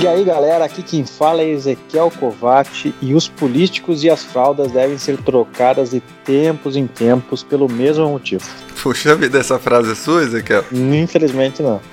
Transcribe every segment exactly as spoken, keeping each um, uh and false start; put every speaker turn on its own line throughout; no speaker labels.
E aí galera, aqui quem fala é Ezequiel Kovac e os políticos e as fraldas devem ser trocadas de tempos em tempos pelo mesmo motivo.
Puxa vida, essa frase é sua, Ezequiel?
Infelizmente não.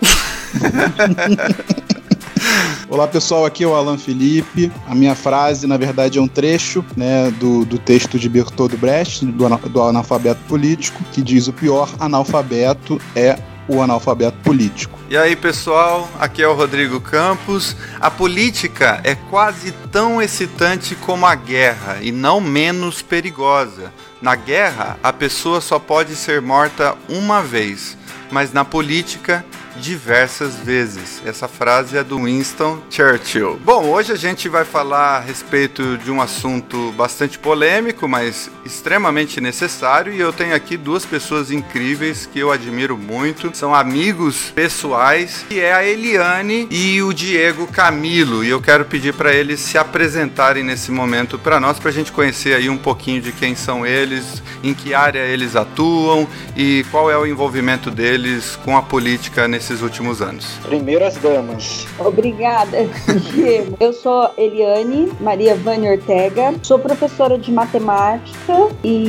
Olá pessoal, aqui é o Alan Felipe. A minha frase, na verdade, é um trecho, né, do, do texto de Bertolt Brecht, do, do Analfabeto Político, que diz: o pior analfabeto é o analfabeto político.
E aí pessoal, aqui é o Rodrigo Campos. A política é quase tão excitante como a guerra e não menos perigosa. Na guerra, a pessoa só pode ser morta uma vez, mas na política, diversas vezes. Essa frase é do Winston Churchill. Bom, hoje a gente vai falar a respeito de um assunto bastante polêmico, mas extremamente necessário, e eu tenho aqui duas pessoas incríveis que eu admiro muito, são amigos pessoais, que é a Eliane e o Diego Camilo, e eu quero pedir para eles se apresentarem nesse momento para nós, para a gente conhecer aí um pouquinho de quem são eles, em que área eles atuam e qual é o envolvimento deles com a política nesse esses últimos anos.
Primeiro as damas.
Obrigada, Diego. Eu sou Eliane Maria Vânia Ortega, sou professora de matemática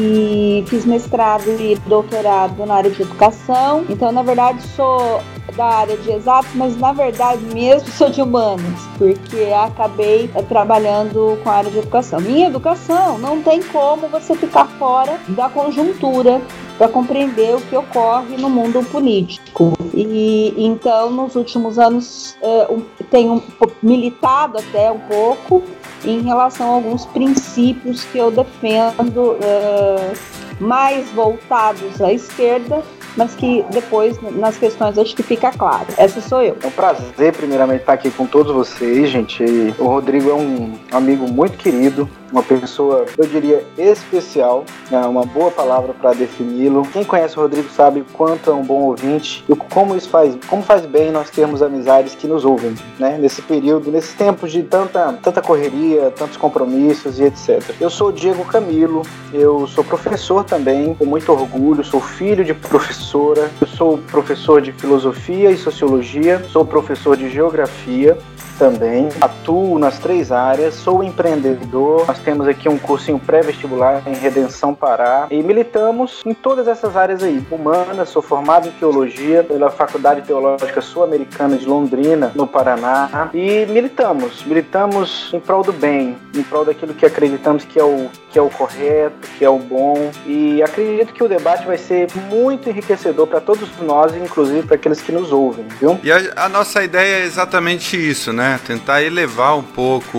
e fiz mestrado e doutorado na área de educação. Então, na verdade, sou da área de exatos, mas na verdade mesmo sou de humanos, porque acabei é, trabalhando com a área de educação. Em educação, não tem como você ficar fora da conjuntura para compreender o que ocorre no mundo político. E então, nos últimos anos, uh, um, tenho militado até um pouco em relação a alguns princípios que eu defendo, uh, mais voltados à esquerda, mas que depois, nas questões, acho que fica claro. Essa sou eu.
É um prazer, primeiramente, estar aqui com todos vocês, gente. O Rodrigo é um amigo muito querido, uma pessoa, eu diria, especial, né? Uma boa palavra para defini-lo. Quem conhece o Rodrigo sabe o quanto é um bom ouvinte e como isso faz, como faz bem nós termos amizades que nos ouvem, né? Nesse período, nesses tempos de tanta, tanta correria, tantos compromissos e etcétera. Eu sou o Diego Camilo, eu sou professor também, com muito orgulho, sou filho de professora, eu sou professor de filosofia e sociologia, sou professor de geografia também, atuo nas três áreas, sou empreendedor, nós temos aqui um cursinho pré-vestibular em Redenção, Pará, e militamos em todas essas áreas aí, humanas, sou formado em teologia pela Faculdade Teológica Sul-Americana de Londrina, no Paraná, e militamos, militamos em prol do bem, em prol daquilo que acreditamos que é o, que é o correto, que é o bom, e acredito que o debate vai ser muito enriquecedor para todos nós, inclusive para aqueles que nos ouvem, viu?
E a, a nossa ideia é exatamente isso, né? Tentar elevar um pouco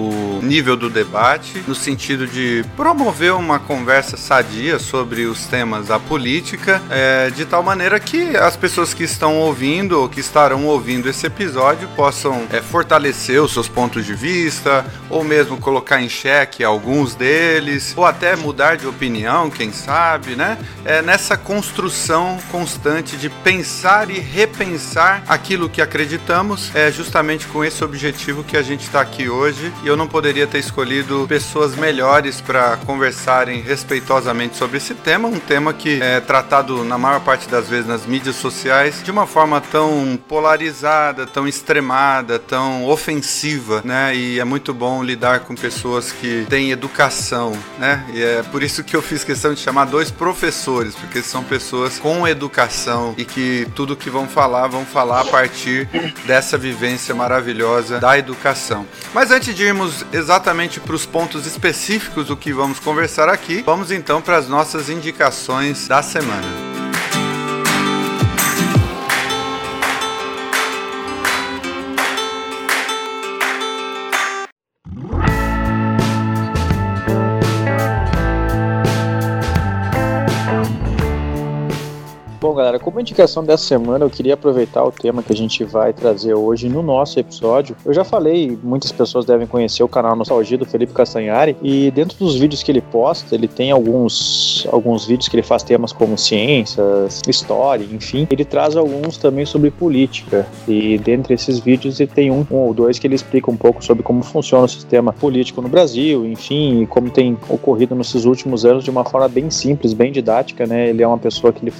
o nível do debate, no sentido de promover uma conversa sadia sobre os temas da política, é, de tal maneira que as pessoas que estão ouvindo ou que estarão ouvindo esse episódio possam é, fortalecer os seus pontos de vista, ou mesmo colocar em xeque alguns deles, ou até mudar de opinião, quem sabe, né? É nessa construção constante de pensar e repensar aquilo que acreditamos, é justamente com esse objetivo que a gente está aqui hoje, e eu não poderia ter escolhido pessoas melhores para conversarem respeitosamente sobre esse tema, um tema que é tratado na maior parte das vezes nas mídias sociais de uma forma tão polarizada, tão extremada, tão ofensiva, né? E é muito bom lidar com pessoas que têm educação, né? E é por isso que eu fiz questão de chamar dois professores, porque são pessoas com educação e que tudo que vão falar, vão falar a partir dessa vivência maravilhosa da educação. Mas antes de irmos exatamente para os pontos específicos do que vamos conversar aqui, vamos então para as nossas indicações da semana.
Bom, galera, como indicação dessa semana, eu queria aproveitar o tema que a gente vai trazer hoje no nosso episódio. Eu já falei, muitas pessoas devem conhecer o canal Nostalgia do Felipe Castanhari, e dentro dos vídeos que ele posta, ele tem alguns, alguns vídeos que ele faz temas como ciências, história, enfim. Ele traz alguns também sobre política, e dentre esses vídeos ele tem um, um ou dois que ele explica um pouco sobre como funciona o sistema político no Brasil, enfim, e como tem ocorrido nesses últimos anos de uma forma bem simples, bem didática, né? Ele é uma pessoa que ele fala uh,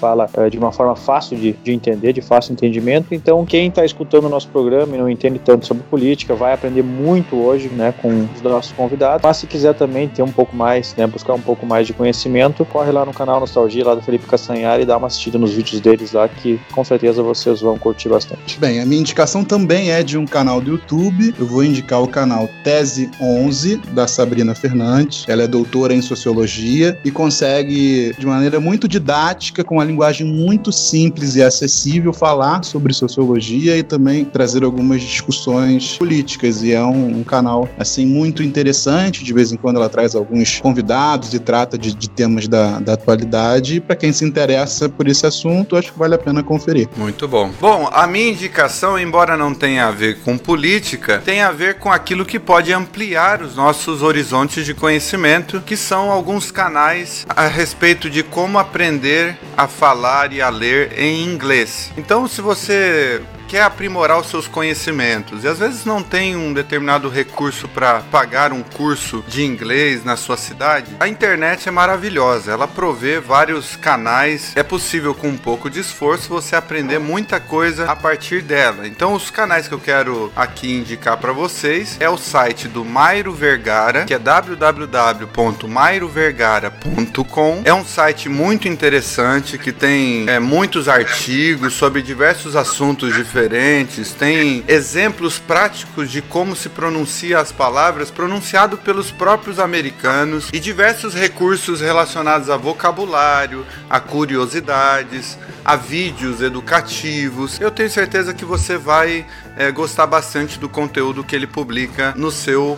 uh, de uma forma fácil de, de entender, de fácil entendimento. Então, quem está escutando o nosso programa e não entende tanto sobre política, vai aprender muito hoje, né, com os nossos convidados. Mas se quiser também ter um pouco mais, né, buscar um pouco mais de conhecimento, corre lá no canal Nostalgia, lá do Felipe Castanhari, e dá uma assistida nos vídeos deles lá, que com certeza vocês vão curtir bastante.
Bem, a minha indicação também é de um canal do YouTube. Eu vou indicar o canal Tese onze, da Sabrina Fernandes. Ela é doutora em Sociologia e consegue, de maneira muito didática, com uma linguagem muito simples e acessível, falar sobre sociologia e também trazer algumas discussões políticas. E é um, um canal, assim, muito interessante. De vez em quando ela traz alguns convidados e trata de, de temas da, da atualidade. E para quem se interessa por esse assunto, acho que vale a pena conferir.
Muito bom. Bom, a minha indicação, embora não tenha a ver com política, tem a ver com aquilo que pode ampliar os nossos horizontes de conhecimento, que são alguns canais a respeito de como aprender a falar e a ler em inglês. Então, se você quer aprimorar os seus conhecimentos e às vezes não tem um determinado recurso para pagar um curso de inglês na sua cidade, a internet é maravilhosa, ela provê vários canais, é possível com um pouco de esforço você aprender muita coisa a partir dela. Então os canais que eu quero aqui indicar para vocês é o site do Mairo Vergara, que é w w w ponto mairo vergara ponto com. É um site muito interessante que tem é, muitos artigos sobre diversos assuntos diferentes. Diferentes, tem exemplos práticos de como se pronuncia as palavras pronunciado pelos próprios americanos e diversos recursos relacionados a vocabulário, a curiosidades, a vídeos educativos. Eu tenho certeza que você vai é, gostar bastante do conteúdo que ele publica no seu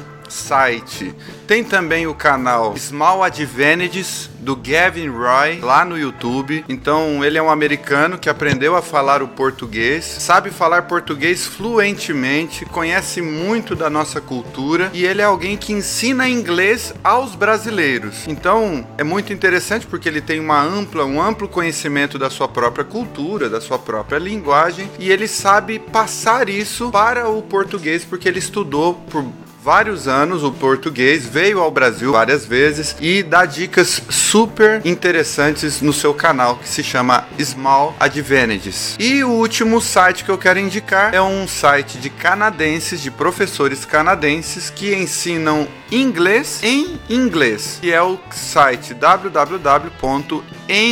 site. Tem também o canal Small Advantages do Gavin Roy lá no YouTube. Então ele é um americano que aprendeu a falar o português, sabe falar português fluentemente, conhece muito da nossa cultura e ele é alguém que ensina inglês aos brasileiros. Então é muito interessante porque ele tem uma ampla, um amplo conhecimento da sua própria cultura, da sua própria linguagem e ele sabe passar isso para o português porque ele estudou por vários anos o português, veio ao Brasil várias vezes e dá dicas super interessantes no seu canal que se chama Small Advantages. E o último site que eu quero indicar é um site de canadenses, de professores canadenses que ensinam inglês em inglês, que é o site w w w ponto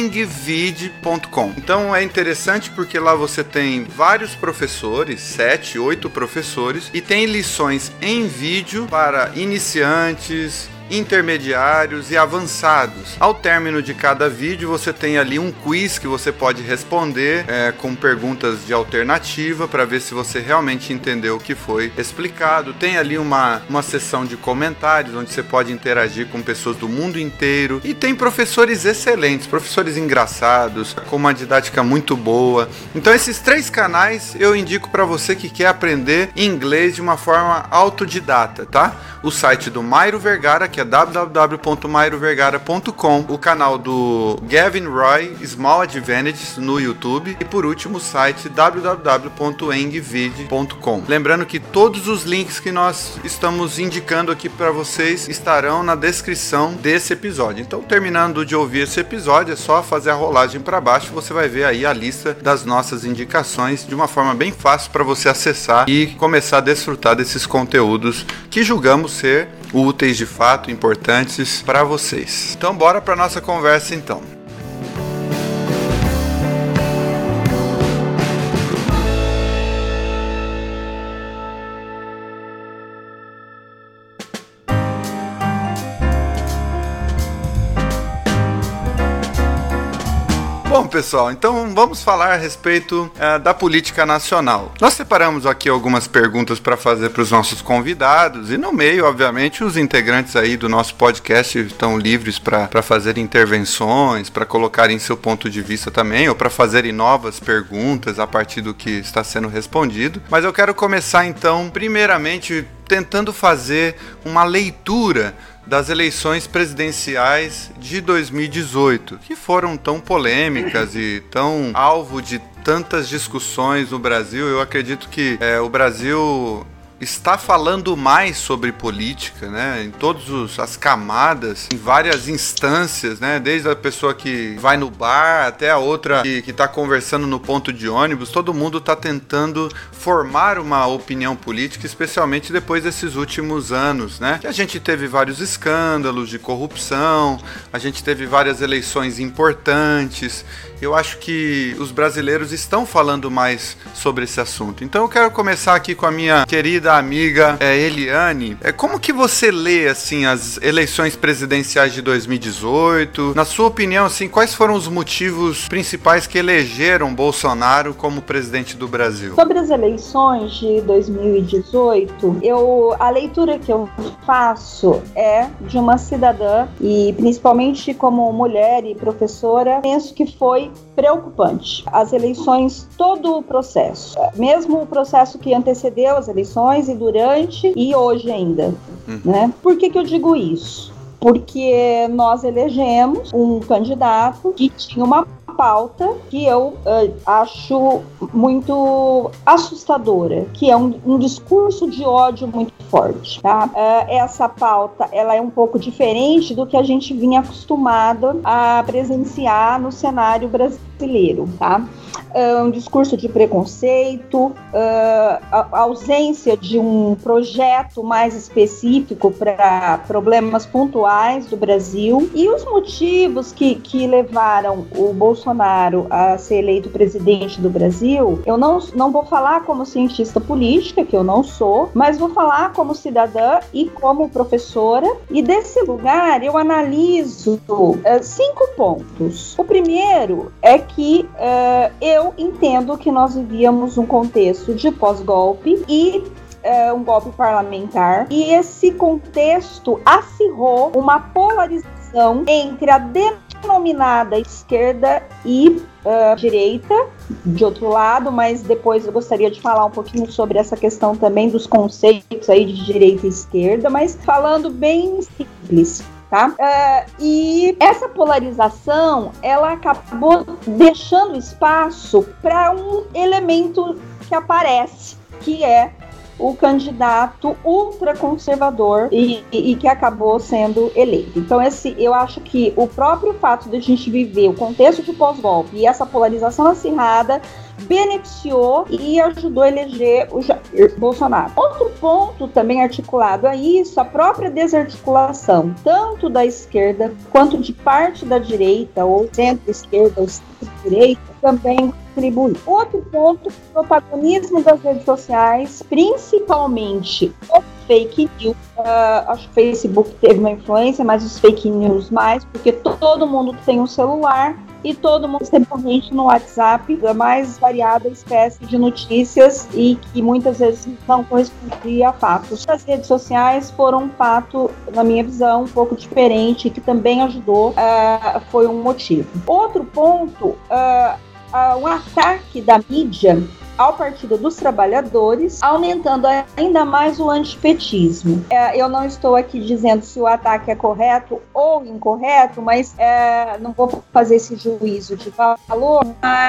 engvid ponto com. Então é interessante porque lá você tem vários professores, sete, oito professores, e tem lições em vídeo para iniciantes, intermediários e avançados. Ao término de cada vídeo você tem ali um quiz que você pode responder é, com perguntas de alternativa para ver se você realmente entendeu o que foi explicado. Tem ali uma, uma seção de comentários onde você pode interagir com pessoas do mundo inteiro e tem professores excelentes, professores engraçados, com uma didática muito boa. Então esses três canais eu indico para você que quer aprender inglês de uma forma autodidata, tá? O site do Mairo Vergara, que é w w w ponto mairo vergara ponto com, o canal do Gavin Roy, Small Advantages, no YouTube, e por último o site w w w ponto engvid ponto com. Lembrando que todos os links que nós estamos indicando aqui para vocês estarão na descrição desse episódio. Então, terminando de ouvir esse episódio, é só fazer a rolagem para baixo, você vai ver aí a lista das nossas indicações de uma forma bem fácil para você acessar e começar a desfrutar desses conteúdos que julgamos ser úteis de fato, importantes para vocês. Então bora para nossa conversa então. Bom, pessoal, então vamos falar a respeito uh, da política nacional. Nós separamos aqui algumas perguntas para fazer para os nossos convidados e no meio, obviamente, os integrantes aí do nosso podcast estão livres para fazer intervenções, para colocarem seu ponto de vista também ou para fazerem novas perguntas a partir do que está sendo respondido. Mas eu quero começar então, primeiramente, tentando fazer uma leitura das eleições presidenciais de dois mil e dezoito, que foram tão polêmicas e tão alvo de tantas discussões no Brasil. Eu acredito que é, o Brasil está falando mais sobre política, né? Em todas as camadas, em várias instâncias, né? Desde a pessoa que vai no bar até a outra que está conversando no ponto de ônibus, todo mundo está tentando formar uma opinião política, especialmente depois desses últimos anos, né? Que a gente teve vários escândalos de corrupção, a gente teve várias eleições importantes. Eu acho que os brasileiros estão falando mais sobre esse assunto. Então eu quero começar aqui com a minha querida amiga é, Eliane. É, como que você lê assim, as eleições presidenciais de dois mil e dezoito? Na sua opinião, assim, quais foram os motivos principais que elegeram Bolsonaro como presidente do Brasil?
Sobre as eleições de dois mil e dezoito, eu, a leitura que eu faço é de uma cidadã e principalmente como mulher e professora, penso que foi preocupante. As eleições, todo o processo, mesmo o processo que antecedeu as eleições e durante e hoje ainda, hum. né? Por que que eu digo isso? Porque nós elegemos um candidato que tinha uma pauta que eu uh, acho muito assustadora, que é um, um discurso de ódio muito forte, tá? Uh, essa pauta, ela é um pouco diferente do que a gente vinha acostumado a presenciar no cenário brasileiro, tá? Uh, um discurso de preconceito, uh, a, a ausência de um projeto mais específico para problemas pontuais do Brasil e os motivos que, que levaram o Bolsonaro a ser eleito presidente do Brasil. Eu não, não vou falar como cientista política, que eu não sou, mas vou falar como cidadã e como professora, e desse lugar eu analiso uh, cinco pontos. O primeiro é que uh, eu entendo que nós vivíamos um contexto de pós-golpe e uh, um golpe parlamentar, e esse contexto acirrou uma polarização entre a denominada esquerda e uh, direita, de outro lado, mas depois eu gostaria de falar um pouquinho sobre essa questão também dos conceitos aí de direita e esquerda, mas falando bem simples. Tá? Uh, e essa polarização, ela acabou deixando espaço para um elemento que aparece, que é o candidato ultraconservador e, e, e que acabou sendo eleito. Então, esse, eu acho que o próprio fato de a gente viver o contexto de pós-golpe e essa polarização acirrada beneficiou e ajudou a eleger o Jair Bolsonaro. Outro ponto também articulado a isso, a própria desarticulação, tanto da esquerda quanto de parte da direita, ou centro-esquerda ou centro-direita, também contribui. Outro ponto, o protagonismo das redes sociais, principalmente o fake news. Uh, acho que o Facebook teve uma influência, mas os fake news mais, porque todo mundo tem um celular e todo mundo está corrente no WhatsApp da mais variada espécie de notícias e que muitas vezes não correspondia a fatos. As redes sociais foram um fato, na minha visão, um pouco diferente, que também ajudou, uh, foi um motivo. Outro ponto, uh, uh, um ataque da mídia ao Partido dos Trabalhadores, aumentando ainda mais o antipetismo. É, eu não estou aqui dizendo se o ataque é correto ou incorreto, mas é, não vou fazer esse juízo de valor,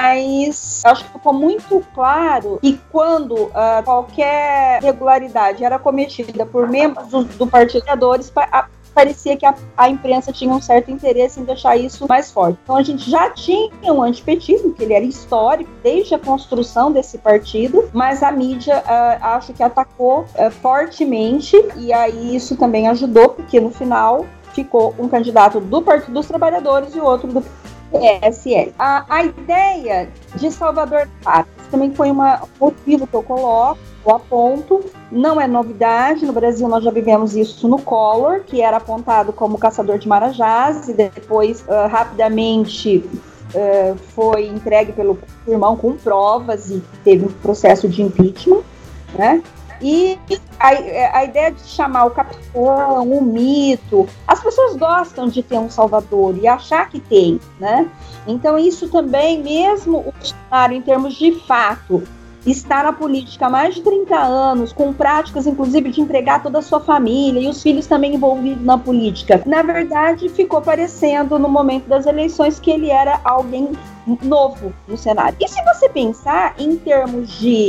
mas acho que ficou muito claro que quando uh, qualquer irregularidade era cometida por membros do, do Partido dos Trabalhadores, a, parecia que a, a imprensa tinha um certo interesse em deixar isso mais forte. Então a gente já tinha um antipetismo, que ele era histórico desde a construção desse partido, mas a mídia uh, acho que atacou uh, fortemente, e aí isso também ajudou, porque no final ficou um candidato do Partido dos Trabalhadores e o outro do P S L. A, a ideia de Salvador Pátria também foi uma, um motivo que eu coloco, eu aponto, não é novidade, no Brasil nós já vivemos isso no Collor, que era apontado como caçador de marajás e depois uh, rapidamente uh, foi entregue pelo irmão com provas e teve um processo de impeachment, né? E a, a ideia de chamar o capitão, o mito, as pessoas gostam de ter um salvador e achar que tem, né? Então isso também, mesmo o Bolsonaro em termos de fato, está na política há mais de trinta anos, com práticas, inclusive, de empregar toda a sua família e os filhos também envolvidos na política. Na verdade, ficou parecendo, no momento das eleições, que ele era alguém novo no cenário. E se você pensar em termos de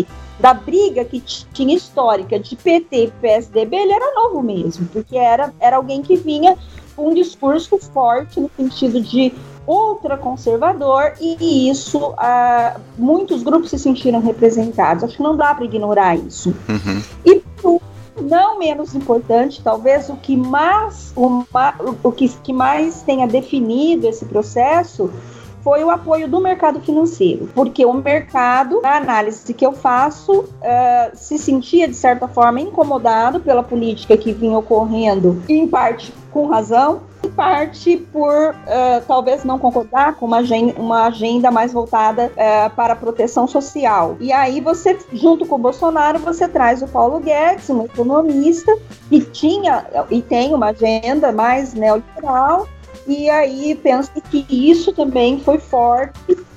da briga que tinha histórica de P T e P S D B, ele era novo mesmo, porque era, era alguém que vinha com um discurso forte no sentido de ultraconservador, e isso, ah, muitos grupos se sentiram representados. Acho que não dá para ignorar isso.
Uhum.
E não menos importante, talvez o que mais, o, o que, que mais tenha definido esse processo foi o apoio do mercado financeiro, porque o mercado, na análise que eu faço, uh, se sentia, de certa forma, incomodado pela política que vinha ocorrendo, em parte com razão, em parte por uh, talvez não concordar com uma agenda, uma agenda mais voltada uh, para a proteção social. E aí você, junto com o Bolsonaro, você traz o Paulo Guedes, um economista, que tinha e tem uma agenda mais neoliberal. E aí penso que isso também foi forte,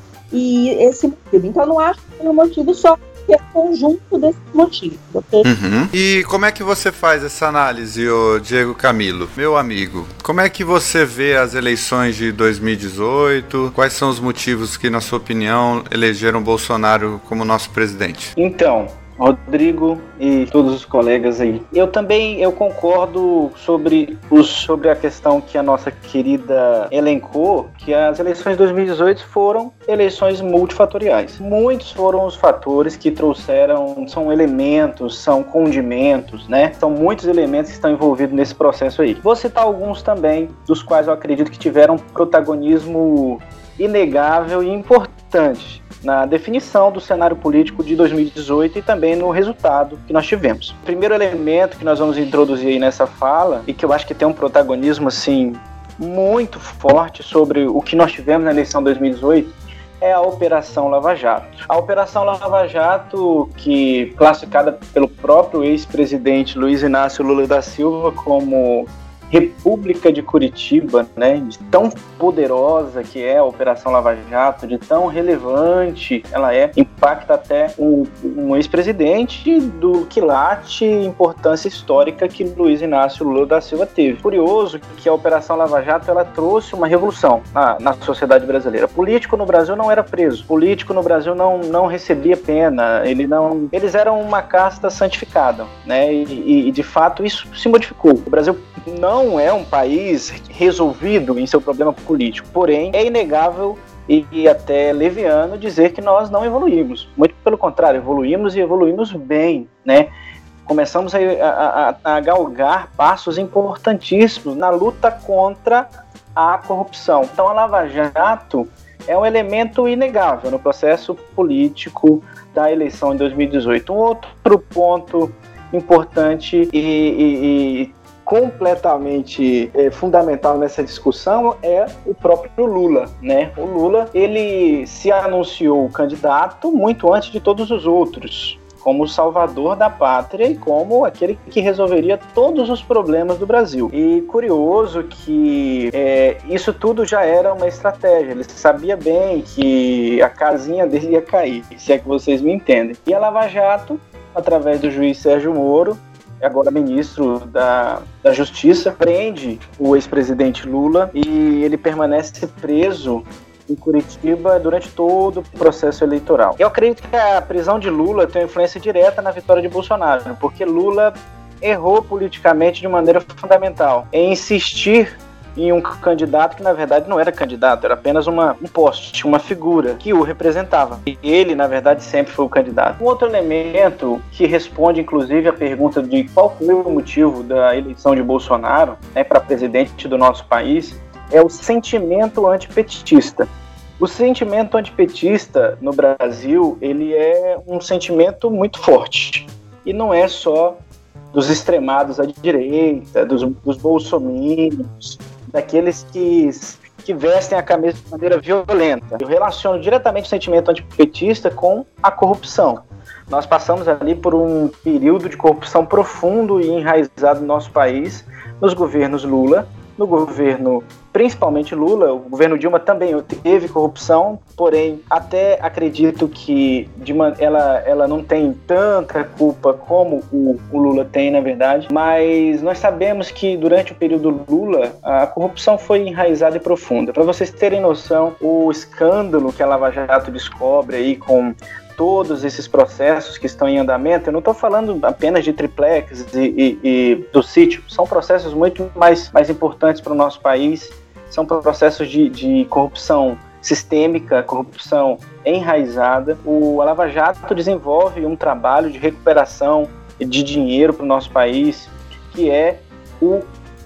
e esse motivo. Então, eu não acho que é um motivo só, que é um conjunto desses motivos, ok?
Uhum. E como é que você faz essa análise, ô Diego Camilo? Meu amigo, como é que você vê as eleições de dois mil e dezoito? Quais são os motivos que, na sua opinião, elegeram Bolsonaro como nosso presidente?
Então, Rodrigo e todos os colegas aí, eu também eu concordo sobre, os, sobre a questão que a nossa querida elencou, que as eleições de dois mil e dezoito foram eleições multifatoriais. Muitos foram os fatores que trouxeram, são elementos, são condimentos, né? São muitos elementos que estão envolvidos nesse processo aí. Vou citar alguns também, dos quais eu acredito que tiveram protagonismo inegável e importante na definição do cenário político de dois mil e dezoito e também no resultado que nós tivemos. O primeiro elemento que nós vamos introduzir aí nessa fala, e que eu acho que tem um protagonismo assim muito forte sobre o que nós tivemos na eleição de dois mil e dezoito, é a Operação Lava Jato. A Operação Lava Jato, que classificada pelo próprio ex-presidente Luiz Inácio Lula da Silva como República de Curitiba, né, de tão poderosa que é a Operação Lava Jato, de tão relevante ela é, impacta até um, um ex-presidente do quilate importância histórica que Luiz Inácio Lula da Silva teve. Curioso que a Operação Lava Jato ela trouxe uma revolução na, na sociedade brasileira. Político no Brasil não era preso, político no Brasil não, não recebia pena, ele não, eles eram uma casta santificada, né, e, e de fato isso se modificou. O Brasil não Não é um país resolvido em seu problema político, porém é inegável e até leviano dizer que nós não evoluímos. Muito pelo contrário, evoluímos e evoluímos bem, né? Começamos a, a, a galgar passos importantíssimos na luta contra a corrupção. Então a Lava Jato é um elemento inegável no processo político da eleição de dois mil e dezoito. Um outro ponto importante e, e, e completamente é, fundamental nessa discussão é o próprio Lula, né? O Lula, ele se anunciou candidato muito antes de todos os outros, como o salvador da pátria e como aquele que resolveria todos os problemas do Brasil. E curioso que é, isso tudo já era uma estratégia, ele sabia bem que a casinha dele ia cair, se é que vocês me entendem. E a Lava Jato, através do juiz Sérgio Moro, agora ministro da, da Justiça, prende o ex-presidente Lula e ele permanece preso em Curitiba durante todo o processo eleitoral. Eu acredito que a prisão de Lula tem uma influência direta na vitória de Bolsonaro, porque Lula errou politicamente de maneira fundamental em insistir em um candidato que na verdade não era candidato, era apenas uma, um poste, uma figura que o representava. E ele, na verdade, sempre foi o candidato. Um outro elemento que responde, inclusive, a pergunta de qual foi o motivo da eleição de Bolsonaro, né, para presidente do nosso país, é o sentimento antipetista. O sentimento antipetista no Brasil, ele é um sentimento muito forte. E não é só dos extremados à direita, dos, dos bolsominions, daqueles que, que vestem a camisa de maneira violenta. Eu relaciono diretamente o sentimento antipetista com a corrupção. Nós passamos ali por um período de corrupção profundo e enraizado no nosso país, nos governos Lula, no governo, principalmente Lula. O governo Dilma também teve corrupção, porém até acredito que Dilma, ela, ela não tem tanta culpa como o, o Lula tem, na verdade, mas nós sabemos que durante o período Lula a corrupção foi enraizada e profunda. Para vocês terem noção, o escândalo que a Lava Jato descobre aí com todos esses processos que estão em andamento, eu não estou falando apenas de triplex e, e, e do sítio, são processos muito mais, mais importantes para o nosso país, são processos de, de corrupção sistêmica, corrupção enraizada. O a Lava Jato desenvolve um trabalho de recuperação de dinheiro para o nosso país, que é o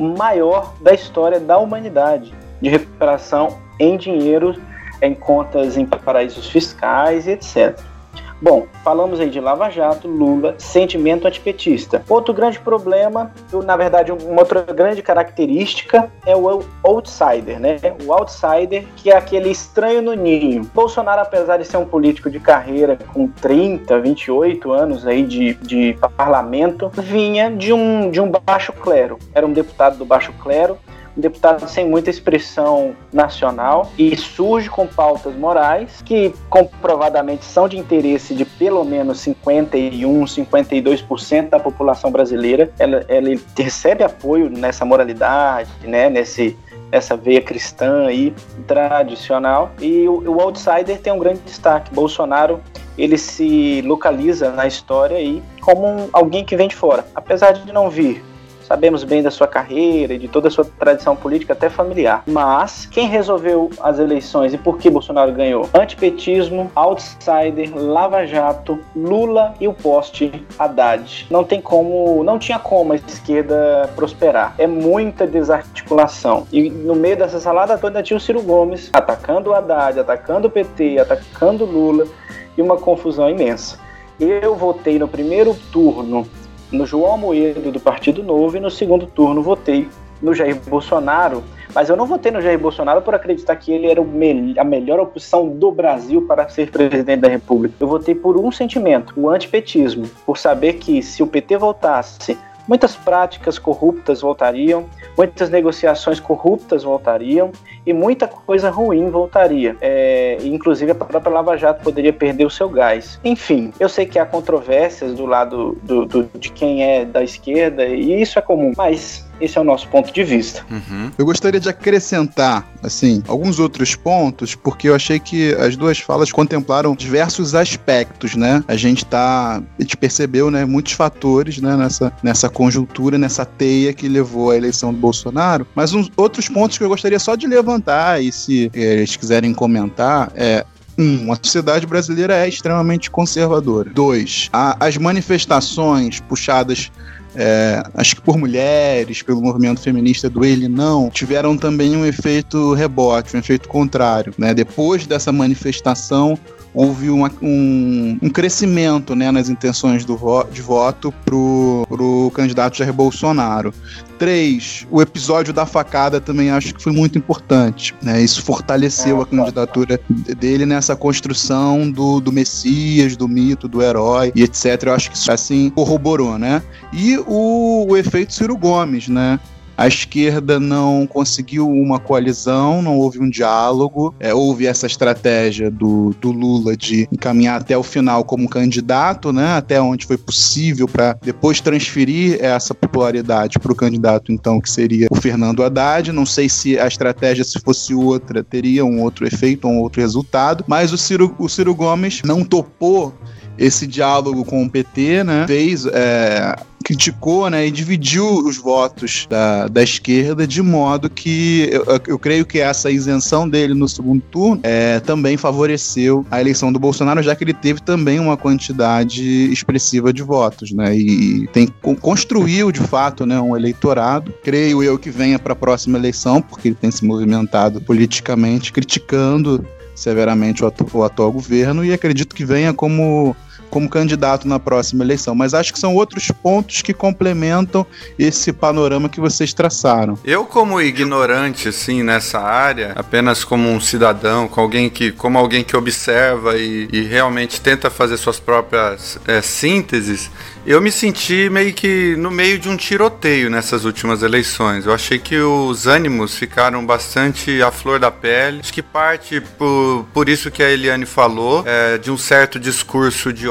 maior da história da humanidade, de recuperação em dinheiro, em contas em paraísos fiscais e etcétera. Bom, falamos aí de Lava Jato, Lula, sentimento antipetista. Outro grande problema, na verdade uma outra grande característica é o outsider, né? O outsider, que é aquele estranho no ninho. Bolsonaro, apesar de ser um político de carreira com trinta, vinte e oito anos aí de, de parlamento, vinha de um, de um baixo clero. Era um deputado do baixo clero, um deputado sem muita expressão nacional, e surge com pautas morais que comprovadamente são de interesse de pelo menos cinquenta e um, cinquenta e dois por cento da população brasileira. Ela, ela recebe apoio nessa moralidade, né, nesse, nessa veia cristã aí, tradicional, e o, o outsider tem um grande destaque. Bolsonaro, ele se localiza na história aí como um, alguém que vem de fora, apesar de não vir. Sabemos bem da sua carreira e de toda a sua tradição política, até familiar. Mas quem resolveu as eleições e por que Bolsonaro ganhou? Antipetismo, outsider, Lava Jato, Lula e o poste Haddad. Não tem como, não tinha como a esquerda prosperar. É muita desarticulação. E no meio dessa salada toda tinha o Ciro Gomes atacando o Haddad, atacando o P T, atacando o Lula, e uma confusão imensa. Eu votei no primeiro turno no João Amoedo do Partido Novo, e no segundo turno votei no Jair Bolsonaro, mas eu não votei no Jair Bolsonaro por acreditar que ele era o me- a melhor opção do Brasil para ser presidente da República. Eu votei por um sentimento, o antipetismo, por saber que se o P T voltasse, muitas práticas corruptas voltariam, muitas negociações corruptas voltariam e muita coisa ruim voltaria. É, inclusive a própria Lava Jato poderia perder o seu gás. Enfim, eu sei que há controvérsias do lado do, do, de quem é da esquerda, e isso é comum, mas esse é o nosso ponto de vista.
Uhum. Eu gostaria de acrescentar, assim, alguns outros pontos, porque eu achei que as duas falas contemplaram diversos aspectos, né? A gente tá, a gente percebeu, né, muitos fatores, né, nessa, nessa conjuntura, nessa teia que levou à eleição do Bolsonaro, mas uns outros pontos que eu gostaria só de levantar, e se eles quiserem comentar, é: Um, a sociedade brasileira é extremamente conservadora. Dois, a, as manifestações puxadas, é, acho que por mulheres, pelo movimento feminista do Ele Não, tiveram também um efeito rebote, um efeito contrário, né? Depois dessa manifestação, houve uma, um, um crescimento, né, nas intenções do vo- de voto pro, pro candidato Jair Bolsonaro. Três, o episódio da facada também acho que foi muito importante, né? Isso fortaleceu a candidatura dele nessa construção do, do Messias, do mito, do herói e etcétera. Eu acho que isso, assim, corroborou, né? E o, o efeito Ciro Gomes, né? A esquerda não conseguiu uma coalizão, não houve um diálogo, é, houve essa estratégia do, do Lula de encaminhar até o final como candidato, né, até onde foi possível, para depois transferir essa popularidade para o candidato, então, que seria o Fernando Haddad. Não sei se a estratégia, se fosse outra, teria um outro efeito, um outro resultado, mas o Ciro, o Ciro Gomes não topou esse diálogo com o P T, né, fez... É, criticou, né, e dividiu os votos da, da esquerda, de modo que eu, eu creio que essa isenção dele no segundo turno é, também favoreceu a eleição do Bolsonaro, já que ele teve também uma quantidade expressiva de votos, né, e tem, construiu de fato, né, um eleitorado, creio eu, que venha para a próxima eleição, porque ele tem se movimentado politicamente, criticando severamente o, atu- o atual governo, e acredito que venha como como candidato na próxima eleição, mas acho que são outros pontos que complementam esse panorama que vocês traçaram.
Eu, como ignorante, assim, nessa área, apenas como um cidadão, com alguém que, como alguém que observa e, e realmente tenta fazer suas próprias é, sínteses, eu me senti meio que no meio de um tiroteio nessas últimas eleições. Eu achei que os ânimos ficaram bastante à flor da pele. Acho que parte por, por isso que a Eliane falou, é, de um certo discurso de ódio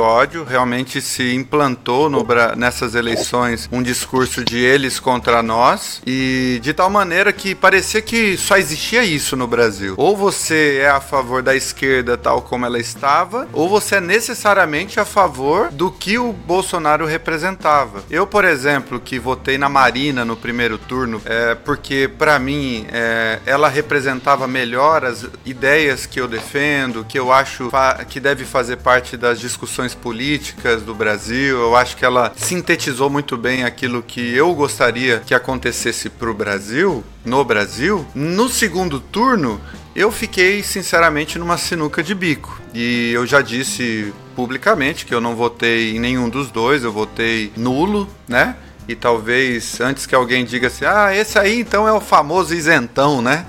ódio, realmente se implantou no, nessas eleições um discurso de eles contra nós, e de tal maneira que parecia que só existia isso no Brasil. Ou você é a favor da esquerda tal como ela estava, ou você é necessariamente a favor do que o Bolsonaro representava. Eu, por exemplo, que votei na Marina no primeiro turno, é, porque para mim é, ela representava melhor as ideias que eu defendo, que eu acho que deve fazer parte das discussões políticas do Brasil. Eu acho que ela sintetizou muito bem aquilo que eu gostaria que acontecesse pro Brasil, no Brasil. No segundo turno, eu fiquei, sinceramente, numa sinuca de bico. E eu já disse publicamente que eu não votei em nenhum dos dois, eu votei nulo, né? E talvez, antes que alguém diga assim, ah, esse aí então é o famoso isentão, né?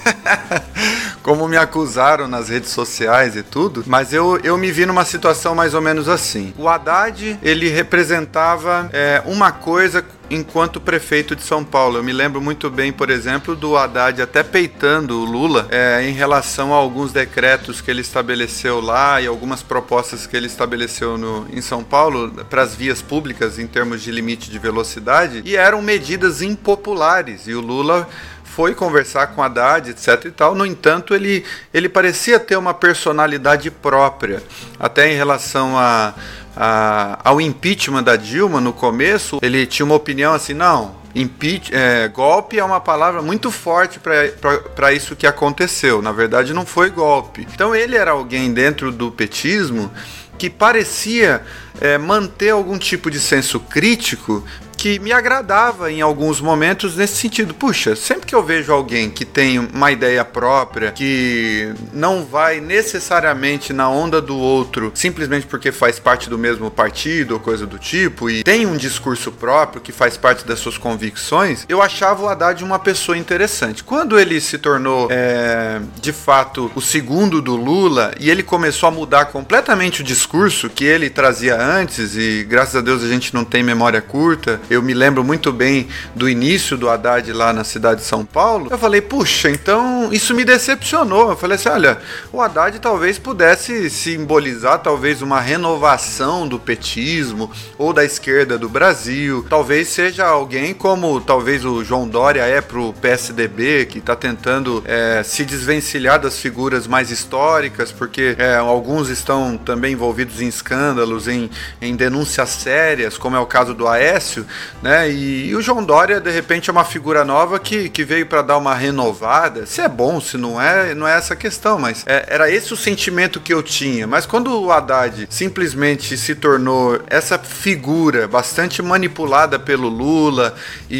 Como me acusaram nas redes sociais e tudo, mas eu, eu me vi numa situação mais ou menos assim. O Haddad, ele representava é, uma coisa enquanto prefeito de São Paulo. Eu me lembro muito bem, por exemplo, do Haddad até peitando o Lula é, em relação a alguns decretos que ele estabeleceu lá e algumas propostas que ele estabeleceu no, em São Paulo para as vias públicas em termos de limite de velocidade, e eram medidas impopulares, e o Lula foi conversar com Haddad, etc e tal. No entanto, ele, ele parecia ter uma personalidade própria, até em relação a, a, ao impeachment da Dilma no começo. Ele tinha uma opinião assim, não, impeach, é, golpe é uma palavra muito forte para isso que aconteceu, na verdade não foi golpe. Então ele era alguém dentro do petismo que parecia é, manter algum tipo de senso crítico que me agradava em alguns momentos nesse sentido. Puxa, sempre que eu vejo alguém que tem uma ideia própria, que não vai necessariamente na onda do outro, simplesmente porque faz parte do mesmo partido ou coisa do tipo, e tem um discurso próprio que faz parte das suas convicções, eu achava o Haddad uma pessoa interessante. Quando ele se tornou, é, de fato, o segundo do Lula, e ele começou a mudar completamente o discurso que ele trazia antes, e graças a Deus a gente não tem memória curta. Eu me lembro muito bem do início do Haddad lá na cidade de São Paulo. Eu falei, puxa, então isso me decepcionou. Eu falei assim, olha, o Haddad talvez pudesse simbolizar talvez uma renovação do petismo ou da esquerda do Brasil. Talvez seja alguém como talvez o João Dória é pro P S D B, que está tentando é, se desvencilhar das figuras mais históricas, porque é, alguns estão também envolvidos em escândalos, em, em denúncias sérias, como é o caso do Aécio, né? E, e o João Dória, de repente, é uma figura nova que, que veio para dar uma renovada. Se é bom, se não é, não é essa a questão, mas é, era esse o sentimento que eu tinha. Mas quando o Haddad simplesmente se tornou essa figura bastante manipulada pelo Lula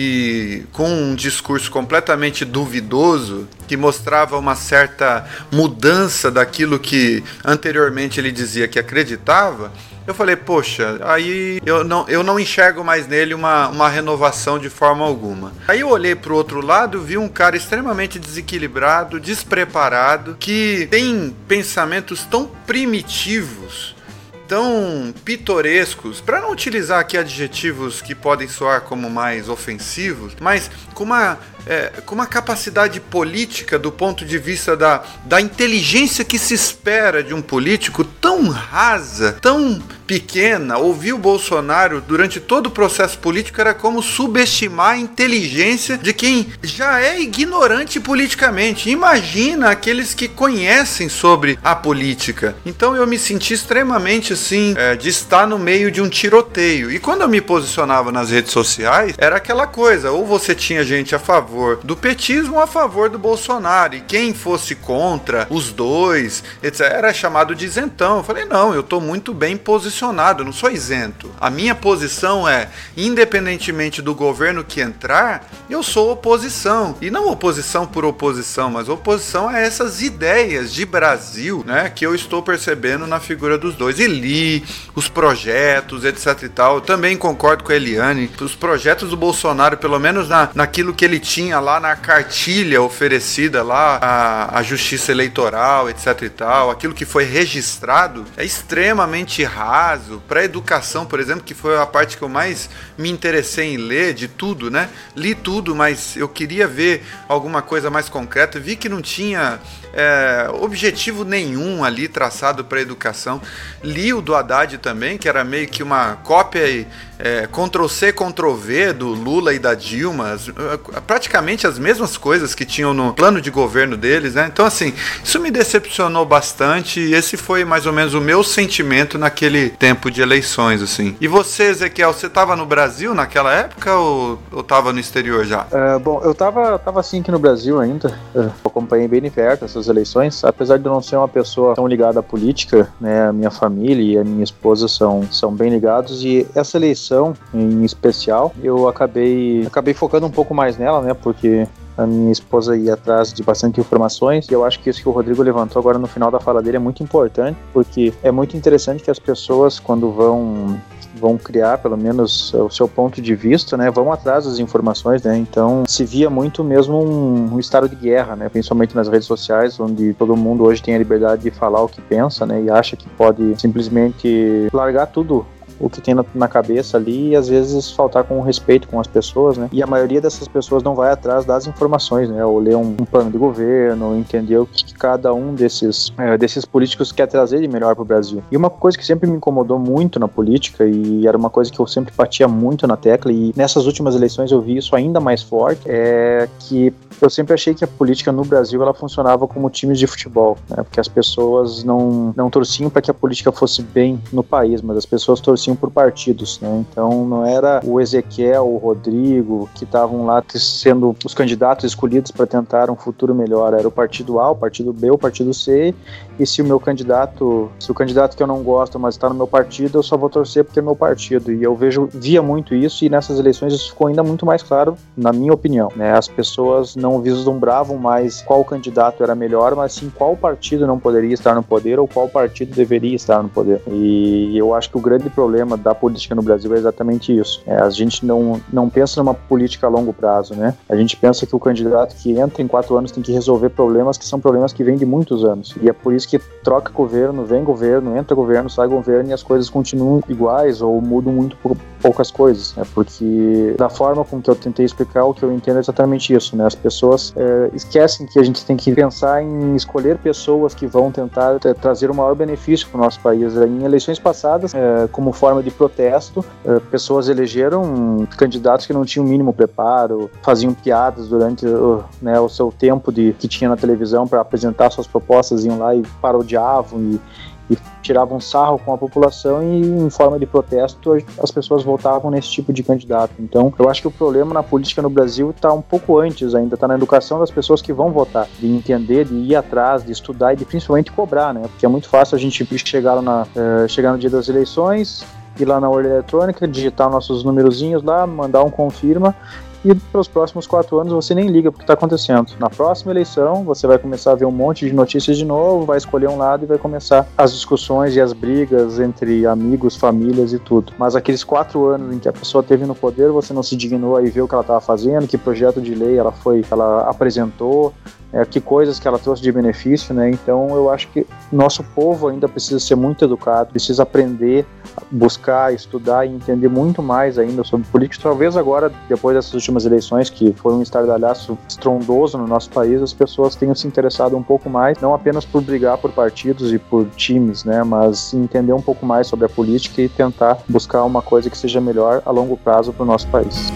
e com um discurso completamente duvidoso, que mostrava uma certa mudança daquilo que anteriormente ele dizia que acreditava, eu falei, poxa, aí eu não, eu não enxergo mais nele uma, uma renovação de forma alguma. Aí eu olhei pro outro lado, vi um cara extremamente desequilibrado, despreparado, que tem pensamentos tão primitivos, tão pitorescos, para não utilizar aqui adjetivos que podem soar como mais ofensivos, mas com uma, é, com uma capacidade política do ponto de vista da, da inteligência que se espera de um político tão rasa, tão pequena. Ouvir o Bolsonaro durante todo o processo político era como subestimar a inteligência de quem já é ignorante politicamente. Imagina aqueles que conhecem sobre a política. Então eu me senti extremamente assim, é, de estar no meio de um tiroteio. E quando eu me posicionava nas redes sociais, era aquela coisa, ou você tinha gente a favor do petismo ou a favor do Bolsonaro, e quem fosse contra os dois, etcétera, era chamado de isentão. Eu falei, não, eu tô muito bem posicionado, eu não sou isento. A minha posição é, independentemente do governo que entrar, eu sou oposição. E não oposição por oposição, mas oposição a essas ideias de Brasil, né, que eu estou percebendo na figura dos dois. E li os projetos, etc e tal. Eu também concordo com a Eliane. Os projetos do Bolsonaro, pelo menos na, naquilo que ele tinha tinha lá na cartilha oferecida lá a, a justiça eleitoral, etc e tal, aquilo que foi registrado é extremamente raso. Para a educação, por exemplo, que foi a parte que eu mais me interessei em ler de tudo, né? Li tudo, mas eu queria ver alguma coisa mais concreta. Vi que não tinha é, objetivo nenhum ali traçado para a educação. Li o do Haddad também, que era meio que uma cópia é, control C, control V do Lula e da Dilma, as, praticamente as mesmas coisas que tinham no plano de governo deles, né? Então, assim, isso me decepcionou bastante e esse foi mais ou menos o meu sentimento naquele tempo de eleições, assim. E você, Ezequiel, você estava no Brasil naquela época ou estava no exterior já?
Uh, bom, eu estava tava assim aqui no Brasil ainda, uh, acompanhei bem de perto essas eleições, apesar de eu não ser uma pessoa tão ligada à política, né, a minha família e a minha esposa são, são bem ligados, e essa eleição em especial, eu acabei, acabei focando um pouco mais nela, né, porque a minha esposa ia atrás de bastante informações, e eu acho que isso que o Rodrigo levantou agora no final da fala dele é muito importante, porque é muito interessante que as pessoas, quando vão vão criar, pelo menos, o seu ponto de vista, né, vão atrás das informações, né, então se via muito mesmo um, um estado de guerra, né, principalmente nas redes sociais, onde todo mundo hoje tem a liberdade de falar o que pensa, né, e acha que pode simplesmente largar tudo o que tem na, na cabeça ali e às vezes faltar com respeito com as pessoas, né? E a maioria dessas pessoas não vai atrás das informações, né? Ou ler um, um plano de governo, ou entender o que cada um desses, é, desses políticos quer trazer de melhor para o Brasil. E uma coisa que sempre me incomodou muito na política, e era uma coisa que eu sempre batia muito na tecla, e nessas últimas eleições eu vi isso ainda mais forte, é que eu sempre achei que a política no Brasil ela funcionava como times de futebol, né? Porque as pessoas não, não torciam para que a política fosse bem no país, mas as pessoas torciam por partidos, né? Então não era o Ezequiel, o Rodrigo que estavam lá sendo os candidatos escolhidos para tentar um futuro melhor, era o partido A, o partido B, o partido C, e se o meu candidato, se o candidato que eu não gosto, mas está no meu partido, eu só vou torcer porque é meu partido, e eu vejo, via muito isso, e nessas eleições isso ficou ainda muito mais claro, na minha opinião, né? As pessoas não vislumbravam mais qual candidato era melhor, mas sim qual partido não poderia estar no poder ou qual partido deveria estar no poder, e eu acho que o grande problema da política no Brasil é exatamente isso. É, a gente não, não pensa numa política a longo prazo, né? A gente pensa que o candidato que entra em quatro anos tem que resolver problemas que são problemas que vêm de muitos anos. E é por isso que troca governo, vem governo, entra governo, sai governo e as coisas continuam iguais ou mudam muito por poucas coisas, né? Porque da forma com que eu tentei explicar, o que eu entendo é exatamente isso, né? As pessoas é, esquecem que a gente tem que pensar em escolher pessoas que vão tentar t- trazer o maior benefício para o nosso país. Em eleições passadas, é, como forma de protesto, uh, pessoas elegeram candidatos que não tinham o mínimo preparo, faziam piadas durante uh, né, o seu tempo de, que tinha na televisão para apresentar suas propostas, iam lá e parodiavam e, e tiravam sarro com a população, e em forma de protesto as pessoas votavam nesse tipo de candidato. Então eu acho que o problema na política no Brasil está um pouco antes ainda, está na educação das pessoas que vão votar, de entender, de ir atrás, de estudar e de principalmente cobrar, né? Porque é muito fácil a gente chegar, na, uh, chegar no dia das eleições, ir lá na urna eletrônica, digitar nossos numerozinhos lá, mandar um confirma, e pelos próximos quatro anos você nem liga porque está acontecendo. Na próxima eleição você vai começar a ver um monte de notícias de novo, vai escolher um lado e vai começar as discussões e as brigas entre amigos, famílias e tudo. Mas aqueles quatro anos em que a pessoa esteve no poder, você não se dignou a ir ver o que ela estava fazendo, que projeto de lei ela foi, ela apresentou, É, que coisas que ela trouxe de benefício, né? Então eu acho que nosso povo ainda precisa ser muito educado, precisa aprender, buscar, estudar e entender muito mais ainda sobre política. Talvez agora, depois dessas últimas eleições, que foi um estardalhaço estrondoso no nosso país, as pessoas tenham se interessado um pouco mais, não apenas por brigar por partidos e por times, né? Mas entender um pouco mais sobre a política e tentar buscar uma coisa que seja melhor a longo prazo para o nosso país.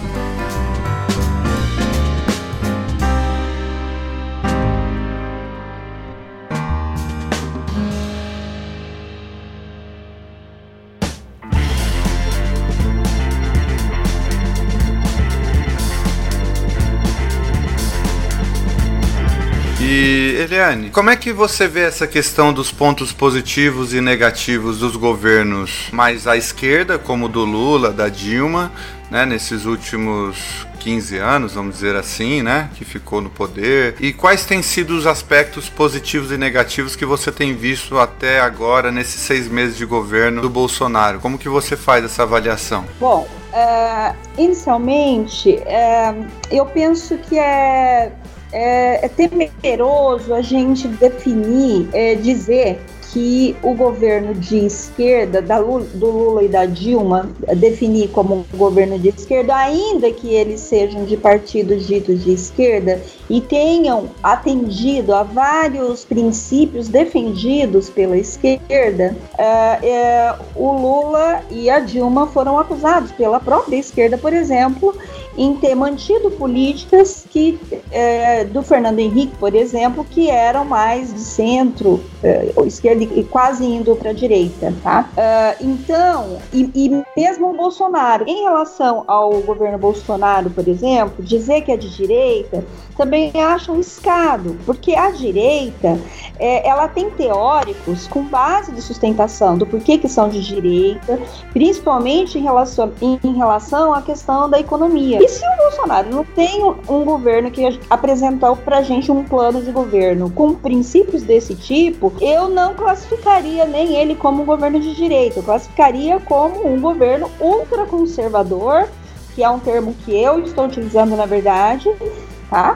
E, Eliane, como é que você vê essa questão dos pontos positivos e negativos dos governos mais à esquerda, como o do Lula, da Dilma, né, nesses últimos quinze anos, vamos dizer assim, né, que ficou no poder? E quais têm sido os aspectos positivos e negativos que você tem visto até agora, nesses seis meses de governo do Bolsonaro? Como que você faz essa avaliação?
Bom, uh, inicialmente, uh, eu penso que é, é, é temeroso a gente definir, é, dizer que o governo de esquerda, da Lula, do Lula e da Dilma, definir como um governo de esquerda, ainda que eles sejam de partidos ditos de esquerda e tenham atendido a vários princípios defendidos pela esquerda, é, é, o Lula e a Dilma foram acusados pela própria esquerda, por exemplo, em ter mantido políticas que, é, do Fernando Henrique, por exemplo, que eram mais de centro, é, esquerda e quase indo para a direita, tá? Uh, então, e, e mesmo o Bolsonaro, em relação ao governo Bolsonaro, por exemplo, dizer que é de direita, também acho arriscado, porque a direita, é, ela tem teóricos com base de sustentação do porquê que são de direita, principalmente em relação, em, em relação à questão da economia. E se o Bolsonaro não tem um, um governo que apresentou pra gente um plano de governo com princípios desse tipo, eu não classificaria nem ele como um governo de direita, eu classificaria como um governo ultraconservador, que é um termo que eu estou utilizando na verdade, tá?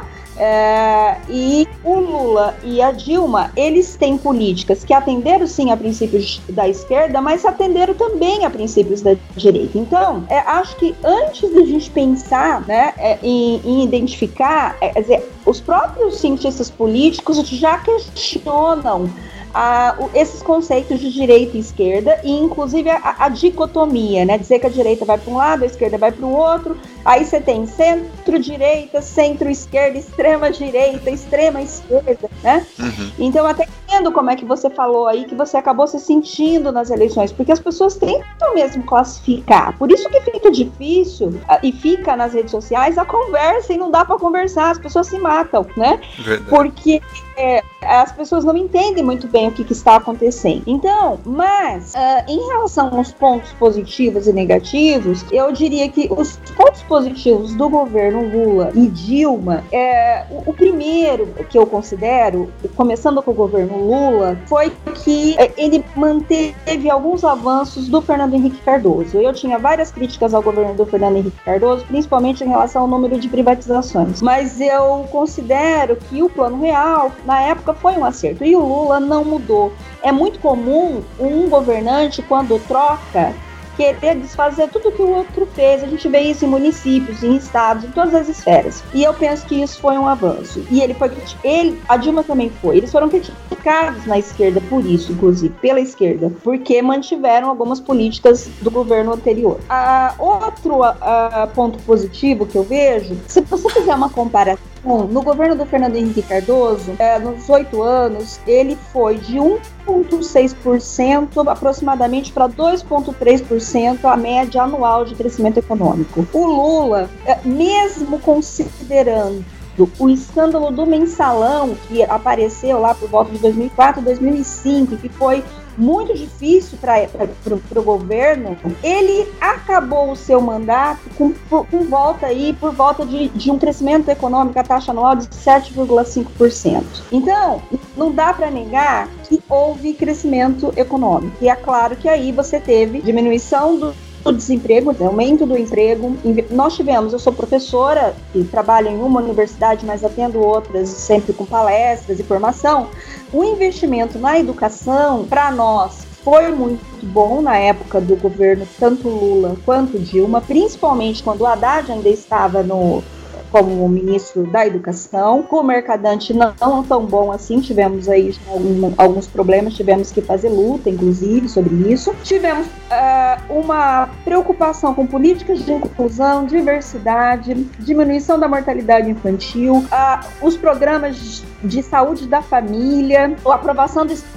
É, e o Lula e a Dilma, eles têm políticas que atenderam sim a princípios da esquerda, mas atenderam também a princípios da direita. Então, é, acho que antes da gente pensar, né, é, em, em identificar, é, quer dizer, os próprios cientistas políticos já questionam A, o, esses conceitos de direita e esquerda, e inclusive a, a dicotomia, né? Dizer que a direita vai para um lado, a esquerda vai para o outro, aí você tem centro-direita, centro-esquerda, extrema-direita, extrema-esquerda, né? Uhum. Então, até entendo como é que você falou aí, que você acabou se sentindo nas eleições, porque as pessoas tentam mesmo classificar, por isso que fica difícil, e fica nas redes sociais, a conversa, e não dá para conversar, as pessoas se matam, né? Verdade. Porque é, as pessoas não entendem muito bem o que, que está acontecendo. Então, mas uh, em relação aos pontos positivos e negativos, eu diria que os pontos positivos do governo Lula e Dilma, é, o, o primeiro que eu considero, começando com o governo Lula, foi que é, ele manteve alguns avanços do Fernando Henrique Cardoso. Eu tinha várias críticas ao governo do Fernando Henrique Cardoso, principalmente em relação ao número de privatizações, mas eu considero que o Plano Real, na época, foi um acerto, e o Lula não mudou. É muito comum um governante, quando troca, querer desfazer tudo que o outro fez. A gente vê isso em municípios, em estados, em todas as esferas. E eu penso que isso foi um avanço. E ele foi ele, a Dilma também foi. Eles foram criticados na esquerda por isso, inclusive, pela esquerda, porque mantiveram algumas políticas do governo anterior. Ah, outro ah, ponto positivo que eu vejo, se você fizer uma comparação, no governo do Fernando Henrique Cardoso, é, nos oito anos, ele foi de um vírgula seis por cento aproximadamente para dois vírgula três por cento a média anual de crescimento econômico. O Lula, é, mesmo considerando o escândalo do mensalão, que apareceu lá por volta de dois mil e quatro, dois mil e cinco, que foi muito difícil para o governo, ele acabou o seu mandato com, por, com volta aí, por volta de, de um crescimento econômico, a taxa anual de sete vírgula cinco por cento. Então, não dá para negar que houve crescimento econômico. E é claro que aí você teve diminuição do o desemprego, aumento do emprego. Nós tivemos, eu sou professora e trabalho em uma universidade, mas atendo outras sempre com palestras e formação. O investimento na educação, para nós, foi muito bom na época do governo, tanto Lula quanto Dilma, principalmente quando o Haddad ainda estava no... como ministro da Educação. Com o Mercadante não, não tão bom assim, tivemos aí algum, alguns problemas, tivemos que fazer luta, inclusive, sobre isso. Tivemos uh, uma preocupação com políticas de inclusão, diversidade, diminuição da mortalidade infantil, uh, os programas de saúde da família, a aprovação do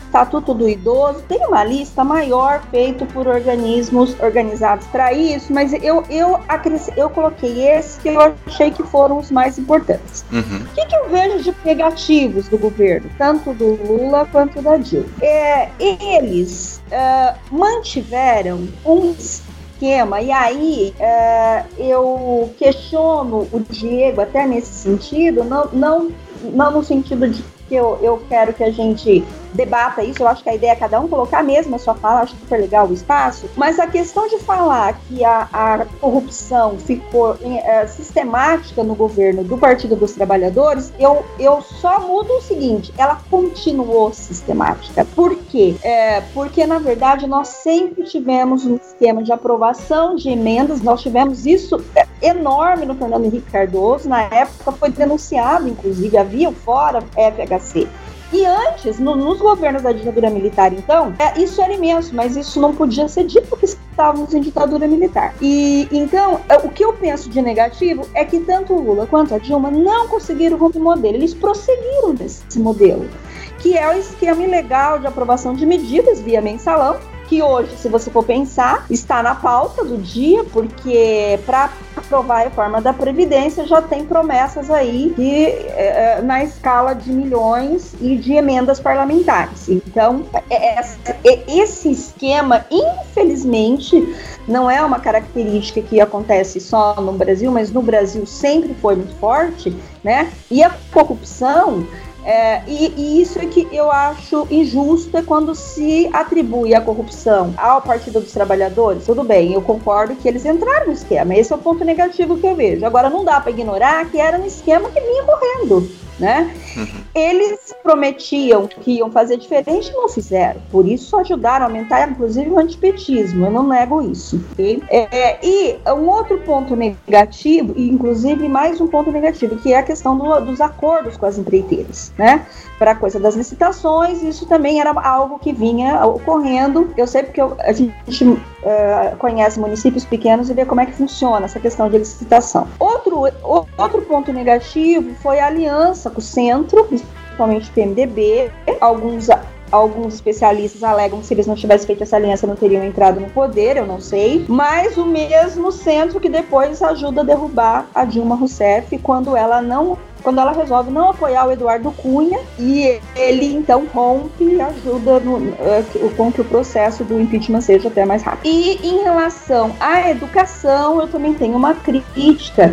Estatuto do Idoso, tem uma lista maior feita por organismos organizados para isso, mas eu, eu, eu coloquei esse que eu achei que foram os mais importantes.
Uhum.
O que, que eu vejo de negativos do governo, tanto do Lula quanto da Dilma? É, eles uh, mantiveram um esquema, e aí uh, eu questiono o Diego até nesse sentido, não, não, não no sentido de que eu, eu quero que a gente debata isso, eu acho que a ideia é cada um colocar mesmo a sua fala, acho super legal o espaço, mas a questão de falar que a, a corrupção ficou é, sistemática no governo do Partido dos Trabalhadores, eu, eu só mudo o seguinte, ela continuou sistemática. Por quê? É, porque, na verdade, nós sempre tivemos um esquema de aprovação de emendas, nós tivemos isso enorme no Fernando Henrique Cardoso, na época foi denunciado, inclusive, havia o Fora F H C. E antes, no, nos governos da ditadura militar, então, é, isso era imenso, mas isso não podia ser dito porque estávamos em ditadura militar. E então, é, o que eu penso de negativo é que tanto o Lula quanto a Dilma não conseguiram romper o modelo, eles prosseguiram nesse modelo, que é o esquema ilegal de aprovação de medidas via mensalão, que hoje, se você for pensar, está na pauta do dia, porque para aprovar a reforma da Previdência já tem promessas aí de, é, na escala de milhões e de emendas parlamentares. Então, é, é, esse esquema, infelizmente, não é uma característica que acontece só no Brasil, mas no Brasil sempre foi muito forte, né? E a corrupção... É, e, e isso é que eu acho injusto, é quando se atribui a corrupção ao Partido dos Trabalhadores. Tudo bem, eu concordo que eles entraram no esquema, esse é o ponto negativo que eu vejo. Agora, não dá para ignorar que era um esquema que vinha correndo, né? Uhum. Eles prometiam que iam fazer diferente e não fizeram, por isso ajudaram a aumentar, inclusive, o antipetismo, eu não nego isso. Okay? É, e um outro ponto negativo, e inclusive mais um ponto negativo, que é a questão do, dos acordos com as empreiteiras, né? Para a coisa das licitações, isso também era algo que vinha ocorrendo. Eu sei porque eu, a gente uh, conhece municípios pequenos e vê como é que funciona essa questão de licitação. Outro, o, outro ponto negativo foi a aliança com o centro, principalmente o P M D B. Alguns, alguns especialistas alegam que se eles não tivessem feito essa aliança não teriam entrado no poder, eu não sei. Mas o mesmo centro que depois ajuda a derrubar a Dilma Rousseff quando ela não... quando ela resolve não apoiar o Eduardo Cunha e ele então rompe e ajuda no, uh, com que o processo do impeachment seja até mais rápido. E em relação à educação, eu também tenho uma crítica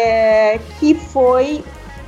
é, que foi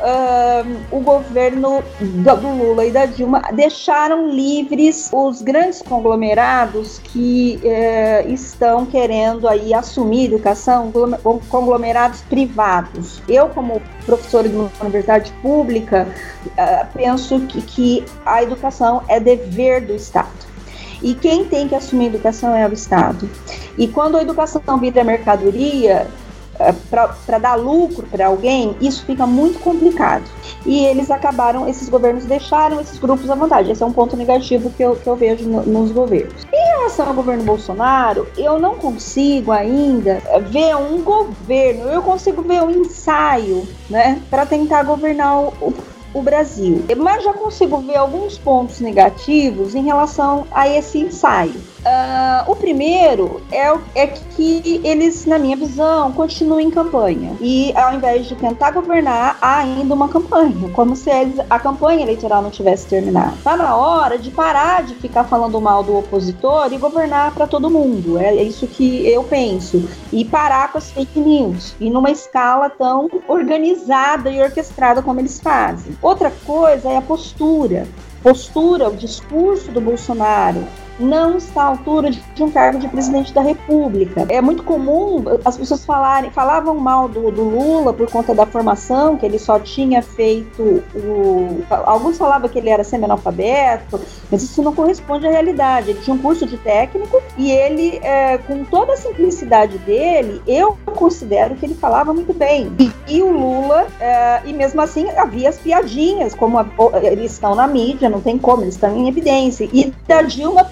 uh, o governo do, do Lula e da Dilma deixaram livres os grandes conglomerados que uh, estão querendo aí assumir educação, conglomerados privados. Eu, como professora de uma universidade pública, uh, penso que, que a educação é dever do Estado. E quem tem que assumir a educação é o Estado. E quando a educação vira mercadoria, uh, para dar lucro para alguém, isso fica muito complicado. E eles acabaram, esses governos deixaram esses grupos à vontade. Esse é um ponto negativo que eu, que eu vejo no, nos governos. Em relação ao governo Bolsonaro, eu não consigo ainda ver um governo, eu consigo ver um ensaio, né, para tentar governar o, o Brasil. Mas já consigo ver alguns pontos negativos em relação a esse ensaio. Uh, o primeiro é, é que eles, na minha visão, continuam em campanha. E ao invés de tentar governar, há ainda uma campanha. Como se eles, a campanha eleitoral não tivesse terminado. Está na hora de parar de ficar falando mal do opositor e governar para todo mundo. É isso que eu penso. E parar com as fake news. E numa escala tão organizada e orquestrada como eles fazem. Outra coisa é a postura. Postura, o discurso do Bolsonaro não está à altura de um cargo de presidente da República. É muito comum as pessoas falarem, falavam mal do, do Lula por conta da formação, que ele só tinha feito o... Alguns falavam que ele era semi-analfabeto, mas isso não corresponde à realidade. Ele tinha um curso de técnico e ele, é, com toda a simplicidade dele, eu considero que ele falava muito bem. E, e o Lula, é, e mesmo assim havia as piadinhas, como a, eles estão na mídia, não tem como, eles estão em evidência. E da Dilma, pelo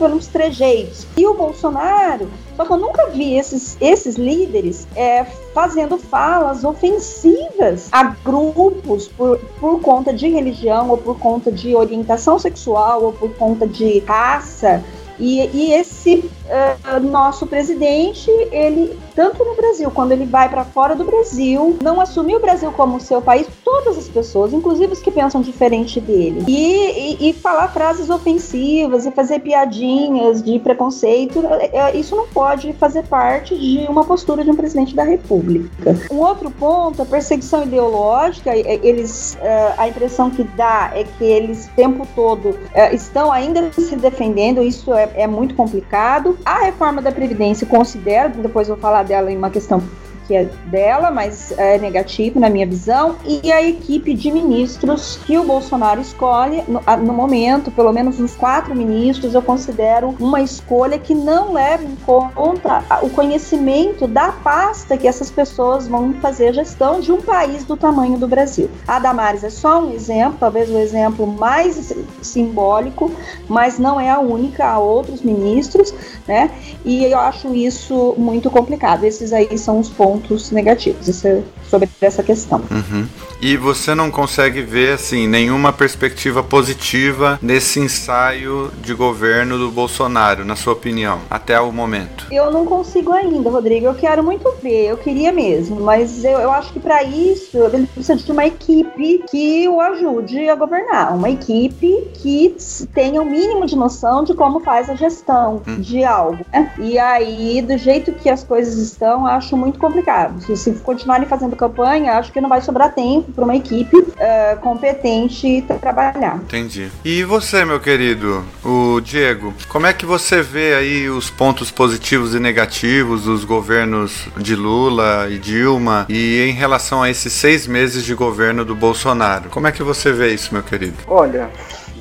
pelos trejeitos. E o Bolsonaro, só que eu nunca vi esses, esses líderes é, fazendo falas ofensivas a grupos por, por conta de religião, ou por conta de orientação sexual, ou por conta de raça. E, e esse uh, nosso presidente, ele, tanto no Brasil, quando ele vai para fora do Brasil, não assumiu o Brasil como seu país, todas as pessoas, inclusive os que pensam diferente dele. E, e, e falar frases ofensivas e fazer piadinhas de preconceito, isso não pode fazer parte de uma postura de um presidente da República. Um outro ponto, a perseguição ideológica, eles, uh, a impressão que dá é que eles o tempo todo uh, estão ainda se defendendo, isso é é muito complicado. A reforma da Previdência considero, depois eu vou falar dela em uma questão que é dela, mas é negativo na minha visão, e a equipe de ministros que o Bolsonaro escolhe, no, no momento, pelo menos os quatro ministros, eu considero uma escolha que não leva em conta o conhecimento da pasta que essas pessoas vão fazer a gestão de um país do tamanho do Brasil. A Damares é só um exemplo, talvez o exemplo mais simbólico, mas não é a única, há outros ministros, né? E eu acho isso muito complicado. Esses aí são os pontos negativos, isso é sobre essa questão.
Uhum. E você não consegue ver, assim, nenhuma perspectiva positiva nesse ensaio de governo do Bolsonaro, na sua opinião, até o momento?
Eu não consigo ainda, Rodrigo, eu quero muito ver, eu queria mesmo, mas eu, eu acho que para isso ele precisa de uma equipe que o ajude a governar, uma equipe que tenha o mínimo de noção de como faz a gestão hum. de algo, né? E aí, do jeito que as coisas estão, acho muito complicado. Se, se continuarem fazendo campanha, acho que não vai sobrar tempo para uma equipe uh, competente trabalhar.
Entendi. E você, meu querido, o Diego, como é que você vê aí os pontos positivos e negativos dos governos de Lula e Dilma e em relação a esses seis meses de governo do Bolsonaro? Como é que você vê isso, meu querido?
Olha...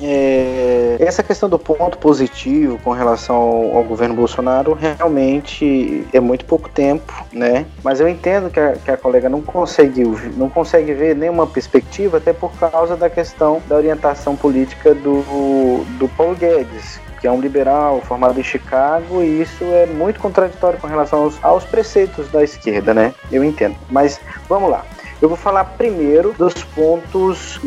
É, essa questão do ponto positivo com relação ao, ao governo Bolsonaro realmente é muito pouco tempo, né? Mas eu entendo que a, que a colega não conseguiu, não consegue ver nenhuma perspectiva, até por causa da questão da orientação política do, do Paulo Guedes, que é um liberal formado em Chicago, e isso é muito contraditório com relação aos, aos preceitos da esquerda, né? Eu entendo. Mas vamos lá. Eu vou falar primeiro dos pontos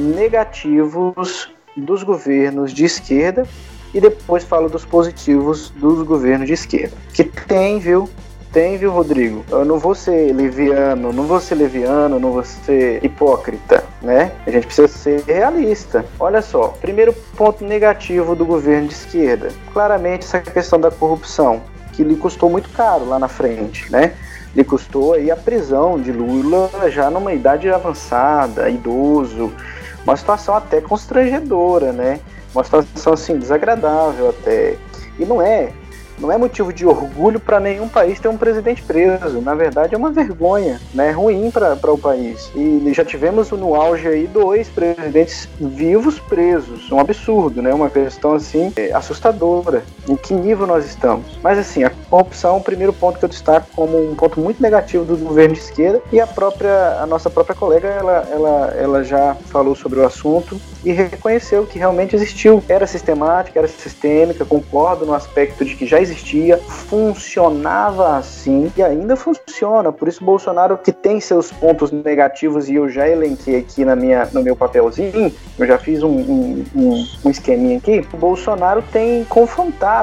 negativos dos governos de esquerda e depois falo dos positivos dos governos de esquerda. Que tem, viu? Tem, viu, Rodrigo? Eu não vou ser leviano, não vou ser leviano, não vou ser hipócrita, né? A gente precisa ser realista. Olha só, primeiro ponto negativo do governo de esquerda, claramente essa questão da corrupção, que lhe custou muito caro lá na frente, né? Lhe custou aí a prisão de Lula já numa idade avançada, idoso, uma situação até constrangedora, né? Uma situação assim desagradável até. E não é, não é motivo de orgulho para nenhum país ter um presidente preso. Na verdade é uma vergonha, né? É ruim para o país. E já tivemos no auge aí dois presidentes vivos presos. Um absurdo, né? Uma questão assim é, assustadora. Em que nível nós estamos? Mas assim, a corrupção é o primeiro ponto que eu destaco como um ponto muito negativo do governo de esquerda, e a própria, a nossa própria colega, ela, ela, ela já falou sobre o assunto e reconheceu que realmente existiu. Era sistemática, era sistêmica, concordo no aspecto de que já existia, funcionava assim e ainda funciona. Por isso Bolsonaro, que tem seus pontos negativos, e eu já elenquei aqui na minha, no meu papelzinho, eu já fiz um, um, um, um esqueminha aqui, o Bolsonaro tem confrontado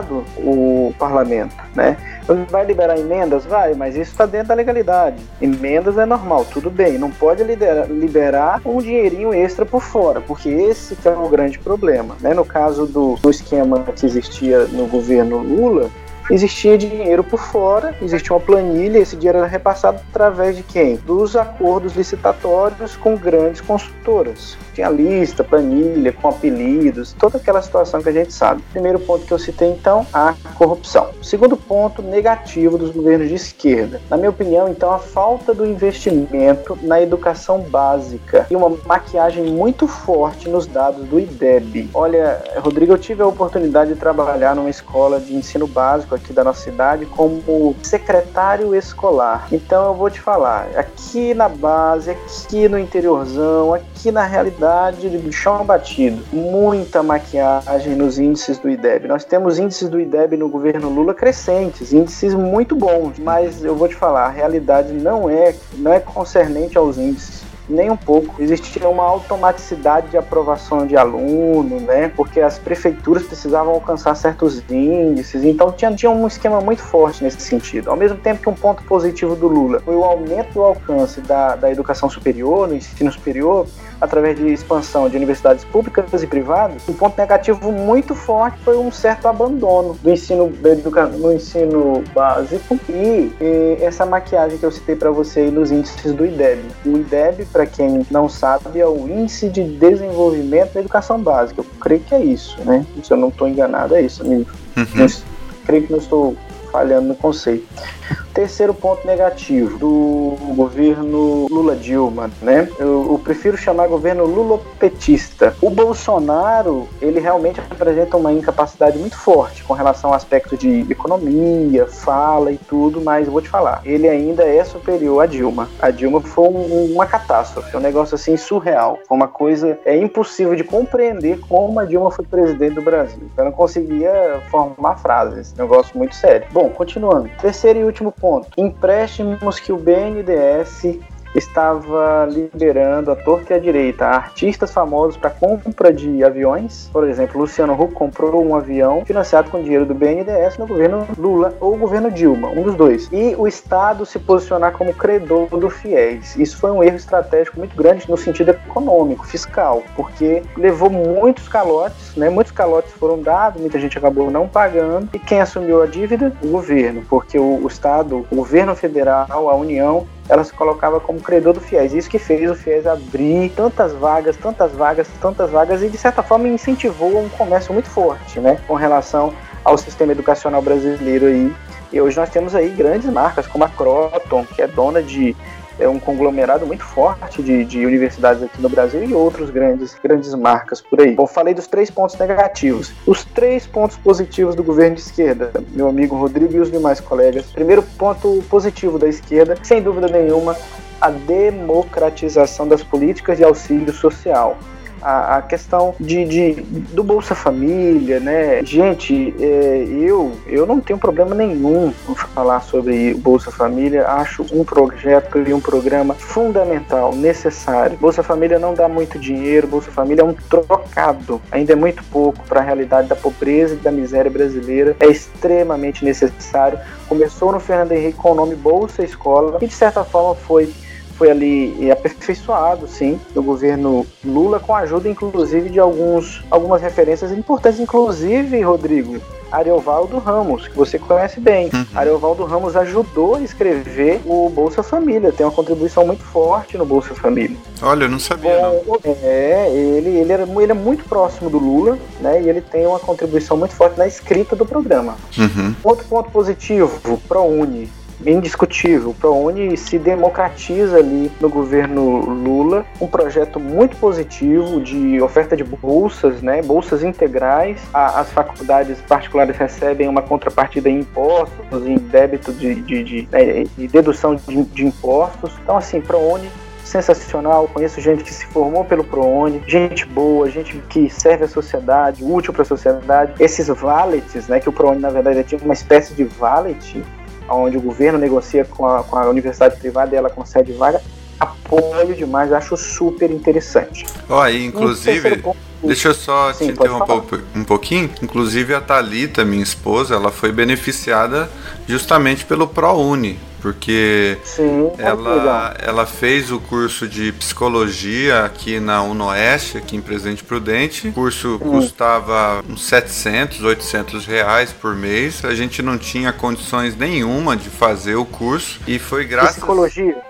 o parlamento, né? Vai liberar emendas? Vai, mas isso está dentro da legalidade. Emendas é normal, tudo bem. Não pode liberar, liberar um dinheirinho extra por fora, porque esse que é o grande problema, né? No caso do, do esquema que existia no governo Lula, existia dinheiro por fora, existia uma planilha, esse dinheiro era repassado através de quem? Dos acordos licitatórios com grandes consultoras. Tinha lista, planilha, com apelidos, toda aquela situação que a gente sabe. Primeiro ponto que eu citei, então, a corrupção. Segundo ponto negativo dos governos de esquerda. Na minha opinião, então, a falta do investimento na educação básica e uma maquiagem muito forte nos dados do I D E B. Olha, Rodrigo, eu tive a oportunidade de trabalhar numa escola de ensino básico aqui da nossa cidade como secretário escolar. Então eu vou te falar, aqui na base, aqui no interiorzão, aqui na realidade de chão batido, muita maquiagem nos índices do I D E B. Nós temos índices do I D E B no governo Lula crescentes, índices muito bons, mas eu vou te falar, a realidade não é, não é concernente aos índices. Nem um pouco. Existia uma automaticidade de aprovação de aluno, né? Porque as prefeituras precisavam alcançar certos índices, então tinha, tinha um esquema muito forte nesse sentido. Ao mesmo tempo que um ponto positivo do Lula foi o aumento do alcance da, da educação superior, no ensino superior, através de expansão de universidades públicas e privadas, um ponto negativo muito forte foi um certo abandono do ensino, da educa... no ensino básico e, e essa maquiagem que eu citei para você aí nos índices do I D E B. O I D E B, para quem não sabe, é o Índice de Desenvolvimento da Educação Básica. Eu creio que é isso, né? Se eu não estou enganado, é isso, amigo. Uhum. Mas, creio que não estou falhando no conceito. Terceiro ponto negativo do governo Lula-Dilma, né? Eu, eu prefiro chamar governo lulopetista. O Bolsonaro, ele realmente apresenta uma incapacidade muito forte com relação ao aspecto de economia, fala e tudo, mas eu vou te falar, ele ainda é superior à Dilma. A Dilma foi um, uma catástrofe, um negócio assim surreal. Foi uma coisa é impossível de compreender como a Dilma foi presidente do Brasil. Eu não conseguia formar frases, negócio muito sério. Bom, continuando. Terceiro e último ponto. Empréstimos que o B N D E S estava liberando à torta e à direita a artistas famosos para compra de aviões. Por exemplo, Luciano Huck comprou um avião financiado com dinheiro do B N D E S no governo Lula ou governo Dilma, um dos dois. E o Estado se posicionar como credor do FIES. Isso foi um erro estratégico muito grande no sentido econômico, fiscal, porque levou muitos calotes, né? Muitos calotes foram dados, muita gente acabou não pagando. E quem assumiu a dívida? O governo, porque o, o Estado, o governo federal, a União, ela se colocava como credor do FIES. Isso que fez o FIES abrir tantas vagas, tantas vagas, tantas vagas e, de certa forma, incentivou um comércio muito forte, né, com relação ao sistema educacional brasileiro aí. E hoje nós temos aí grandes marcas, como a Croton, que é dona de é um conglomerado muito forte de, de universidades aqui no Brasil e outros grandes, grandes marcas por aí. Bom, falei dos três pontos negativos. Os três pontos positivos do governo de esquerda, meu amigo Rodrigo e os demais colegas. Primeiro ponto positivo da esquerda, sem dúvida nenhuma, a democratização das políticas de auxílio social. A, a questão de, de, do Bolsa Família, né? Gente, é, eu, eu não tenho problema nenhum em falar sobre o Bolsa Família. Acho um projeto e um programa fundamental, necessário. Bolsa Família não dá muito dinheiro, Bolsa Família é um trocado. Ainda é muito pouco para a realidade da pobreza e da miséria brasileira. É extremamente necessário. Começou no Fernando Henrique com o nome Bolsa Escola e, de certa forma, foi... foi ali aperfeiçoado, sim, no governo Lula, com a ajuda, inclusive, de alguns, algumas referências importantes, inclusive, Rodrigo, Ariovaldo Ramos, que você conhece bem. Uhum. Ariovaldo Ramos ajudou a escrever o Bolsa Família, tem uma contribuição muito forte no Bolsa Família.
Olha, eu não sabia,
Bom,
não.
É, ele, ele, era, ele é muito próximo do Lula, né, e ele tem uma contribuição muito forte na escrita do programa.
Uhum.
Outro ponto positivo, ProUni. Indiscutível, o ProUni se democratiza ali no governo Lula, um projeto muito positivo de oferta de bolsas, né, bolsas integrais. A, as faculdades particulares recebem uma contrapartida em impostos, em débito de, de, de, né, de dedução de, de impostos. Então, assim, ProUni sensacional, conheço gente que se formou pelo ProUni, gente boa, gente que serve a sociedade, útil para a sociedade. Esses valets, né, que o ProUni na verdade tinha uma espécie de valet, onde o governo negocia com a, com a universidade privada e ela concede vaga, apoio demais, acho super interessante.
Ó, oh, inclusive, ponto, deixa eu só Sim, te interromper um pouquinho. Inclusive a Thalita, minha esposa, ela foi beneficiada justamente pelo ProUni, porque
Sim,
ela, ela fez o curso de psicologia aqui na UNOeste, aqui em Presidente Prudente. O curso hum. custava uns setecentos, oitocentos reais por mês. A gente não tinha condições nenhuma de fazer o curso e foi graças...
Psicologia?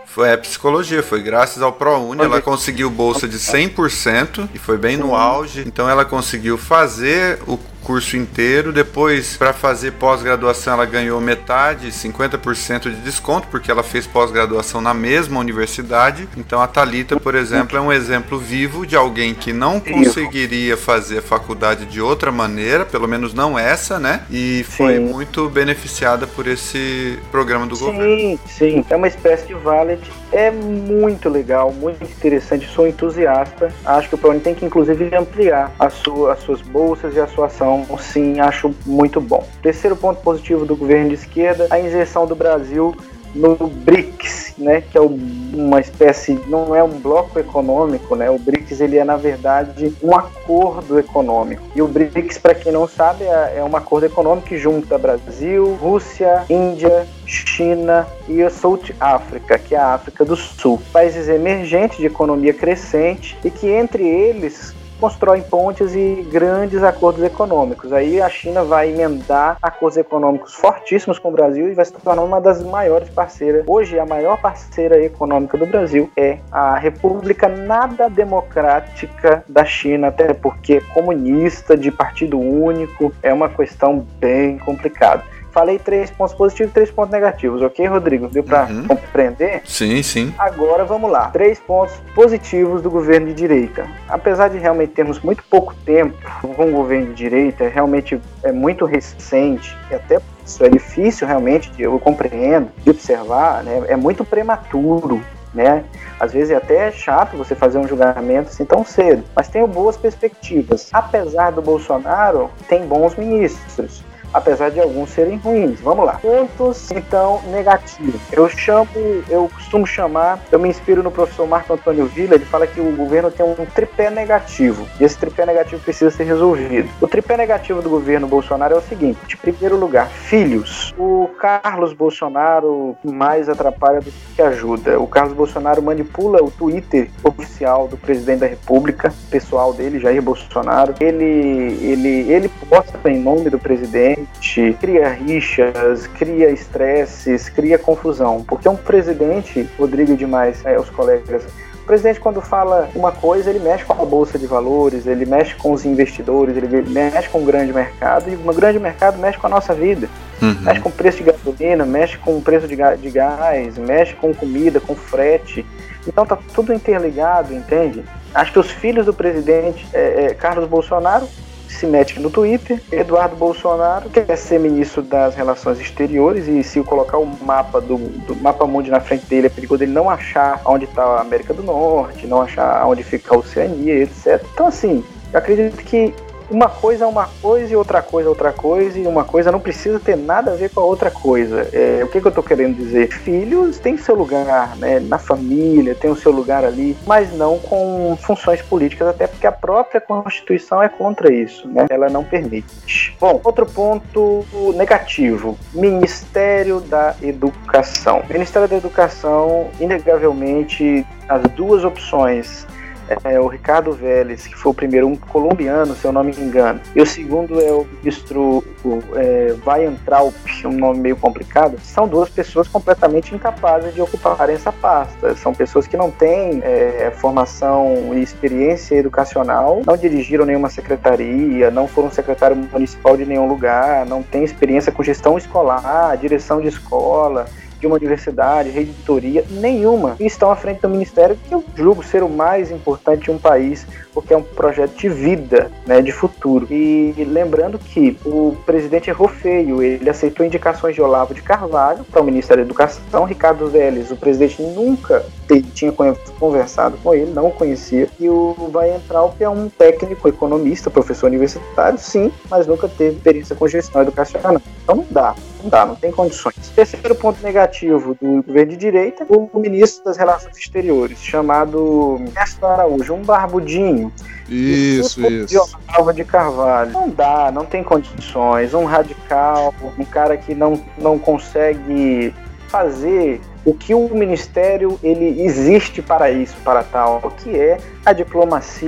Foi a psicologia, foi graças ao ProUni, ela conseguiu bolsa de cem por cento e foi bem no auge, então ela conseguiu fazer o curso inteiro, depois para fazer pós-graduação ela ganhou metade, cinquenta por cento de desconto, porque ela fez pós-graduação na mesma universidade. Então a Thalita, por exemplo, é um exemplo vivo de alguém que não conseguiria fazer a faculdade de outra maneira, pelo menos não essa, né? E foi sim. muito beneficiada por esse programa do
sim,
governo.
Sim, sim, é uma espécie de valet, é muito legal, muito interessante, sou entusiasta, acho que o ProUni tem que inclusive ampliar a sua, as suas bolsas e a sua ação. Sim, acho muito bom. Terceiro ponto positivo do governo de esquerda, a inserção do Brasil no BRICS, né, que é uma espécie, não é um bloco econômico, né, o BRICS ele é na verdade um acordo econômico, e o BRICS, para quem não sabe, é, é um acordo econômico que junta Brasil, Rússia, Índia, China e a South África, que é a África do Sul, países emergentes de economia crescente e que entre eles constroem pontes e grandes acordos econômicos. Aí a China vai emendar acordos econômicos fortíssimos com o Brasil e vai se tornar uma das maiores parceiras. Hoje, a maior parceira econômica do Brasil é a República Nada Democrática da China, até porque é comunista, de partido único, é uma questão bem complicada. Falei três pontos positivos e três pontos negativos, ok, Rodrigo? Deu pra uhum. compreender?
Sim, sim.
Agora vamos lá. Três pontos positivos do governo de direita. Apesar de realmente termos muito pouco tempo com o governo de direita, realmente é muito recente, e até isso é difícil realmente, eu compreendo, de observar, né? É muito prematuro. Né? Às vezes é até chato você fazer um julgamento assim tão cedo, mas tenho boas perspectivas. Apesar do Bolsonaro, tem bons ministros, apesar de alguns serem ruins. Vamos lá. Pontos, então, negativos. Eu chamo, eu costumo chamar, eu me inspiro no professor Marco Antônio Villa, ele fala que o governo tem um tripé negativo, e esse tripé negativo precisa ser resolvido. O tripé negativo do governo Bolsonaro é o seguinte: em primeiro lugar, filhos. O Carlos Bolsonaro mais atrapalha do que ajuda. O Carlos Bolsonaro manipula o Twitter oficial do presidente da República, pessoal dele, Jair Bolsonaro. Ele, ele, ele posta em nome do presidente, cria rixas, cria estresses, cria confusão, porque um presidente, Rodrigo e demais, é, os colegas, o presidente quando fala uma coisa, ele mexe com a bolsa de valores, ele mexe com os investidores, ele mexe com o grande mercado, e o grande mercado mexe com a nossa vida, uhum. mexe com o preço de gasolina, mexe com o preço de, de gás, mexe com comida, com frete, então tá tudo interligado, entende? Acho que os filhos do presidente, é, é, Carlos Bolsonaro, se mete no Twitter. Eduardo Bolsonaro quer ser ministro das Relações Exteriores, e se eu colocar o mapa do, do mapa mundi na frente dele, é perigoso ele não achar onde está a América do Norte, não achar onde fica a Oceania, etcétera. Então, assim, eu acredito que uma coisa é uma coisa e outra coisa é outra coisa, e uma coisa não precisa ter nada a ver com a outra coisa. É, o que, que eu tô querendo dizer? Filhos têm seu lugar, né, na família, tem o seu lugar ali, mas não com funções políticas, até porque a própria Constituição é contra isso, né? Ela não permite. Bom, outro ponto negativo: Ministério da Educação. Ministério da Educação, inegavelmente, as duas opções, É, o Ricardo Vélez, que foi o primeiro, um colombiano, se eu não me engano, e o segundo é o ministro é, Weintraub, um nome meio complicado, são duas pessoas completamente incapazes de ocuparem essa pasta. São pessoas que não têm é, formação e experiência educacional, não dirigiram nenhuma secretaria, não foram secretário municipal de nenhum lugar, não têm experiência com gestão escolar, direção de escola, de uma universidade, reitoria, nenhuma, e estão à frente do ministério, que eu julgo ser o mais importante de um país, porque é um projeto de vida, né, de futuro. E lembrando que o presidente errou feio, ele aceitou indicações de Olavo de Carvalho para o Ministério da Educação. Ricardo Vélez, o presidente nunca tinha conversado com ele, não o conhecia, e o Weintraub é um técnico, economista, professor universitário, sim, mas nunca teve experiência com gestão educacional. Então não dá, não dá, não tem condições. Terceiro ponto negativo do governo de direita: o ministro das Relações Exteriores, chamado Ernesto Araújo, um barbudinho.
Isso, isso.
Olavo de Carvalho. Não dá, não tem condições. Um radical, um cara que não, não consegue fazer o que o ministério ele existe para isso, para tal, que é a diplomacia,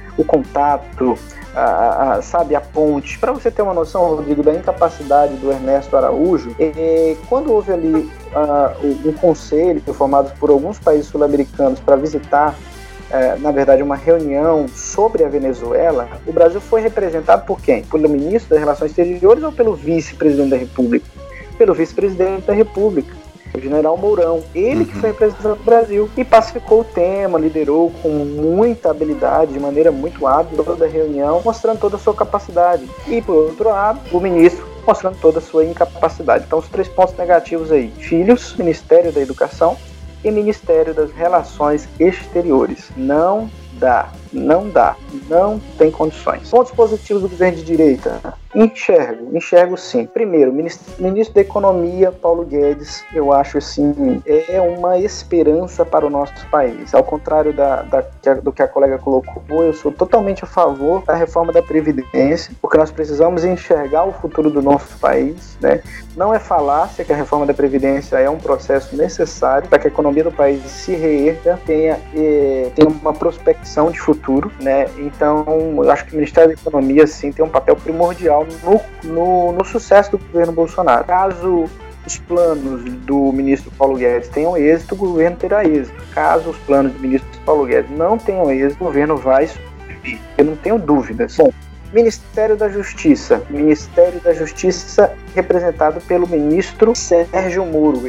o contato, a, a, sabe, a ponte. Para você ter uma noção, Rodrigo, da incapacidade do Ernesto Araújo, é, quando houve ali uh, um conselho formado por alguns países sul-americanos para visitar, uh, na verdade, uma reunião sobre a Venezuela, o Brasil foi representado por quem? Pelo ministro das Relações Exteriores ou pelo vice-presidente da República? Pelo vice-presidente da República, o general Mourão. Ele que foi representante do Brasil e pacificou o tema, liderou com muita habilidade, de maneira muito hábil, toda a reunião, mostrando toda a sua capacidade. E, por outro lado, o ministro mostrando toda a sua incapacidade. Então, os três pontos negativos aí: filhos, Ministério da Educação e Ministério das Relações Exteriores. Não dá, não dá, não tem condições. Pontos positivos do governo de direita: enxergo, enxergo sim. Primeiro, ministro, ministro da Economia, Paulo Guedes, eu acho assim, é uma esperança para o nosso país. Ao contrário da, da, do que a colega colocou, eu sou totalmente a favor da reforma da Previdência, porque nós precisamos enxergar o futuro do nosso país, né? Não é falácia que a reforma da Previdência é um processo necessário para que a economia do país se reerga, tenha, eh, tenha uma prospecção de futuro, né? Então, eu acho que o Ministério da Economia, sim, tem um papel primordial no, no, no sucesso do governo Bolsonaro. Caso os planos do ministro Paulo Guedes tenham êxito, o governo terá êxito. Caso os planos do ministro Paulo Guedes não tenham êxito, o governo vai subir. Eu não tenho dúvidas. Bom, Ministério da Justiça. Ministério da Justiça representado pelo ministro Sérgio Moro,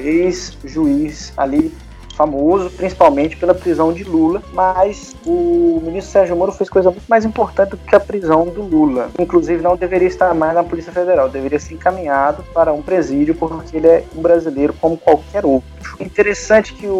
ex-juiz ali, famoso principalmente pela prisão de Lula, mas o ministro Sérgio Moro fez coisa muito mais importante do que a prisão do Lula. Inclusive, não deveria estar mais na Polícia Federal, deveria ser encaminhado para um presídio, porque ele é um brasileiro como qualquer outro. Interessante que o,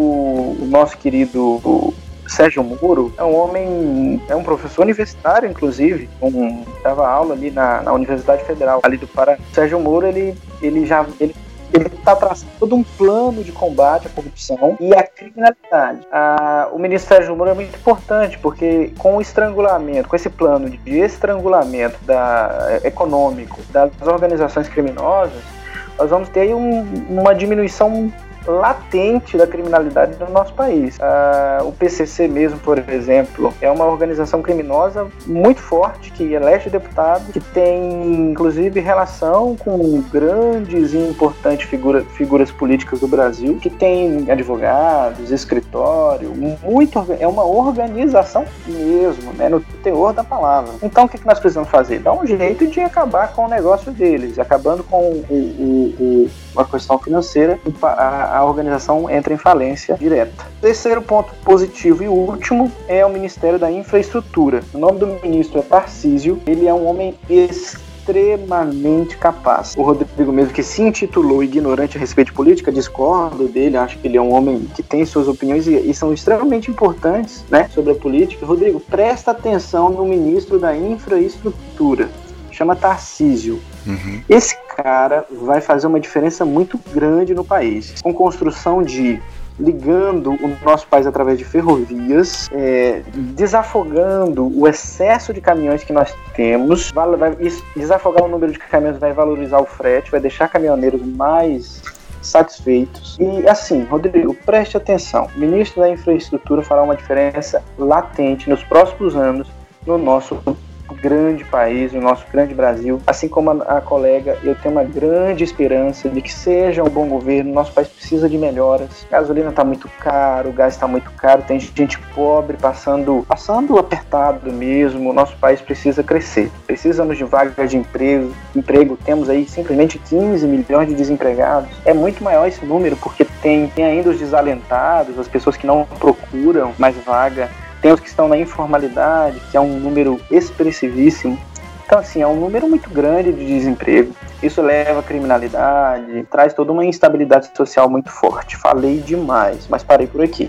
o, o nosso querido o Sérgio Moro é um homem, é um professor universitário, inclusive, um, dava aula ali na, na Universidade Federal ali do Paraná. O Sérgio Moro, ele, ele já... Ele, Ele está traçando todo um plano de combate à corrupção e à criminalidade. Ah, o ministro Sérgio Moro é muito importante, porque com o estrangulamento, com esse plano de estrangulamento da, econômico das organizações criminosas, nós vamos ter aí um, uma diminuição latente da criminalidade no nosso país. Ah, o P C C mesmo, por exemplo, é uma organização criminosa muito forte, que elege deputados, que tem inclusive relação com grandes e importantes figura, figuras políticas do Brasil, que tem advogados, escritório, muito, é uma organização mesmo, né, no teor da palavra. Então o que, que nós precisamos fazer? Dar um jeito de acabar com o negócio deles, acabando com o, o, o, a questão financeira, a a organização entra em falência direta. Terceiro ponto positivo e último é o Ministério da Infraestrutura. O nome do ministro é Tarcísio, ele é um homem extremamente capaz. O Rodrigo mesmo, que se intitulou ignorante a respeito de política, discordo dele, acho que ele é um homem que tem suas opiniões e, e são extremamente importantes, né, sobre a política. Rodrigo, presta atenção no ministro da Infraestrutura, chama Tarcísio. Uhum. Esse cara vai fazer uma diferença muito grande no país, com construção de ligando o nosso país através de ferrovias, é, desafogando o excesso de caminhões que nós temos. Vai, vai, desafogar o número de caminhões vai valorizar o frete, vai deixar caminhoneiros mais satisfeitos. E assim, Rodrigo, preste atenção, o ministro da Infraestrutura fará uma diferença latente nos próximos anos no nosso grande país, no nosso grande Brasil. Assim como a, a colega, eu tenho uma grande esperança de que seja um bom governo. Nosso país precisa de melhoras. A gasolina está muito caro, o gás está muito caro, tem gente pobre passando, passando apertado mesmo. Nosso país precisa crescer. Precisamos de vagas de emprego. emprego. Temos aí simplesmente quinze milhões de desempregados. É muito maior esse número, porque tem, tem ainda os desalentados, as pessoas que não procuram mais vaga. Tem os que estão na informalidade, que é um número expressivíssimo. Então, assim, é um número muito grande de desemprego. Isso leva à criminalidade, traz toda uma instabilidade social muito forte. Falei demais, mas parei por aqui.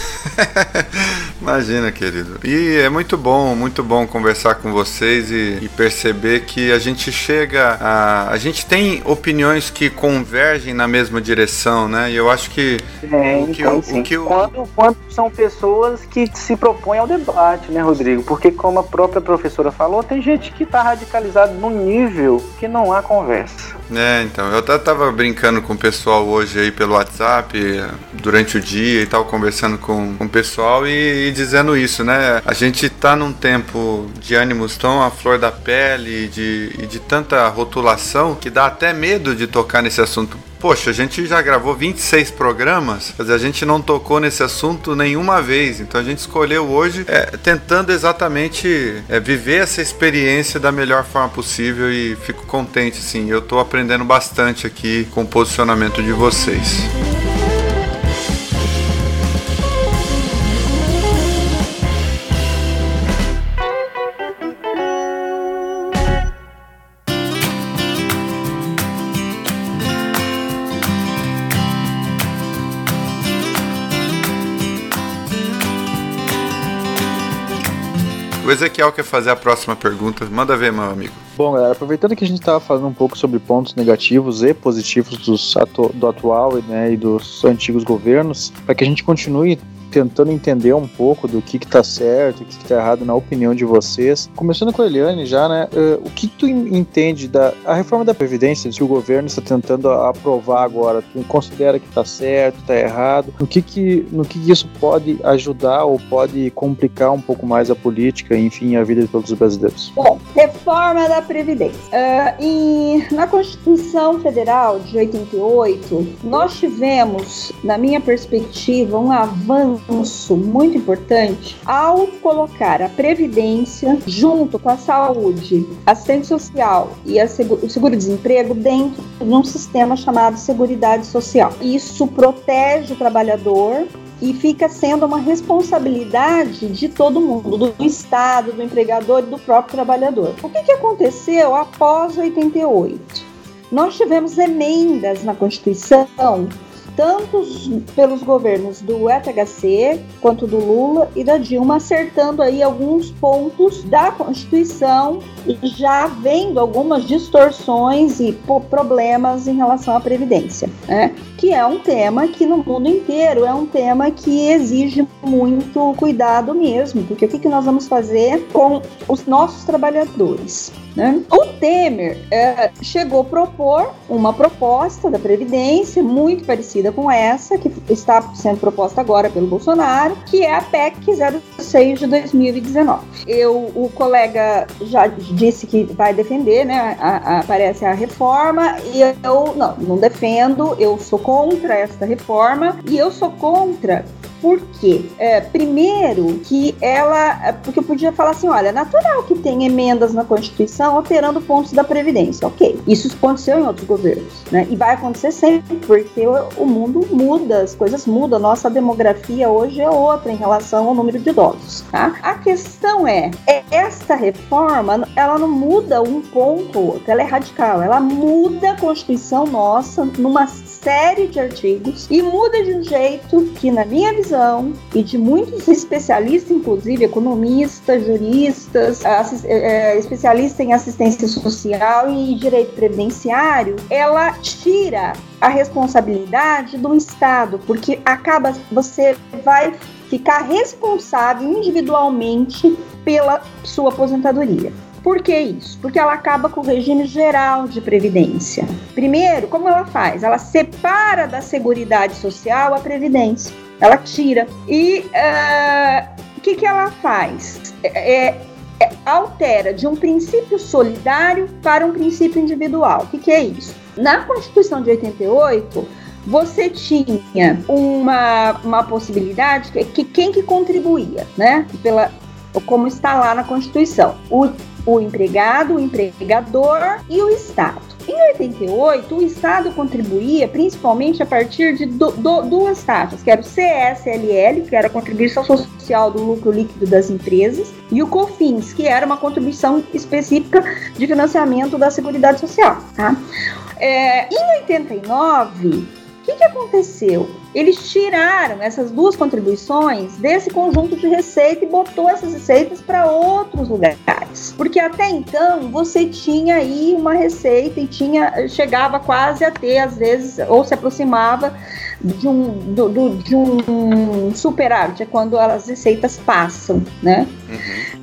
Imagina, querido. E é muito bom, muito bom conversar com vocês e, e perceber que a gente chega a... A gente tem opiniões que convergem na mesma direção, né? E eu acho que...
É,
o que,
então,
o,
sim.
o que eu...
quando, quando são pessoas que se propõem ao debate, né, Rodrigo? Porque, como a própria professora falou, tem gente que está radicalizado num nível que não há conversa.
É, então, eu tava brincando com o pessoal hoje aí pelo WhatsApp, durante o dia e tal, conversando com com, com o pessoal e, e dizendo isso, né? A gente tá num tempo de ânimos tão à flor da pele de, e de tanta rotulação que dá até medo de tocar nesse assunto. Poxa, a gente já gravou vinte e seis programas, mas a gente não tocou nesse assunto nenhuma vez. Então a gente escolheu hoje é, tentando exatamente é, viver essa experiência da melhor forma possível e fico contente, assim. Eu tô aprendendo bastante aqui com o posicionamento de vocês. O Ezequiel quer fazer a próxima pergunta. Manda ver, meu amigo.
Bom, galera, aproveitando que a gente estava falando um pouco sobre pontos negativos e positivos dos atu- do atual, né, e dos antigos governos, para que a gente continue tentando entender um pouco do que está certo, o que está errado na opinião de vocês. Começando com a Eliane já, né? Uh, o que tu entende da a reforma da Previdência que o governo está tentando aprovar agora? Tu considera que está certo, está errado? No que que, no que isso pode ajudar ou pode complicar um pouco mais a política, enfim, a vida de todos os brasileiros?
Bom, reforma da Previdência. Uh, e na Constituição Federal de oitenta e oito, nós tivemos, na minha perspectiva, um avanço muito importante ao colocar a Previdência junto com a saúde, assistência social e a seguro, o seguro-desemprego dentro de um sistema chamado Seguridade Social. Isso protege o trabalhador e fica sendo uma responsabilidade de todo mundo, do Estado, do empregador e do próprio trabalhador. O que, que aconteceu após oitenta e oito? Nós tivemos emendas na Constituição, tanto pelos governos do F H C, quanto do Lula e da Dilma, acertando aí alguns pontos da Constituição, já vendo algumas distorções e problemas em relação à Previdência, né? Que é um tema que no mundo inteiro é um tema que exige muito cuidado mesmo, porque o que, que nós vamos fazer com os nossos trabalhadores, né? O Temer é, chegou a propor uma proposta da Previdência muito parecida com essa, que está sendo proposta agora pelo Bolsonaro, que é a P E C zero seis de dois mil e dezenove. Eu, o colega já disse que vai defender, né, a, a, parece a reforma, e eu não, não defendo, eu sou contra esta reforma, e eu sou contra Por quê? É, primeiro, que ela... Porque eu podia falar assim, olha, é natural que tenha emendas na Constituição alterando pontos da Previdência. Ok, isso aconteceu em outros governos, né? E vai acontecer sempre, porque o, o mundo muda, as coisas mudam. A nossa demografia hoje é outra em relação ao número de idosos, tá? A questão é, esta reforma, ela não muda um ponto ou outro, ela é radical. Ela muda a Constituição nossa numa série de artigos e muda de um jeito que, na minha visão, e de muitos especialistas, inclusive economistas, juristas, assist, é, especialistas em assistência social e direito previdenciário, ela tira a responsabilidade do Estado, porque acaba, você vai ficar responsável individualmente pela sua aposentadoria. Por que isso? Porque ela acaba com o regime geral de previdência. Primeiro, como ela faz? Ela separa da Seguridade Social a previdência. Ela tira. E o uh, que, que ela faz? É, é, altera de um princípio solidário para um princípio individual. O que, que é isso? Na Constituição de oitenta e oito, você tinha uma, uma possibilidade que, que quem que contribuía, né? Pela, como está lá na Constituição. O o empregado, o empregador e o Estado. Em oitenta e oito, o Estado contribuía principalmente a partir de do, do, duas taxas, que era o C S L L, que era a contribuição social do lucro líquido das empresas, e o COFINS, que era uma contribuição específica de financiamento da Seguridade Social. Tá? É, em oitenta e nove, o que, que aconteceu? Eles tiraram essas duas contribuições desse conjunto de receita e botou essas receitas para outros lugares. Porque até então você tinha aí uma receita e tinha, chegava quase a ter, às vezes, ou se aproximava de um, do, do, de um superávit, é quando as receitas passam, né? Uhum.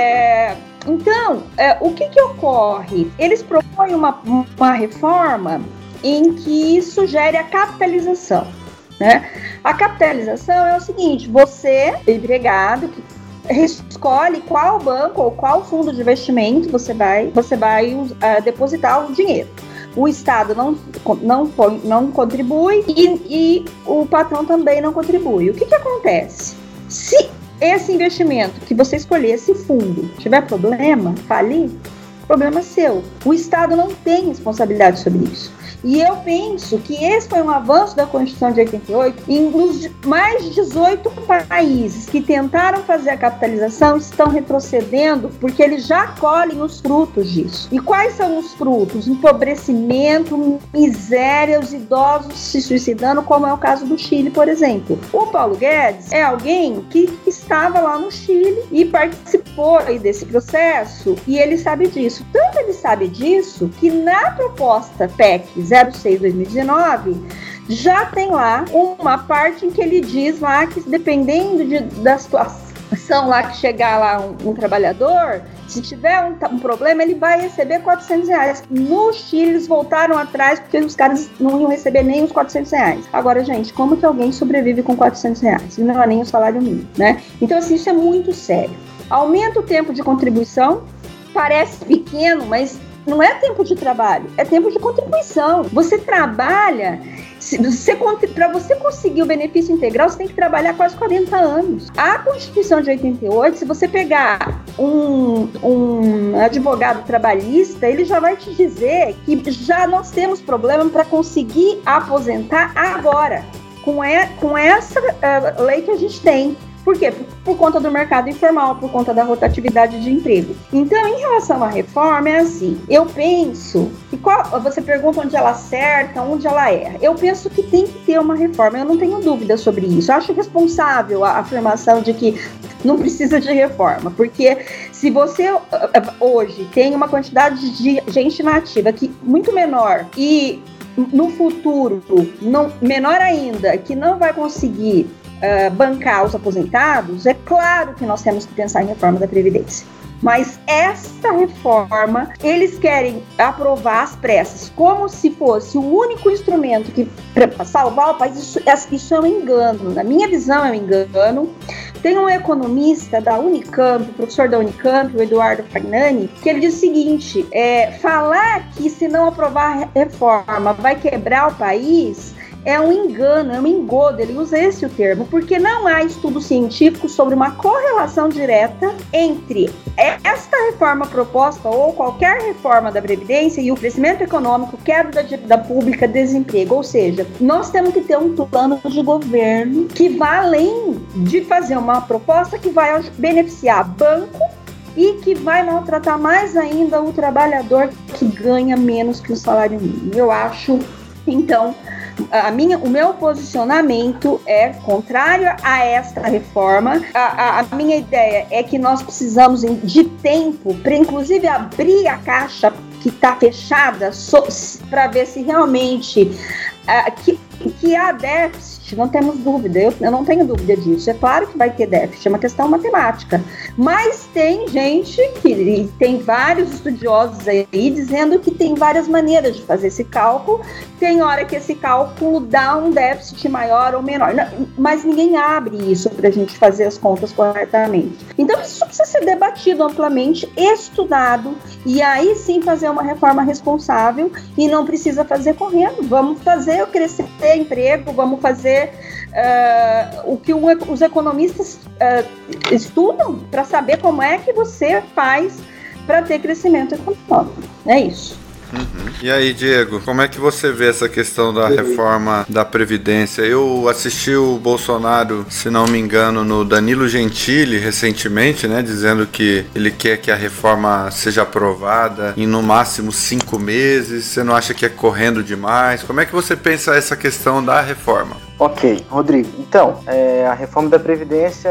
É, então, é, o que, que ocorre? Eles propõem uma, uma reforma em que isso gere a capitalização, né? A capitalização é o seguinte, você, empregado, que escolhe qual banco ou qual fundo de investimento você vai, você vai uh, depositar o dinheiro. O Estado não, não, não contribui e, e o patrão também não contribui. O que, que acontece? Se esse investimento que você escolher, esse fundo, tiver problema, falir, problema seu. O Estado não tem responsabilidade sobre isso. E eu penso que esse foi um avanço da Constituição de oitenta e oito, e nos mais de dezoito países que tentaram fazer a capitalização estão retrocedendo porque eles já colhem os frutos disso. E quais são os frutos? Empobrecimento, miséria, os idosos se suicidando, como é o caso do Chile, por exemplo. O Paulo Guedes é alguém que estava lá no Chile e participou aí desse processo, e ele sabe disso. Tanto ele sabe disso que na proposta P E C zero seis barra dois mil e dezenove já tem lá uma parte em que ele diz lá que, dependendo de, da situação lá que chegar lá um, um trabalhador, se tiver um, um problema, ele vai receber quatrocentos reais. No Chile, eles voltaram atrás porque os caras não iam receber nem os quatrocentos reais. Agora, gente, como que alguém sobrevive com quatrocentos reais? Não é nem o salário mínimo, né? Então, assim, isso é muito sério. Aumenta o tempo de contribuição, parece pequeno, mas não é tempo de trabalho, é tempo de contribuição. Você trabalha, para você conseguir o benefício integral, você tem que trabalhar quase quarenta anos. A Constituição de oitenta e oito, se você pegar um, um advogado trabalhista, ele já vai te dizer que já nós temos problema para conseguir aposentar agora, com, e, com essa uh, lei que a gente tem. Por quê? Por, por conta do mercado informal, por conta da rotatividade de emprego. Então, em relação à reforma, é assim, eu penso, e qual, você pergunta onde ela acerta, onde ela erra. Eu penso que tem que ter uma reforma, eu não tenho dúvida sobre isso. Eu acho responsável a afirmação de que não precisa de reforma, porque se você hoje tem uma quantidade de gente nativa que muito menor e no futuro, não, menor ainda, que não vai conseguir Uh, bancar os aposentados, é claro que nós temos que pensar em reforma da Previdência. Mas esta reforma, eles querem aprovar às pressas, como se fosse o único instrumento que para salvar o país. Isso, isso é um engano. Na minha visão, é um engano. Tem um economista da Unicamp, professor da Unicamp, o Eduardo Fagnani, que ele diz o seguinte, é, falar que se não aprovar a reforma vai quebrar o país é um engano, é um engodo, ele usa esse o termo, porque não há estudo científico sobre uma correlação direta entre esta reforma proposta ou qualquer reforma da Previdência e o crescimento econômico, quebra da dívida pública, desemprego. Ou seja, nós temos que ter um plano de governo que vá além de fazer uma proposta que vai beneficiar banco e que vai maltratar mais ainda o trabalhador que ganha menos que o salário mínimo. Eu acho, então, A minha, o meu posicionamento é contrário a esta reforma. A, a, a minha ideia é que nós precisamos de tempo para, inclusive, abrir a caixa que está fechada so, para ver se realmente uh, que, que há déficit. Não temos dúvida, eu, eu não tenho dúvida disso. É claro que vai ter déficit, é uma questão matemática. Mas tem gente, que tem vários estudiosos aí dizendo que tem várias maneiras de fazer esse cálculo. Tem hora que esse cálculo dá um déficit maior ou menor. Não, mas ninguém abre isso para a gente fazer as contas corretamente. Então isso precisa ser debatido amplamente, estudado, e aí sim fazer uma reforma responsável, e não precisa fazer correndo. Vamos fazer crescer emprego, vamos fazer Uh, o que o, os economistas uh, estudam para saber como é que você faz para ter crescimento econômico. É isso.
Uhum. E aí, Diego, como é que você vê essa questão da reforma da Previdência? Eu assisti o Bolsonaro, se não me engano, no Danilo Gentili recentemente, né, dizendo que ele quer que a reforma seja aprovada em no máximo cinco meses. Você não acha que é correndo demais? Como é que você pensa essa questão da reforma?
Ok, Rodrigo. Então, é, a reforma da Previdência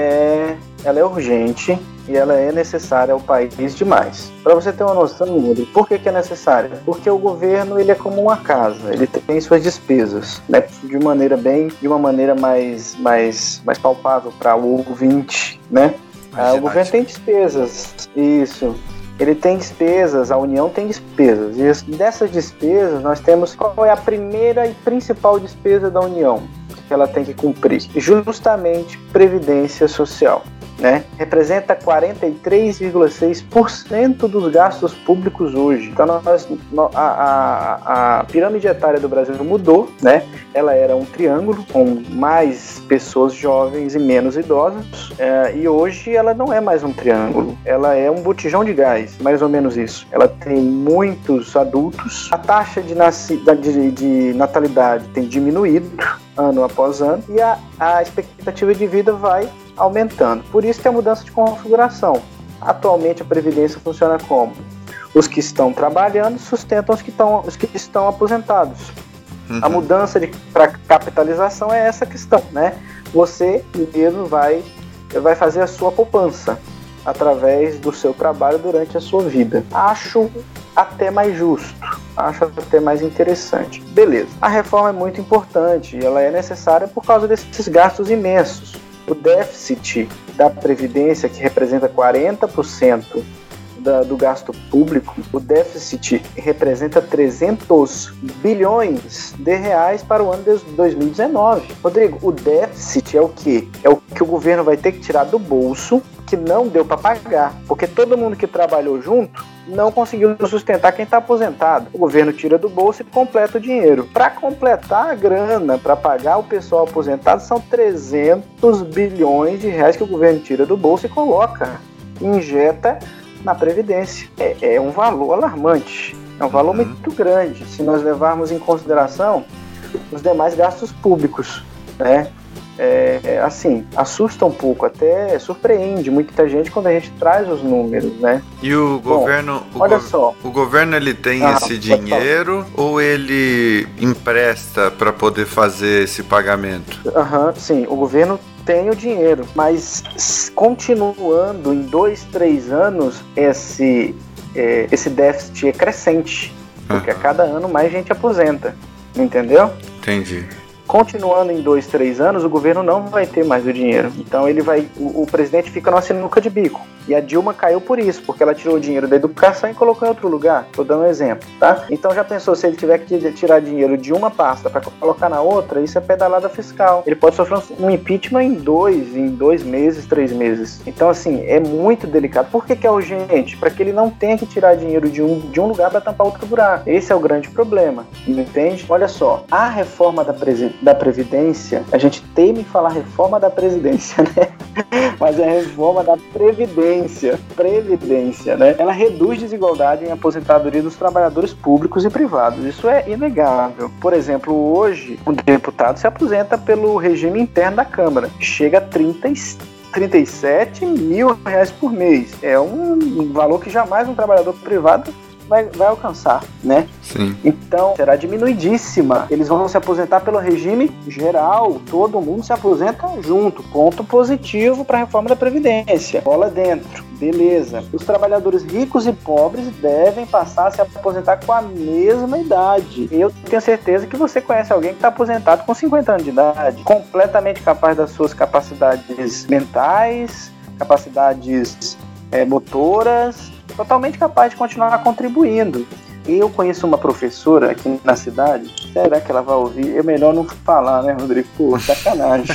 é, ela é urgente e ela é necessária ao país demais. Para você ter uma noção, Rodrigo, por que, que é necessária? Porque o governo, ele é como uma casa, ele tem suas despesas, né, de maneira bem, de uma maneira mais, mais, mais palpável para o ouvinte, né? Ah, o governo tem despesas, isso. Ele tem despesas, a União tem despesas. E dessas despesas nós temos qual é a primeira e principal despesa da União? que ela tem que cumprir? Justamente previdência social. Né? Representa quarenta e três vírgula seis por cento dos gastos públicos hoje. Então nós, a, a, a pirâmide etária do Brasil mudou, né? Ela era um triângulo com mais pessoas jovens e menos idosos, é, e hoje ela não é mais um triângulo, ela é um botijão de gás, mais ou menos isso. Ela tem muitos adultos, a taxa de, nasci, de, de natalidade tem diminuído ano após ano, e a, a expectativa de vida vai aumentando. Por isso tem a mudança de configuração. Atualmente a Previdência funciona como? Os que estão trabalhando sustentam os que estão, os que estão aposentados. Uhum. A mudança para capitalização é essa questão, né? Você mesmo vai, vai fazer a sua poupança através do seu trabalho durante a sua vida. Acho até mais justo, acho até mais interessante. Beleza. A reforma é muito importante, ela é necessária por causa desses gastos imensos. O déficit da Previdência, que representa quarenta por cento da, do gasto público, o déficit representa trezentos bilhões de reais para o ano de dois mil e dezenove. Rodrigo, o déficit é o quê? É o que o governo vai ter que tirar do bolso, que não deu para pagar, porque todo mundo que trabalhou junto não conseguiu sustentar quem está aposentado. O governo tira do bolso e completa o dinheiro. Para completar a grana, para pagar o pessoal aposentado, são trezentos bilhões de reais que o governo tira do bolso e coloca, injeta na Previdência. É, é um valor alarmante, é um valor uhum. muito grande, se nós levarmos em consideração os demais gastos públicos, né? É, é, assim, assusta um pouco, até surpreende muita gente quando a gente traz os números, né?
E o
Bom,
governo, o
olha
go-
só.
o governo ele tem ah, esse dinheiro ou ele empresta para poder fazer esse pagamento?
Aham, uhum, sim, o governo tem o dinheiro, mas continuando em dois, três anos, esse, é, esse déficit é crescente, porque uhum. a cada ano mais gente aposenta, entendeu?
Entendi.
Continuando em dois, três anos, o governo não vai ter mais o dinheiro. Então ele vai, o, o presidente fica numa sinuca de bico. E a Dilma caiu por isso, porque ela tirou o dinheiro da educação e colocou em outro lugar. Estou dando um exemplo, tá? Então já pensou, se ele tiver que tirar dinheiro de uma pasta para colocar na outra, isso é pedalada fiscal. Ele pode sofrer um impeachment em dois, em dois meses, três meses. Então assim, é muito delicado. Por que que é urgente? Para que ele não tenha que tirar dinheiro de um, de um lugar para tampar outro buraco. Esse é o grande problema, entende? Olha só, a reforma da, presi- da Previdência, a gente teme em falar reforma da Presidência, né? Mas é a reforma da Previdência. Previdência, né? Ela reduz desigualdade em aposentadoria dos trabalhadores públicos e privados. Isso é inegável. Por exemplo, hoje, um deputado se aposenta pelo regime interno da Câmara. Chega a trinta e sete mil reais por mês. É um valor que jamais um trabalhador privado Vai, vai alcançar, né?
Sim.
Então, será diminuidíssima. Eles vão se aposentar pelo regime geral. Todo mundo se aposenta junto. Ponto positivo para a reforma da Previdência. Bola dentro. Beleza. Os trabalhadores ricos e pobres devem passar a se aposentar com a mesma idade. Eu tenho certeza que você conhece alguém que está aposentado com cinquenta anos de idade. Completamente capaz das suas capacidades mentais, capacidades é, motoras, totalmente capaz de continuar contribuindo. Eu conheço uma professora aqui na cidade. Será que ela vai ouvir? É melhor não falar, né, Rodrigo? Pô, sacanagem.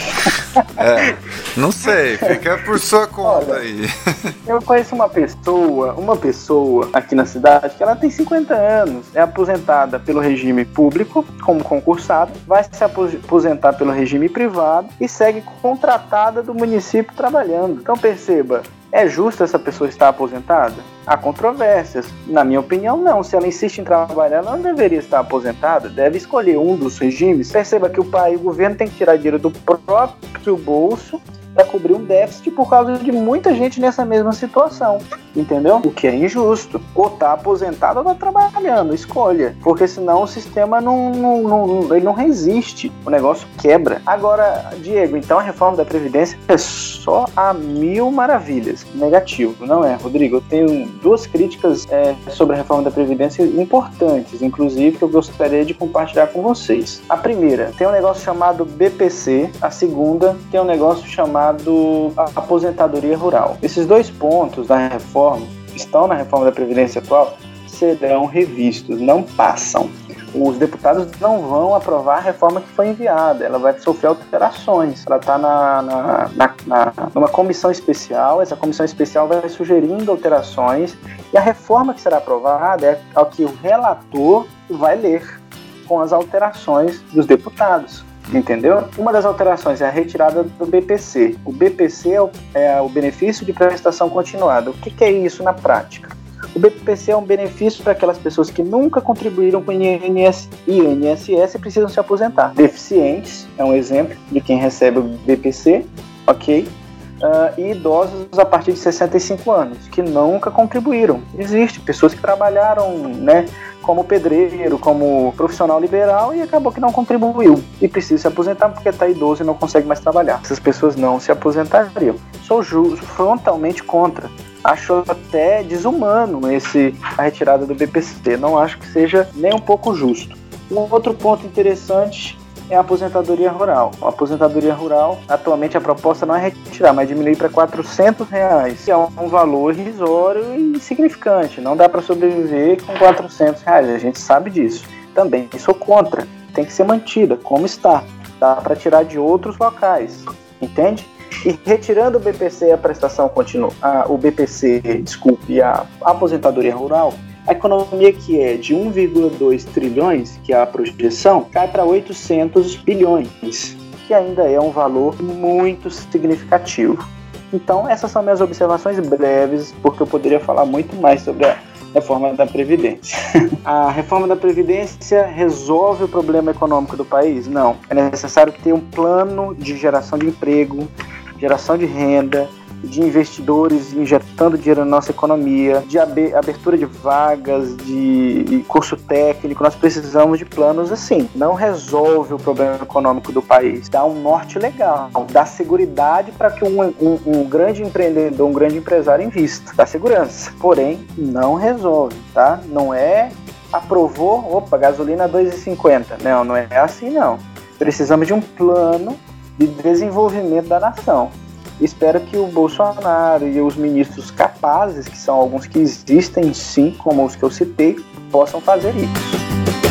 É, não sei, fica por sua conta. Olha, aí.
Eu conheço uma pessoa, uma pessoa aqui na cidade que ela tem cinquenta anos, é aposentada pelo regime público como concursada, vai se aposentar pelo regime privado e segue contratada do município trabalhando. Então perceba, é justo essa pessoa estar aposentada? Há controvérsias. Na minha opinião, não. Se ela insiste em trabalhar, ela não deveria estar aposentada. Deve escolher um dos regimes. Perceba que o pai, o governo tem que tirar dinheiro do próprio bolso para cobrir um déficit por causa de muita gente nessa mesma situação, entendeu? O que é injusto. Ou tá aposentado ou tá trabalhando, escolha, porque senão o sistema não, não, não, ele não resiste, o negócio quebra. Agora, Diego, então a reforma da Previdência é só a mil maravilhas. Negativo, não é, Rodrigo? Eu tenho duas críticas é, sobre a reforma da Previdência importantes, inclusive, que eu gostaria de compartilhar com vocês. A primeira, tem um negócio chamado B P C, a segunda tem um negócio chamado aposentadoria rural. Esses dois pontos da reforma, estão na reforma da Previdência atual, serão revistos, não passam. os deputados não vão aprovar a reforma que foi enviada, ela vai sofrer alterações. Ela está na, na, na, na, numa comissão especial, essa comissão especial vai sugerindo alterações, e a reforma que será aprovada é a que o relator vai ler com as alterações dos deputados. Entendeu? Uma das alterações é a retirada do B P C. O B P C é o, é o benefício de prestação continuada. O que, que é isso na prática? O B P C é um benefício para aquelas pessoas que nunca contribuíram com o I N S S e precisam se aposentar. Deficientes é um exemplo de quem recebe o B P C, ok? Uh, e idosos a partir de sessenta e cinco anos, que nunca contribuíram. Existem pessoas que trabalharam, né, como pedreiro, como profissional liberal e acabou que não contribuiu e precisa se aposentar porque está idoso e não consegue mais trabalhar. Essas pessoas não se aposentariam. Sou justo, frontalmente contra. Acho até desumano esse, a retirada do B P C. Não acho que seja nem um pouco justo. Um outro ponto interessante é a aposentadoria rural. A aposentadoria rural, atualmente a proposta não é retirar, mas diminuir para quatrocentos reais, que é um valor irrisório e insignificante. Não dá para sobreviver com quatrocentos reais, a gente sabe disso. Também sou contra, tem que ser mantida como está. Dá para tirar de outros locais, entende? E retirando o B P C e a prestação continua, a, o B P C, desculpe, e a aposentadoria rural, a economia que é de um vírgula dois trilhões, que é a projeção, cai para oitocentos bilhões, que ainda é um valor muito significativo. Então, essas são minhas observações breves, porque eu poderia falar muito mais sobre a reforma da Previdência. A reforma da Previdência resolve o problema econômico do país? Não. É necessário ter um plano de geração de emprego, geração de renda, de investidores injetando dinheiro na nossa economia, de abertura de vagas, de curso técnico. Nós precisamos de planos assim. Não resolve o problema econômico do país, dá um norte legal, dá seguridade para que um, um, um grande empreendedor, um grande empresário invista, dá segurança, porém não resolve, tá? Não é aprovou, opa, gasolina dois reais e cinquenta centavos. Não, não é assim não. Precisamos de um plano de desenvolvimento da nação. Espero que o Bolsonaro e os ministros capazes, que são alguns que existem sim, como os que eu citei, possam fazer isso.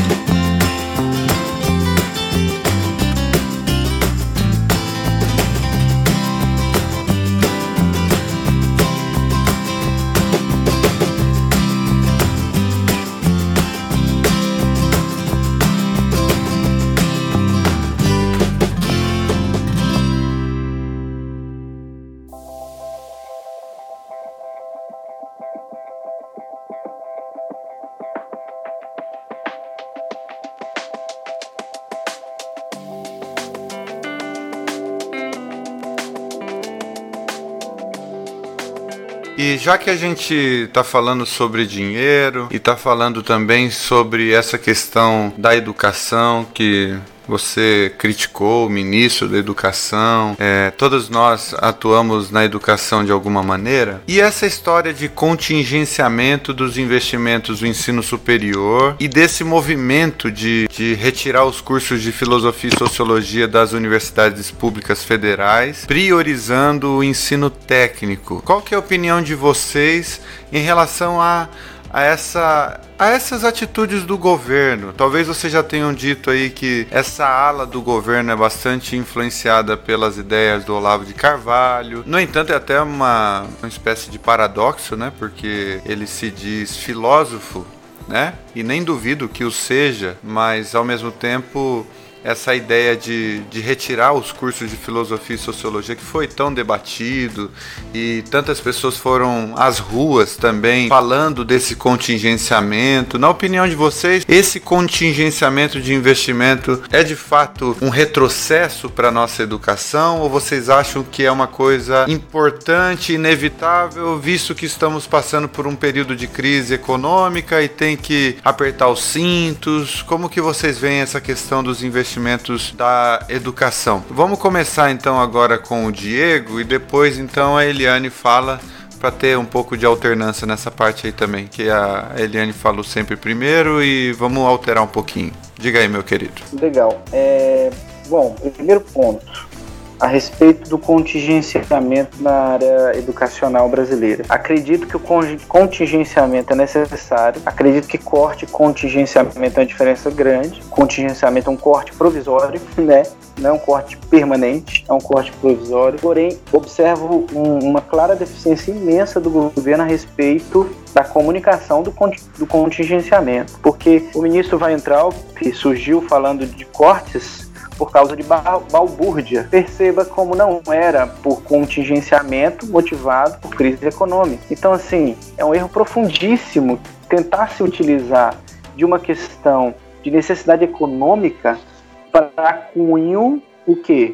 E já que a gente está falando sobre dinheiro e está falando também sobre essa questão da educação que você criticou o ministro da educação, é, todos nós atuamos na educação de alguma maneira, e essa história de contingenciamento dos investimentos do ensino superior e desse movimento de, de retirar os cursos de filosofia e sociologia das universidades públicas federais, priorizando o ensino técnico. Qual que é a opinião de vocês em relação a A, essa, a essas atitudes do governo? Talvez vocês já tenham dito aí que essa ala do governo é bastante influenciada pelas ideias do Olavo de Carvalho. No entanto, é até uma, uma espécie de paradoxo, né? Porque ele se diz filósofo, né? E nem duvido que o seja, mas ao mesmo tempo essa ideia de, de retirar os cursos de filosofia e sociologia, que foi tão debatido e tantas pessoas foram às ruas também falando desse contingenciamento. Na opinião de vocês, esse contingenciamento de investimento é de fato um retrocesso para a nossa educação, ou vocês acham que é uma coisa importante, inevitável, visto que estamos passando por um período de crise econômica e tem que apertar os cintos? Como que vocês veem essa questão dos investimentos da educação? Vamos começar então agora com o Diego e depois então a Eliane fala, para ter um pouco de alternância nessa parte aí também, que a Eliane falou sempre primeiro e vamos alterar um pouquinho. Diga aí, meu querido.
Legal. É... Bom, primeiro ponto. a respeito do contingenciamento na área educacional brasileira. Acredito que o contingenciamento é necessário, acredito que corte e contingenciamento é uma diferença grande. Contingenciamento é um corte provisório, né? Não é um corte permanente, é um corte provisório. Porém, observo um, uma clara deficiência imensa do governo a respeito da comunicação do, do contingenciamento. Porque o ministro Weintraub, que surgiu falando de cortes por causa de balbúrdia. Perceba como não era por contingenciamento motivado por crise econômica. Então, assim, é um erro profundíssimo tentar se utilizar de uma questão de necessidade econômica para cunho, o quê?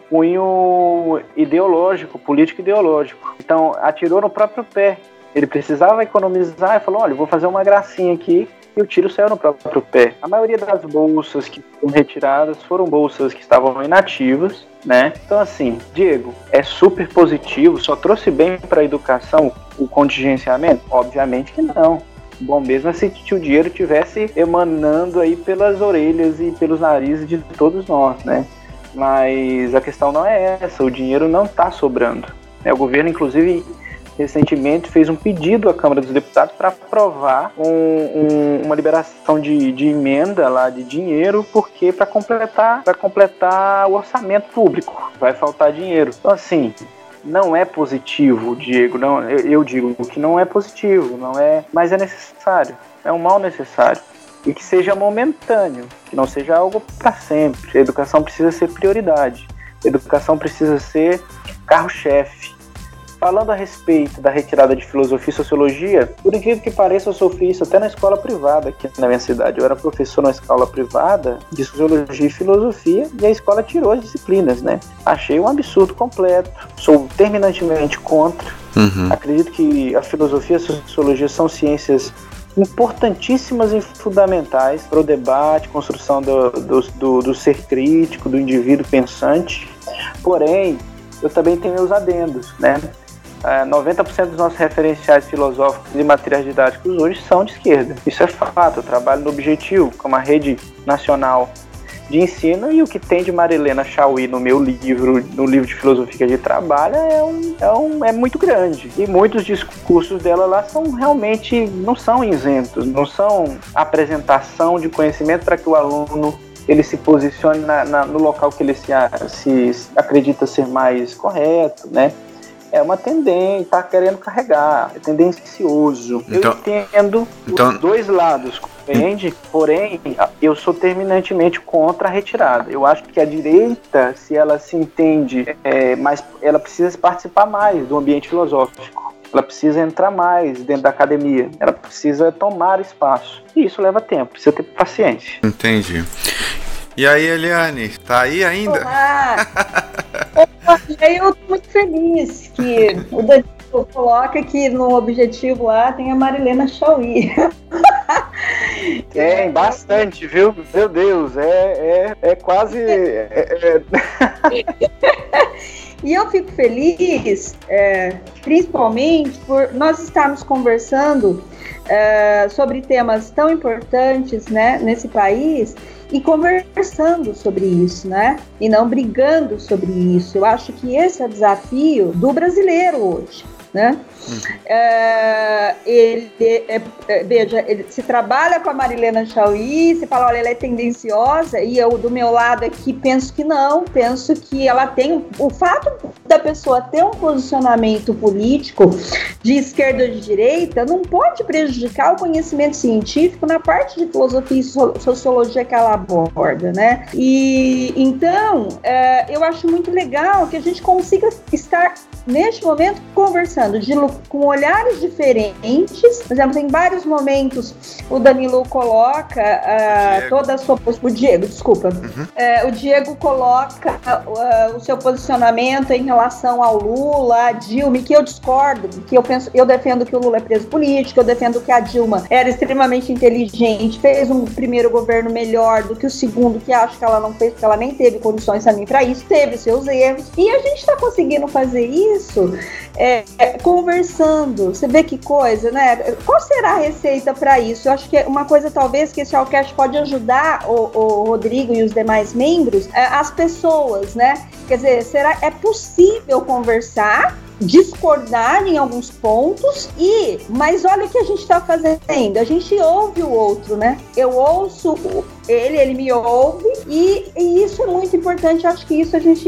Cunho ideológico, político ideológico. Então, atirou no próprio pé. Ele precisava economizar e falou, olha, vou fazer uma gracinha aqui, e o tiro saiu no próprio pé. A maioria das bolsas que foram retiradas foram bolsas que estavam inativas, né? Então, assim, Diego, é super positivo, só trouxe bem para a educação o contingenciamento? Obviamente que não. Bom mesmo é se o dinheiro estivesse emanando aí pelas orelhas e pelos narizes de todos nós, né? Mas a questão não é essa, o dinheiro não está sobrando. O governo, inclusive, recentemente fez um pedido à Câmara dos Deputados para aprovar um, um, uma liberação de, de emenda lá de dinheiro, porque para completar, para completar o orçamento público vai faltar dinheiro. Então, assim, não é positivo, Diego, não, eu, eu digo que não é positivo, não é, mas é necessário, é um mal necessário. E que seja momentâneo, que não seja algo para sempre. A educação precisa ser prioridade, a educação precisa ser carro-chefe. Falando a respeito da retirada de filosofia e sociologia, por incrível que pareça, eu sofri isso até na escola privada aqui na minha cidade. Eu era professor numa escola privada de sociologia e filosofia e a escola tirou as disciplinas, né? Achei um absurdo completo. Sou terminantemente contra. Uhum. Acredito que a filosofia e a sociologia são ciências importantíssimas e fundamentais para o debate, construção do, do, do, do ser crítico, do indivíduo pensante. Porém, eu também tenho meus adendos, né? Uh, noventa por cento dos nossos referenciais filosóficos e materiais didáticos hoje são de esquerda. Isso é fato. Eu trabalho no Objetivo, como a rede nacional de ensino, e o que tem de Marilena Chauí no meu livro, no livro de filosofia que a gente trabalha, é, um, é, um, é muito grande. E muitos discursos dela lá são realmente, não são isentos, não são apresentação de conhecimento para que o aluno ele se posicione na, na, no local que ele se, se acredita ser mais correto, né? É uma tendência, está querendo carregar, é tendencioso. Então, eu entendo então, os dois lados, compreende? Porém, eu sou terminantemente contra a retirada. Eu acho que a direita, se ela se entende, é, mais, ela precisa participar mais do ambiente filosófico. Ela precisa entrar mais dentro da academia. Ela precisa tomar espaço. E isso leva tempo, precisa ter paciência.
Entendi. E aí, Eliane, tá aí ainda?
Olá! Eu tô muito feliz que o Danilo coloca que no Objetivo lá tem a Marilena Chauí.
Tem bastante, viu? Meu Deus, é, é, é quase... É, é...
E eu fico feliz, é, principalmente por nós estarmos conversando é, sobre temas tão importantes, né, nesse país, e conversando sobre isso, né? E não brigando sobre isso. Eu acho que esse é o desafio do brasileiro hoje, né? Uhum. É, ele, é, é, veja, ele se trabalha com a Marilena Chauí, se fala, olha, ela é tendenciosa, e eu, do meu lado aqui, penso que não, penso que ela tem, o fato da pessoa ter um posicionamento político de esquerda ou de direita não pode prejudicar o conhecimento científico na parte de filosofia e sociologia que ela aborda, né? E então, é, eu acho muito legal que a gente consiga estar neste momento conversando de, com olhares diferentes. Por exemplo, em vários momentos o Danilo coloca uh, toda a sua o Diego, desculpa. Uhum. Uh, o Diego coloca uh, o seu posicionamento em relação ao Lula, a Dilma, que eu discordo, que eu penso, eu defendo que o Lula é preso político, eu defendo que a Dilma era extremamente inteligente, fez um primeiro governo melhor do que o segundo, que acho que ela não fez, porque ela nem teve condições também para isso, teve seus erros. E a gente está conseguindo fazer isso isso, é, é, conversando. Você vê que coisa, né? Qual será a receita para isso? Eu acho que uma coisa talvez que esse Allcast pode ajudar o, o Rodrigo e os demais membros, é, as pessoas, né? Quer dizer, será, é possível conversar, discordar em alguns pontos, e mas olha o que a gente está fazendo, a gente ouve o outro, né? Eu ouço ele, ele me ouve, e, e isso é muito importante. Acho que isso a gente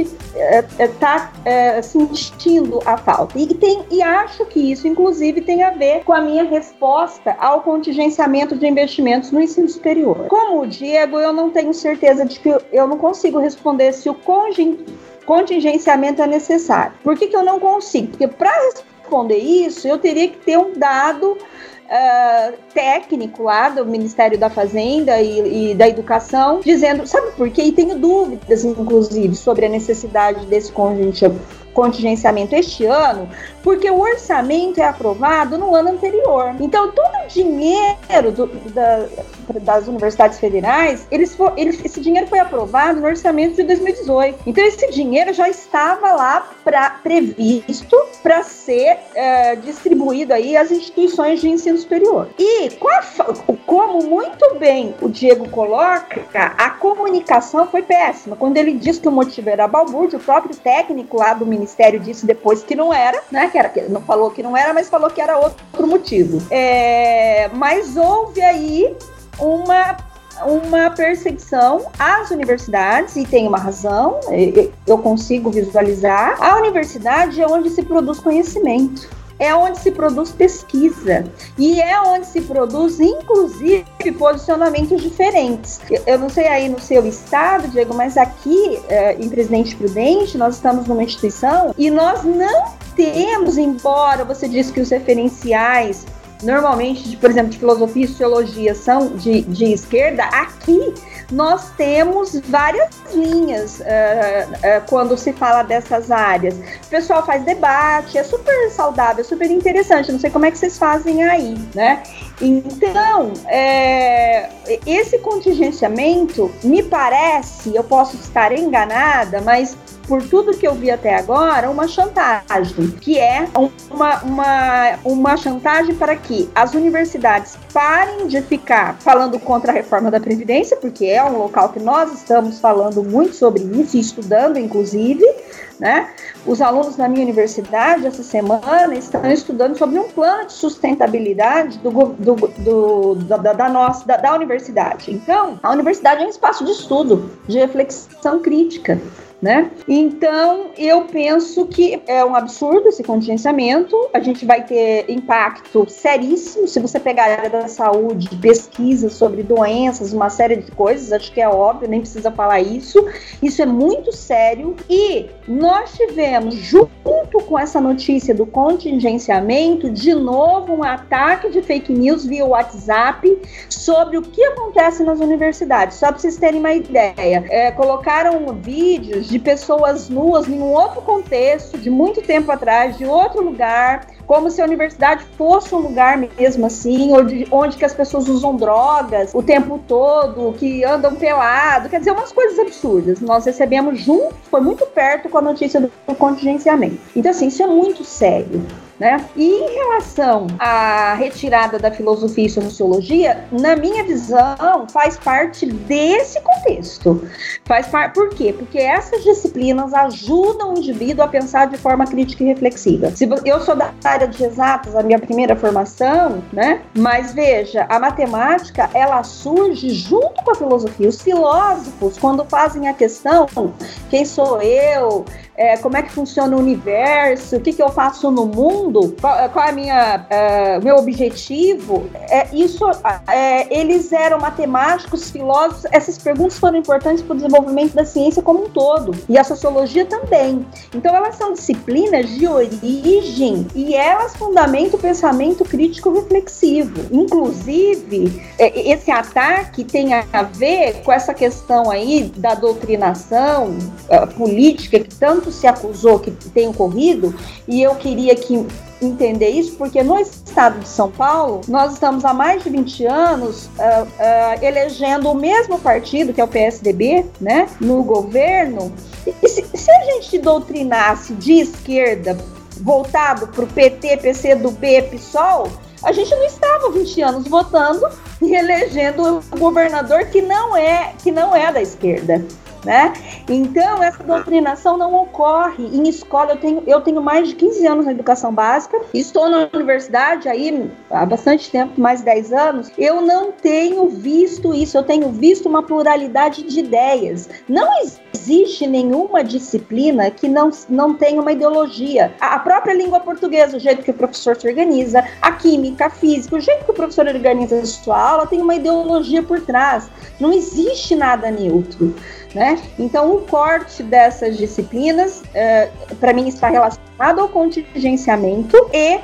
está é, é, sentindo a falta, e, tem, e acho que isso inclusive tem a ver com a minha resposta ao contingenciamento de investimentos no ensino superior. Como o Diego, eu não tenho certeza de que eu, eu não consigo responder se o congen contingenciamento é necessário. Por que que eu não consigo? Porque para responder isso, eu teria que ter um dado uh, técnico lá do Ministério da Fazenda e, e da Educação, dizendo, sabe por quê? E tenho dúvidas, inclusive, sobre a necessidade desse contingenciamento este ano, porque o orçamento é aprovado no ano anterior. Então, todo o dinheiro do, da, das universidades federais, eles for, eles, esse dinheiro foi aprovado no orçamento de dois mil e dezoito. Então, esse dinheiro já estava lá pra, previsto para ser é, distribuído aí às instituições de ensino superior. E, como muito bem o Diego coloca, a comunicação foi péssima. Quando ele diz que o motivo era balbúrdia, o próprio técnico lá do Ministério disse depois que não era, né? Que era, que não falou que não era, mas falou que era outro motivo. É, mas houve aí uma, uma perseguição às universidades, e tem uma razão, eu consigo visualizar. A universidade é onde se produz conhecimento, é onde se produz pesquisa, e é onde se produz, inclusive, posicionamentos diferentes. Eu, eu não sei aí no seu estado, Diego, mas aqui, é, em Presidente Prudente, nós estamos numa instituição e nós não temos, embora você disse que os referenciais normalmente, de, por exemplo, de filosofia e sociologia são de, de esquerda, aqui nós temos várias linhas uh, uh, quando se fala dessas áreas. O pessoal faz debate, é super saudável, super interessante. Não sei como é que vocês fazem aí, né? Então, é, esse contingenciamento, me parece, eu posso estar enganada, mas por tudo que eu vi até agora, uma chantagem, que é uma, uma, uma chantagem para que as universidades parem de ficar falando contra a reforma da Previdência, porque é um local que nós estamos falando muito sobre isso, e estudando, inclusive, né? Os alunos da minha universidade, essa semana, estão estudando sobre um plano de sustentabilidade do, do, do, da, da, nossa, da, da universidade. Então, a universidade é um espaço de estudo, de reflexão crítica, né? Então, eu penso que é um absurdo esse contingenciamento. A gente vai ter impacto seríssimo se você pegar a área da saúde, pesquisa sobre doenças, uma série de coisas, acho que é óbvio, nem precisa falar isso. Isso é muito sério, e nós tivemos, junto com essa notícia do contingenciamento, de novo um ataque de fake news via WhatsApp sobre o que acontece nas universidades. Só para vocês terem uma ideia, é, colocaram vídeos de pessoas nuas em um outro contexto, de muito tempo atrás, de outro lugar, como se a universidade fosse um lugar mesmo assim, onde, onde que as pessoas usam drogas o tempo todo, que andam pelado, quer dizer, umas coisas absurdas. Nós recebemos junto, foi muito perto com a notícia do, do contingenciamento. Então, assim, isso é muito sério, né? E em relação à retirada da filosofia e sociologia, na minha visão, faz parte desse contexto. Faz parte, por quê? Porque essas disciplinas ajudam o indivíduo a pensar de forma crítica e reflexiva. Se eu sou da área de exatas, a minha primeira formação, né? Mas veja, a matemática, ela surge junto com a filosofia. Os filósofos, quando fazem a questão, quem sou eu? É, como é que funciona o universo, o que, que eu faço no mundo, qual, qual é a minha, é, meu objetivo, é, isso, é, eles eram matemáticos, filósofos, essas perguntas foram importantes para o desenvolvimento da ciência como um todo, e a sociologia também. Então elas são disciplinas de origem, e elas fundamentam o pensamento crítico reflexivo. Inclusive, é, esse ataque tem a ver com essa questão aí da doutrinação uh, política, que tanto se acusou que tem ocorrido, e eu queria que entender isso, porque no estado de São Paulo, nós estamos há mais de vinte anos uh, uh, elegendo o mesmo partido, que é o P S D B, né, no governo. E se, se a gente doutrinasse de esquerda voltado para o P T, P C do B, PSOL, a gente não estava vinte anos votando e elegendo um governador que não é, que não é da esquerda. Né? Então, essa doutrinação não ocorre em escola. Eu tenho, eu tenho mais de quinze anos na educação básica, estou na universidade aí há bastante tempo, mais de dez anos. Eu não tenho visto isso, eu tenho visto uma pluralidade de ideias. Não existe nenhuma disciplina que não, não tenha uma ideologia. A própria língua portuguesa, o jeito que o professor se organiza, a química, a física, o jeito que o professor organiza a sua aula tem uma ideologia por trás. Não existe nada neutro. Né? Então, o corte dessas disciplinas, uh, para mim, está relacionado ao contingenciamento e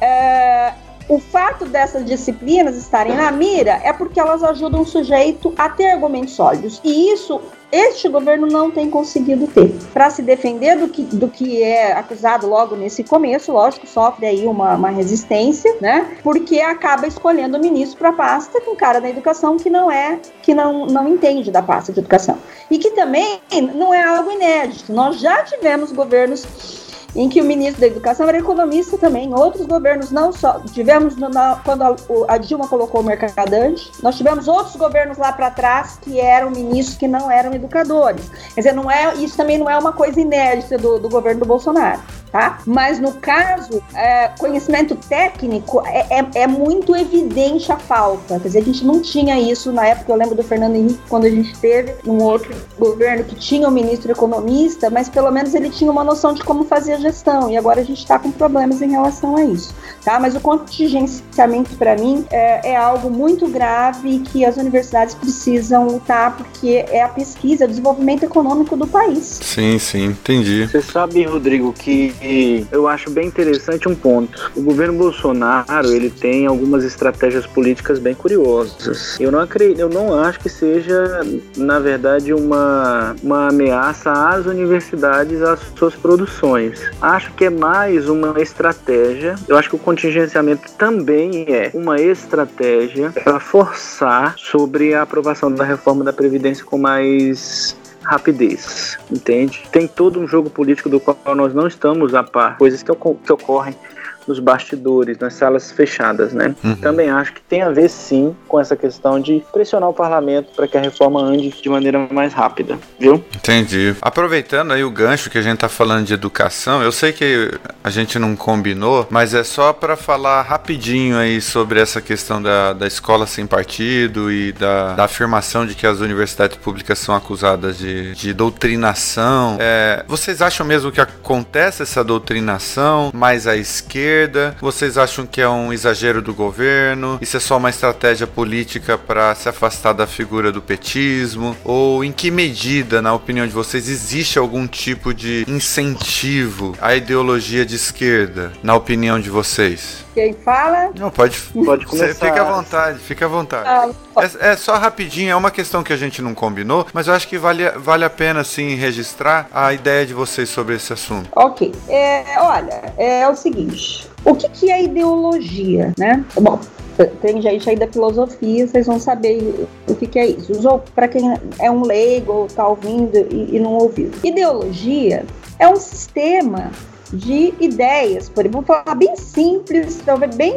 uh, o fato dessas disciplinas estarem na mira é porque elas ajudam o sujeito a ter argumentos sólidos. E isso, este governo não tem conseguido ter. Para se defender do que, do que é acusado logo nesse começo, lógico, sofre aí uma, uma resistência, né? Porque acaba escolhendo o ministro para a pasta com um cara da educação que não é, que não, não entende da pasta de educação. E que também não é algo inédito. Nós já tivemos governos em que o ministro da Educação era economista também. Outros governos não só... Tivemos, no, na, quando a, a Dilma colocou o mercadante, nós tivemos outros governos lá para trás que eram ministros que não eram educadores. Quer dizer, não é, isso também não é uma coisa inédita do, do governo do Bolsonaro. Tá? Mas no caso, é, conhecimento técnico é, é, é muito evidente a falta. Quer dizer, a gente não tinha isso na época. Eu lembro do Fernando Henrique, quando a gente teve um outro governo que tinha um ministro economista, mas pelo menos ele tinha uma noção de como fazer a gestão, e agora a gente está com problemas em relação a isso. Tá? Mas o contingenciamento, para mim, é, é algo muito grave que as universidades precisam lutar, porque é a pesquisa, é o desenvolvimento econômico do país.
Sim, sim, entendi.
Você sabe, Rodrigo, que eu acho bem interessante um ponto. O governo Bolsonaro, ele tem algumas estratégias políticas bem curiosas. Eu não acredito, eu não acho que seja, na verdade, uma, uma ameaça às universidades, às suas produções. Acho que é mais uma estratégia. Eu acho que o contingenciamento também é uma estratégia para forçar sobre a aprovação da reforma da Previdência com mais rapidez, entende? Tem todo um jogo político do qual nós não estamos a par, coisas que, ocor- que ocorrem nos bastidores, nas salas fechadas, né? Uhum. Também acho que tem a ver, sim, com essa questão de pressionar o parlamento para que a reforma ande de maneira mais rápida, viu?
Entendi. Aproveitando aí o gancho que a gente tá falando de educação, eu sei que a gente não combinou, mas é só para falar rapidinho aí sobre essa questão da, da escola sem partido e da, da afirmação de que as universidades públicas são acusadas de, de doutrinação. É, vocês acham mesmo que acontece essa doutrinação mais à esquerda? Vocês acham que é um exagero do governo? Isso é só uma estratégia política para se afastar da figura do petismo? Ou em que medida, na opinião de vocês, existe algum tipo de incentivo à ideologia de esquerda, na opinião de vocês?
Quem fala?
Não, pode,
pode começar.
Fica à vontade, fica à vontade. Ah, é, é só rapidinho, é uma questão que a gente não combinou, mas eu acho que vale, vale a pena, sim, registrar a ideia de vocês sobre esse assunto.
Ok. É, olha, é o seguinte, o que, que é ideologia, né? Bom, tem gente aí da filosofia, vocês vão saber o que, que é isso. Para quem é um leigo ou está ouvindo e, e não ouviu. Ideologia é um sistema de ideias, por exemplo, vou falar bem simples, talvez bem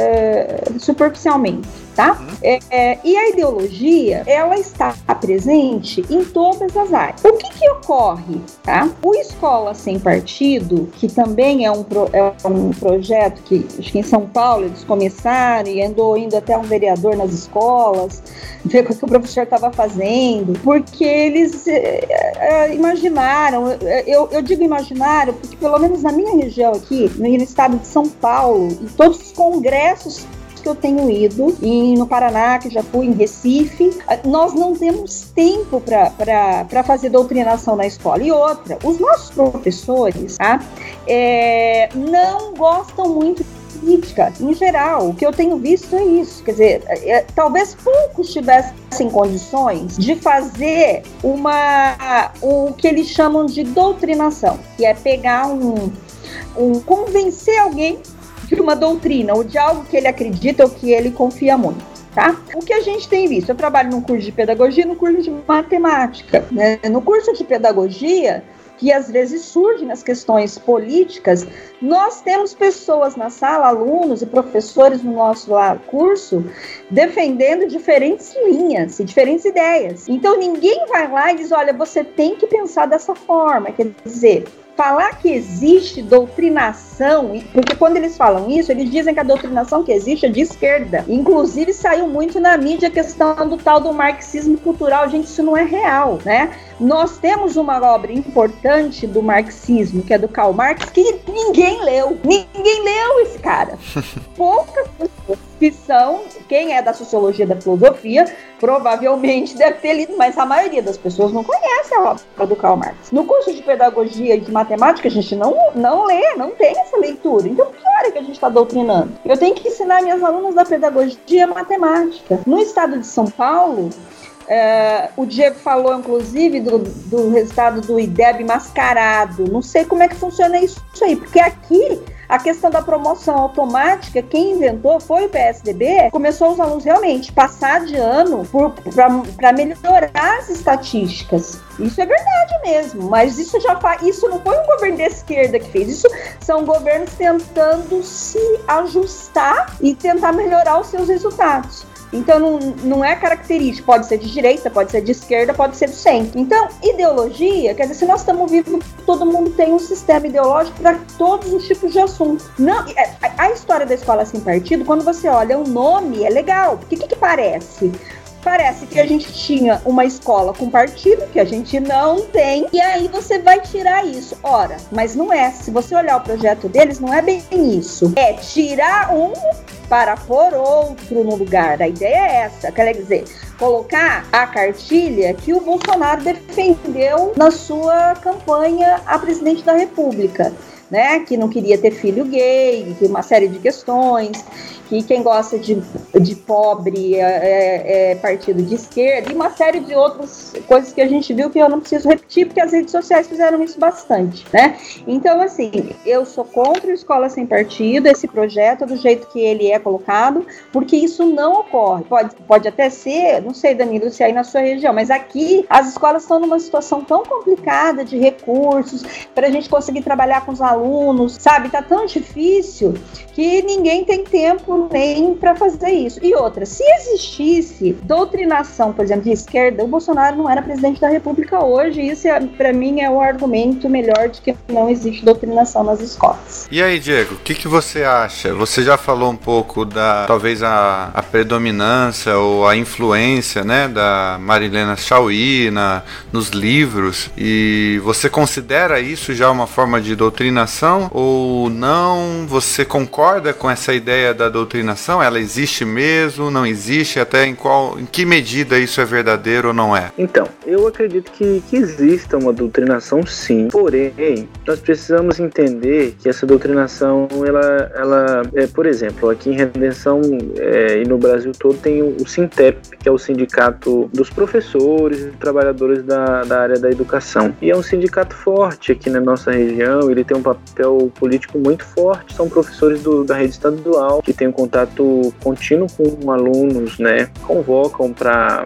uh, superficialmente, tá? É, é, e a ideologia, ela está presente em todas as áreas. O que que ocorre, tá? O Escola Sem Partido, que também é um, pro, é um projeto que, acho que em São Paulo eles começaram e andou indo até um vereador nas escolas, ver o que o professor estava fazendo, porque eles é, é, imaginaram, eu, eu digo imaginaram, porque pelo menos na minha região aqui, no estado de São Paulo, e todos os congressos que eu tenho ido, e no Paraná, que já fui, em Recife, nós não temos tempo para fazer doutrinação na escola. E outra, os nossos professores, tá, é, não gostam muito de política, em geral. O que eu tenho visto é isso, quer dizer, é, talvez poucos tivessem condições de fazer uma, o que eles chamam de doutrinação, que é pegar um, um convencer alguém de uma doutrina, ou de algo que ele acredita ou que ele confia muito, tá? O que a gente tem visto? Eu trabalho num curso de pedagogia e no curso de matemática, né? No curso de pedagogia, que às vezes surgem nas questões políticas, nós temos pessoas na sala, alunos e professores no nosso lá, curso, defendendo diferentes linhas e diferentes ideias. Então ninguém vai lá e diz, olha, você tem que pensar dessa forma, quer dizer... Falar que existe doutrinação, porque quando eles falam isso, eles dizem que a doutrinação que existe é de esquerda. Inclusive saiu muito na mídia a questão do tal do marxismo cultural. Gente, isso não é real, né? Nós temos uma obra importante do marxismo, que é do Karl Marx, que ninguém leu. Ninguém leu esse cara. Poucas pessoas que são, quem é da sociologia da filosofia, provavelmente deve ter lido, mas a maioria das pessoas não conhece a obra do Karl Marx. No curso de pedagogia e de matemática, a gente não, não lê, não tem essa leitura. Então, que hora que a gente está doutrinando? Eu tenho que ensinar minhas alunas da pedagogia matemática. No estado de São Paulo, É, o Diego falou, inclusive, do, do resultado do I D E B mascarado. Não sei como é que funciona isso, isso aí, porque aqui a questão da promoção automática, quem inventou foi o P S D B, começou os alunos realmente passar de ano para melhorar as estatísticas. Isso é verdade mesmo, mas isso já faz, isso não foi um governo da esquerda que fez, isso são governos tentando se ajustar e tentar melhorar os seus resultados. Então não, não é característico, pode ser de direita, pode ser de esquerda, pode ser do centro. Então, ideologia, quer dizer, se nós estamos vivos, todo mundo tem um sistema ideológico para todos os tipos de assuntos. Não, a, a história da escola sem partido, quando você olha o nome, é legal, porque o que, que parece? Parece que a gente tinha uma escola com partido, que a gente não tem, e aí você vai tirar isso. Ora, mas não é. Se você olhar o projeto deles, não é bem isso. É tirar um para pôr outro no lugar. A ideia é essa, quer dizer, colocar a cartilha que o Bolsonaro defendeu na sua campanha a presidente da República, né? Que não queria ter filho gay, que uma série de questões, que quem gosta de, de pobre é, é, é partido de esquerda, e uma série de outras coisas que a gente viu que eu não preciso repetir, porque as redes sociais fizeram isso bastante, né? Então, assim, eu sou contra o Escola Sem Partido, esse projeto, do jeito que ele é colocado, porque isso não ocorre. Pode, pode até ser, não sei, Danilo, se é aí na sua região, mas aqui as escolas estão numa situação tão complicada de recursos, para a gente conseguir trabalhar com os alunos, sabe? Tá tão difícil que ninguém tem tempo nem para fazer isso. E outra, se existisse doutrinação, por exemplo, de esquerda, o Bolsonaro não era presidente da República hoje. Isso, é, para mim, é o argumento melhor de que não existe doutrinação nas escolas.
E aí, Diego, o que, que você acha? Você já falou um pouco da, talvez, a, a predominância ou a influência, né, da Marilena Chauí na, nos livros, e você considera isso já uma forma de doutrinação ou não? Você concorda com essa ideia da doutrinação? Ela existe mesmo? Não existe? Até em qual, em que medida isso é verdadeiro ou não é?
Então, eu acredito que, que exista uma doutrinação, sim. Porém, nós precisamos entender que essa doutrinação, ela, ela é, por exemplo, aqui em Redenção é, e no Brasil todo tem o, o Sintep, que é o sindicato dos professores e trabalhadores da, da área da educação. E é um sindicato forte aqui na nossa região, ele tem um papel político muito forte, são professores do, da rede estadual, que tem um contato contínuo com alunos, né? Convocam para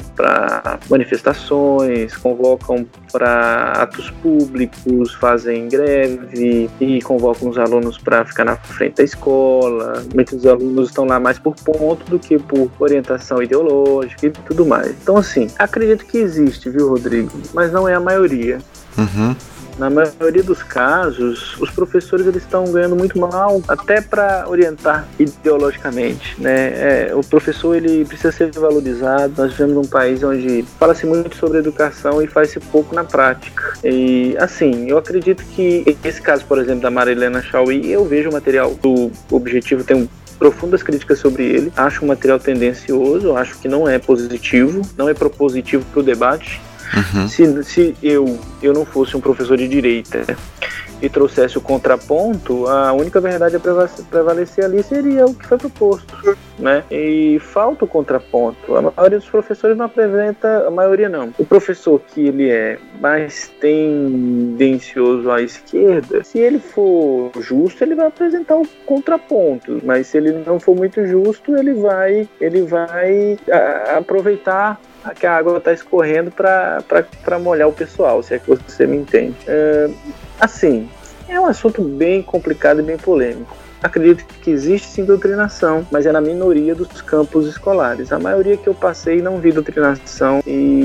manifestações, convocam para atos públicos, fazem greve e convocam os alunos para ficar na frente da escola. Muitos alunos estão lá mais por ponto do que por orientação ideológica e tudo mais. Então, assim, acredito que existe, viu, Rodrigo? Mas não é a maioria.
Uhum.
Na maioria dos casos, os professores eles estão ganhando muito mal, até para orientar ideologicamente, né? É, o professor ele precisa ser valorizado. Nós vivemos num país onde fala-se muito sobre educação e faz-se pouco na prática. E assim, eu acredito que esse caso, por exemplo, da Marilena Chauí, eu vejo o material do Objetivo, tem um profundas críticas sobre ele, acho um material tendencioso, acho que não é positivo, não é propositivo para o debate.
Uhum.
Se, se eu, eu não fosse um professor de direita e trouxesse o contraponto, a única verdade a prevalecer ali seria o que foi proposto, né? E falta o contraponto. A maioria dos professores não apresenta, a maioria não. O professor que ele é mais tendencioso à esquerda, se ele for justo, ele vai apresentar o contraponto, mas se ele não for muito justo, ele vai, ele vai a, aproveitar
que a água está escorrendo para molhar o pessoal, se é que você me entende. É, assim, é um assunto bem complicado e bem polêmico. Acredito que existe sim doutrinação, mas é na minoria dos campos escolares. A maioria que eu passei não vi doutrinação,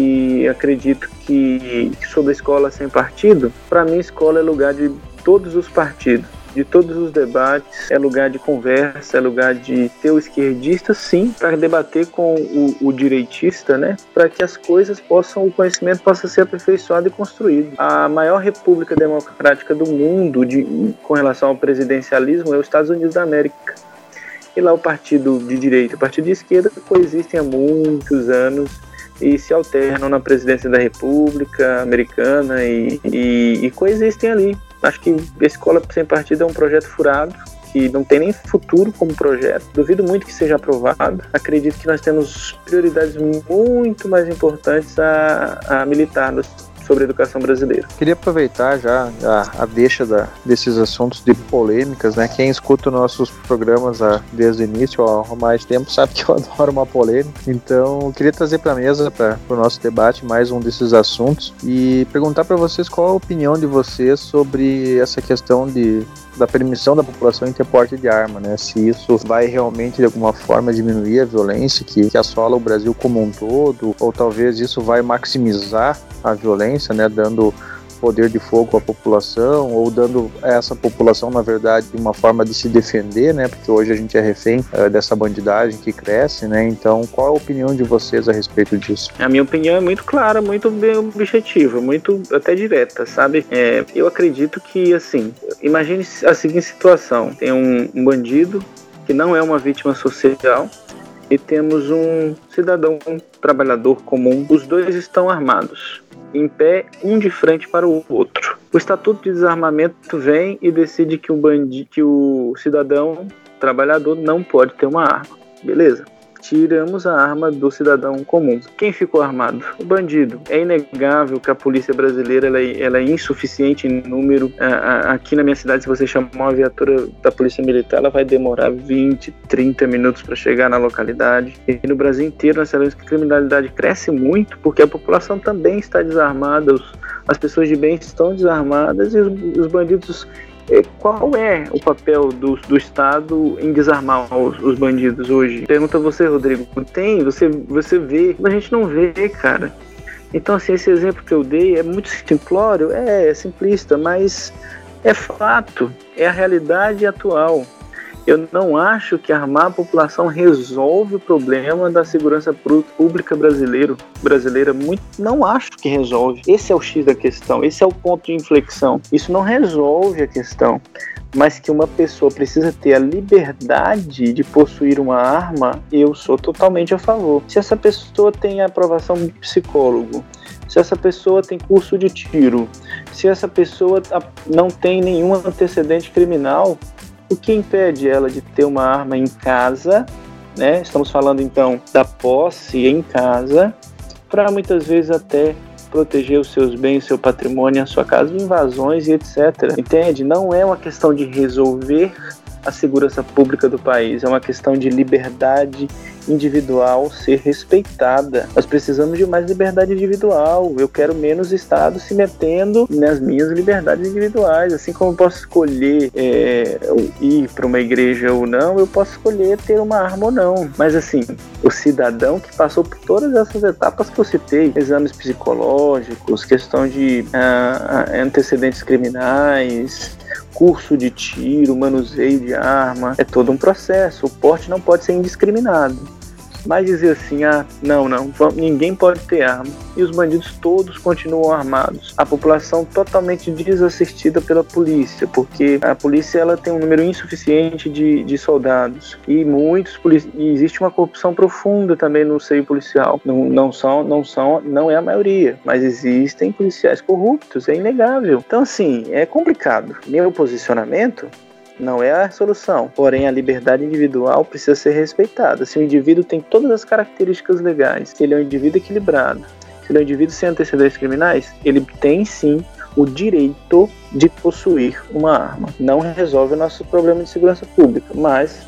e acredito que sobre a escola sem partido, para mim a escola é lugar de todos os partidos, de todos os debates, é lugar de conversa, é lugar de ter o esquerdista, sim, para debater com o, o direitista, né, para que as coisas possam, o conhecimento possa ser aperfeiçoado e construído. A maior república democrática do mundo de, com relação ao presidencialismo é os Estados Unidos da América. E lá o partido de direita e o partido de esquerda coexistem há muitos anos e se alternam na presidência da República Americana e, e, e coexistem ali. Acho que a escola sem partido é um projeto furado, que não tem nem futuro como projeto. Duvido muito que seja aprovado. Acredito que nós temos prioridades muito mais importantes a, a militar sobre a educação brasileira.
Queria aproveitar já a, a deixa da, desses assuntos de polêmicas, né? Quem escuta nossos programas a, desde o início, há mais tempo, sabe que eu adoro uma polêmica. Então, eu queria trazer para a mesa, para o nosso debate, mais um desses assuntos e perguntar para vocês qual a opinião de vocês sobre essa questão de da permissão da população em ter porte de arma, né? Se isso vai realmente de alguma forma diminuir a violência que, que assola o Brasil como um todo, ou talvez isso vai maximizar a violência, né? Dando poder de fogo à população, ou dando a essa população, na verdade, uma forma de se defender, né? Porque hoje a gente é refém uh, dessa bandidagem que cresce, né? Então, qual a opinião de vocês a respeito disso?
A minha opinião é muito clara, muito bem objetiva, muito até direta, sabe? É, eu acredito que, assim, imagine a seguinte situação: tem um, um bandido que não é uma vítima social e temos um cidadão, um trabalhador comum. Os dois estão armados, em pé, um de frente para o outro. O Estatuto de Desarmamento vem e decide que o, bandi- que o cidadão trabalhador não pode ter uma arma. Beleza. Tiramos a arma do cidadão comum. Quem ficou armado? O bandido. É inegável que a polícia brasileira ela é, ela é insuficiente em número. Aqui na minha cidade, se você chamar uma viatura da polícia militar, ela vai demorar vinte, trinta minutos para chegar na localidade. E no Brasil inteiro nós sabemos que a criminalidade cresce muito porque a população também está desarmada, os, as pessoas de bem estão desarmadas e os, os bandidos... Qual é o papel do, do Estado em desarmar os, os bandidos hoje? Pergunta você, Rodrigo. Tem, você, você vê, mas a gente não vê, cara. Então, assim, esse exemplo que eu dei é muito simplório, é, é simplista, mas é fato, é a realidade atual. Eu não acho que armar a população resolve o problema da segurança pública brasileiro, brasileira. Muito, não acho que resolve. Esse é o X da questão, esse é o ponto de inflexão. Isso não resolve a questão, mas que uma pessoa precisa ter a liberdade de possuir uma arma, eu sou totalmente a favor. Se essa pessoa tem a aprovação de psicólogo, se essa pessoa tem curso de tiro, se essa pessoa não tem nenhum antecedente criminal, o que impede ela de ter uma arma em casa, né? Estamos falando então da posse em casa, para muitas vezes até proteger os seus bens, seu patrimônio, a sua casa de invasões e etcétera. Entende? Não é uma questão de resolver a segurança pública do país, é uma questão de liberdade individual ser respeitada. Nós precisamos de mais liberdade individual. Eu quero menos Estado se metendo nas minhas liberdades individuais. Assim como eu posso escolher é, ir para uma igreja ou não, eu posso escolher ter uma arma ou não. Mas assim, o cidadão que passou por todas essas etapas que eu citei, exames psicológicos, questão de ah, antecedentes criminais, curso de tiro, manuseio de arma, é todo um processo. O porte não pode ser indiscriminado. Mas dizer assim, ah, não, não, ninguém pode ter arma. E os bandidos todos continuam armados. A população totalmente desassistida pela polícia, porque a polícia ela tem um número insuficiente de, de soldados. E muitos polici- e existe uma corrupção profunda também no seio policial. Não, não são, não são, não é a maioria, mas existem policiais corruptos, é inegável. Então assim, é complicado. Meu posicionamento não é a solução, porém a liberdade individual precisa ser respeitada. Se o indivíduo tem todas as características legais, se ele é um indivíduo equilibrado, se ele é um indivíduo sem antecedentes criminais, ele tem sim o direito de possuir uma arma. Não resolve o nosso problema de segurança pública, mas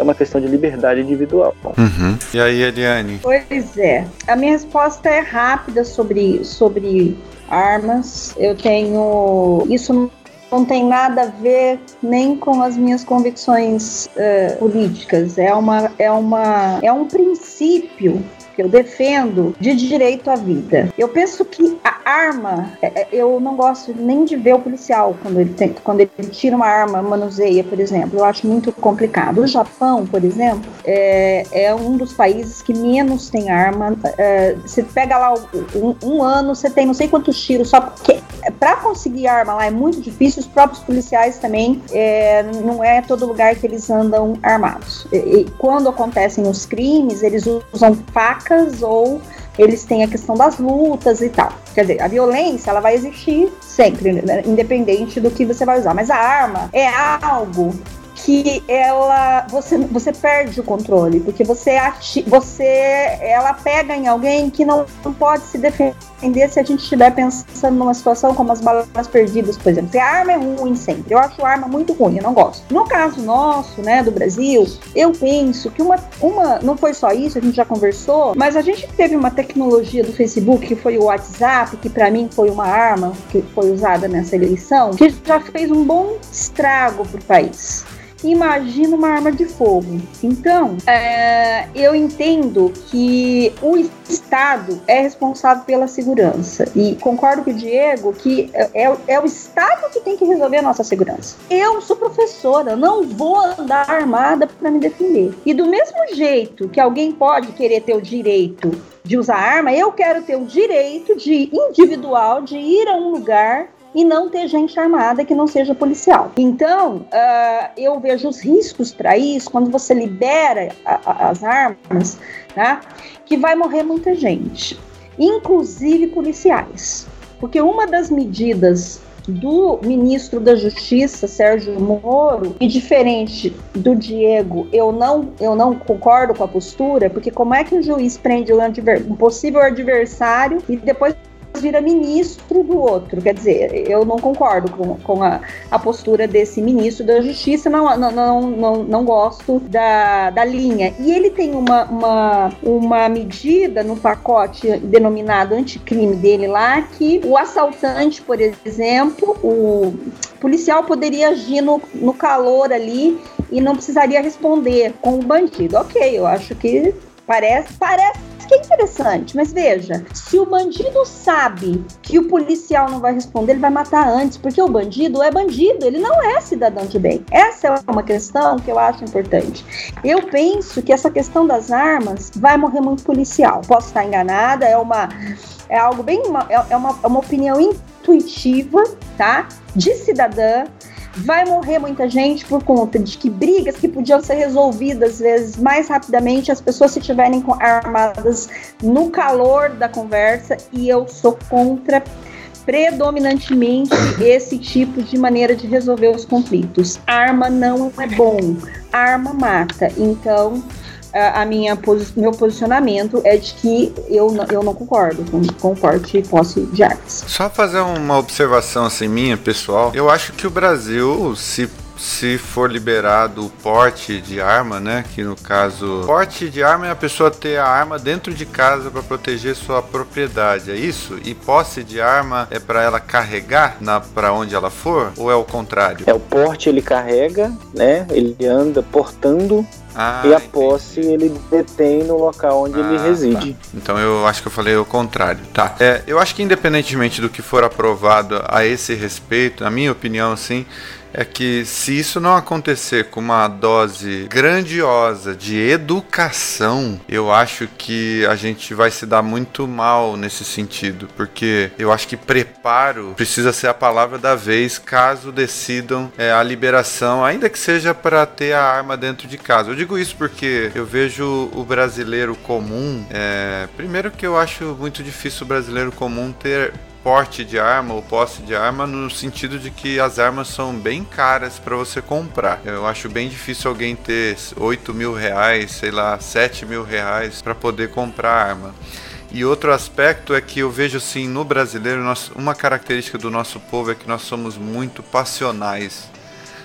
é uma questão de liberdade individual.
Uhum. E aí, Eliane?
Pois é, a minha resposta é rápida sobre, sobre armas. Eu tenho... Isso não não tem nada a ver nem com as minhas convicções uh, políticas. É, uma, é, uma, é um princípio que eu defendo de direito à vida. Eu penso que a arma, eu não gosto nem de ver o policial quando ele, tem, quando ele tira uma arma, manuseia, por exemplo. Eu acho muito complicado. O Japão, por exemplo, é, é um dos países que menos tem arma. É, você pega lá um, um ano, você tem não sei quantos tiros, só porque para conseguir arma lá é muito difícil. Os próprios policiais também, é, não é todo lugar que eles andam armados. E, e quando acontecem os crimes, eles usam facas ou eles têm a questão das lutas e tal. Quer dizer, a violência, ela vai existir sempre, né? Independente do que você vai usar. Mas a arma é algo que ela, você, você perde o controle, porque você, ati, você ela pega em alguém que não, não pode se defender se a gente estiver pensando numa situação como as balas perdidas, por exemplo. Porque a arma é ruim sempre. Eu acho a arma muito ruim, eu não gosto. No caso nosso, né, do Brasil, eu penso que uma, uma, não foi só isso, a gente já conversou, mas a gente teve uma tecnologia do Facebook, que foi o WhatsApp, que pra mim foi uma arma que foi usada nessa eleição, que já fez um bom estrago pro país. Imagina uma arma de fogo. Então, é, eu entendo que o Estado é responsável pela segurança. E concordo com o Diego que é, é, é o Estado que tem que resolver a nossa segurança. Eu sou professora, não vou andar armada para me defender. E do mesmo jeito que alguém pode querer ter o direito de usar arma, eu quero ter o direito de individual de ir a um lugar e não ter gente armada que não seja policial. Então, uh, eu vejo os riscos para isso quando você libera a, a, as armas, tá? Que vai morrer muita gente, inclusive policiais. Porque uma das medidas do ministro da Justiça, Sérgio Moro, e diferente do Diego, eu não, eu não concordo com a postura, porque como é que um juiz prende um, adver- um possível adversário e depois vira ministro do outro? Quer dizer, eu não concordo com, com a, a postura desse ministro da Justiça, não, não, não, não, não gosto da, da linha. E ele tem uma, uma, uma medida no pacote denominado anticrime dele lá, que o assaltante, por exemplo, o policial poderia agir no, no calor ali e não precisaria responder com o bandido. Ok, eu acho que parece... parece que é interessante, mas veja, se o bandido sabe que o policial não vai responder, ele vai matar antes, porque o bandido é bandido, ele não é cidadão de bem. Essa é uma questão que eu acho importante. Eu penso que essa questão das armas vai morrer muito policial. Posso estar enganada, é uma é algo bem, é uma, é uma opinião intuitiva, tá? De cidadã. Vai morrer muita gente por conta de que brigas que podiam ser resolvidas, às vezes, mais rapidamente, as pessoas se estiverem armadas no calor da conversa, e eu sou contra predominantemente esse tipo de maneira de resolver os conflitos. Arma não é bom, arma mata. Então, a minha, meu posicionamento é de que eu não, eu não concordo com, com o porte e posse de armas.
Só fazer uma observação assim minha, pessoal. Eu acho que o Brasil, se se for liberado o porte de arma, né, que no caso, porte de arma é a pessoa ter a arma dentro de casa para proteger sua propriedade, é isso? E posse de arma é para ela carregar na para onde ela for, ou é o contrário?
É, o porte ele carrega, né, ele anda portando. Ah, e a posse entendi. Ele detém no local onde ah, ele reside.
Tá. Então eu acho que eu falei o contrário. Tá. É, eu acho que independentemente do que for aprovado a esse respeito, na minha opinião, assim, é que se isso não acontecer com uma dose grandiosa de educação, eu acho que a gente vai se dar muito mal nesse sentido, porque eu acho que preparo precisa ser a palavra da vez caso decidam é, a liberação, ainda que seja para ter a arma dentro de casa. Eu digo isso porque eu vejo o brasileiro comum, é, primeiro que eu acho muito difícil o brasileiro comum ter porte de arma ou posse de arma, no sentido de que as armas são bem caras para você comprar. Eu acho bem difícil alguém ter oito mil reais, sei lá, sete mil reais para poder comprar arma. E outro aspecto é que eu vejo assim no brasileiro, nós, uma característica do nosso povo é que nós somos muito passionais.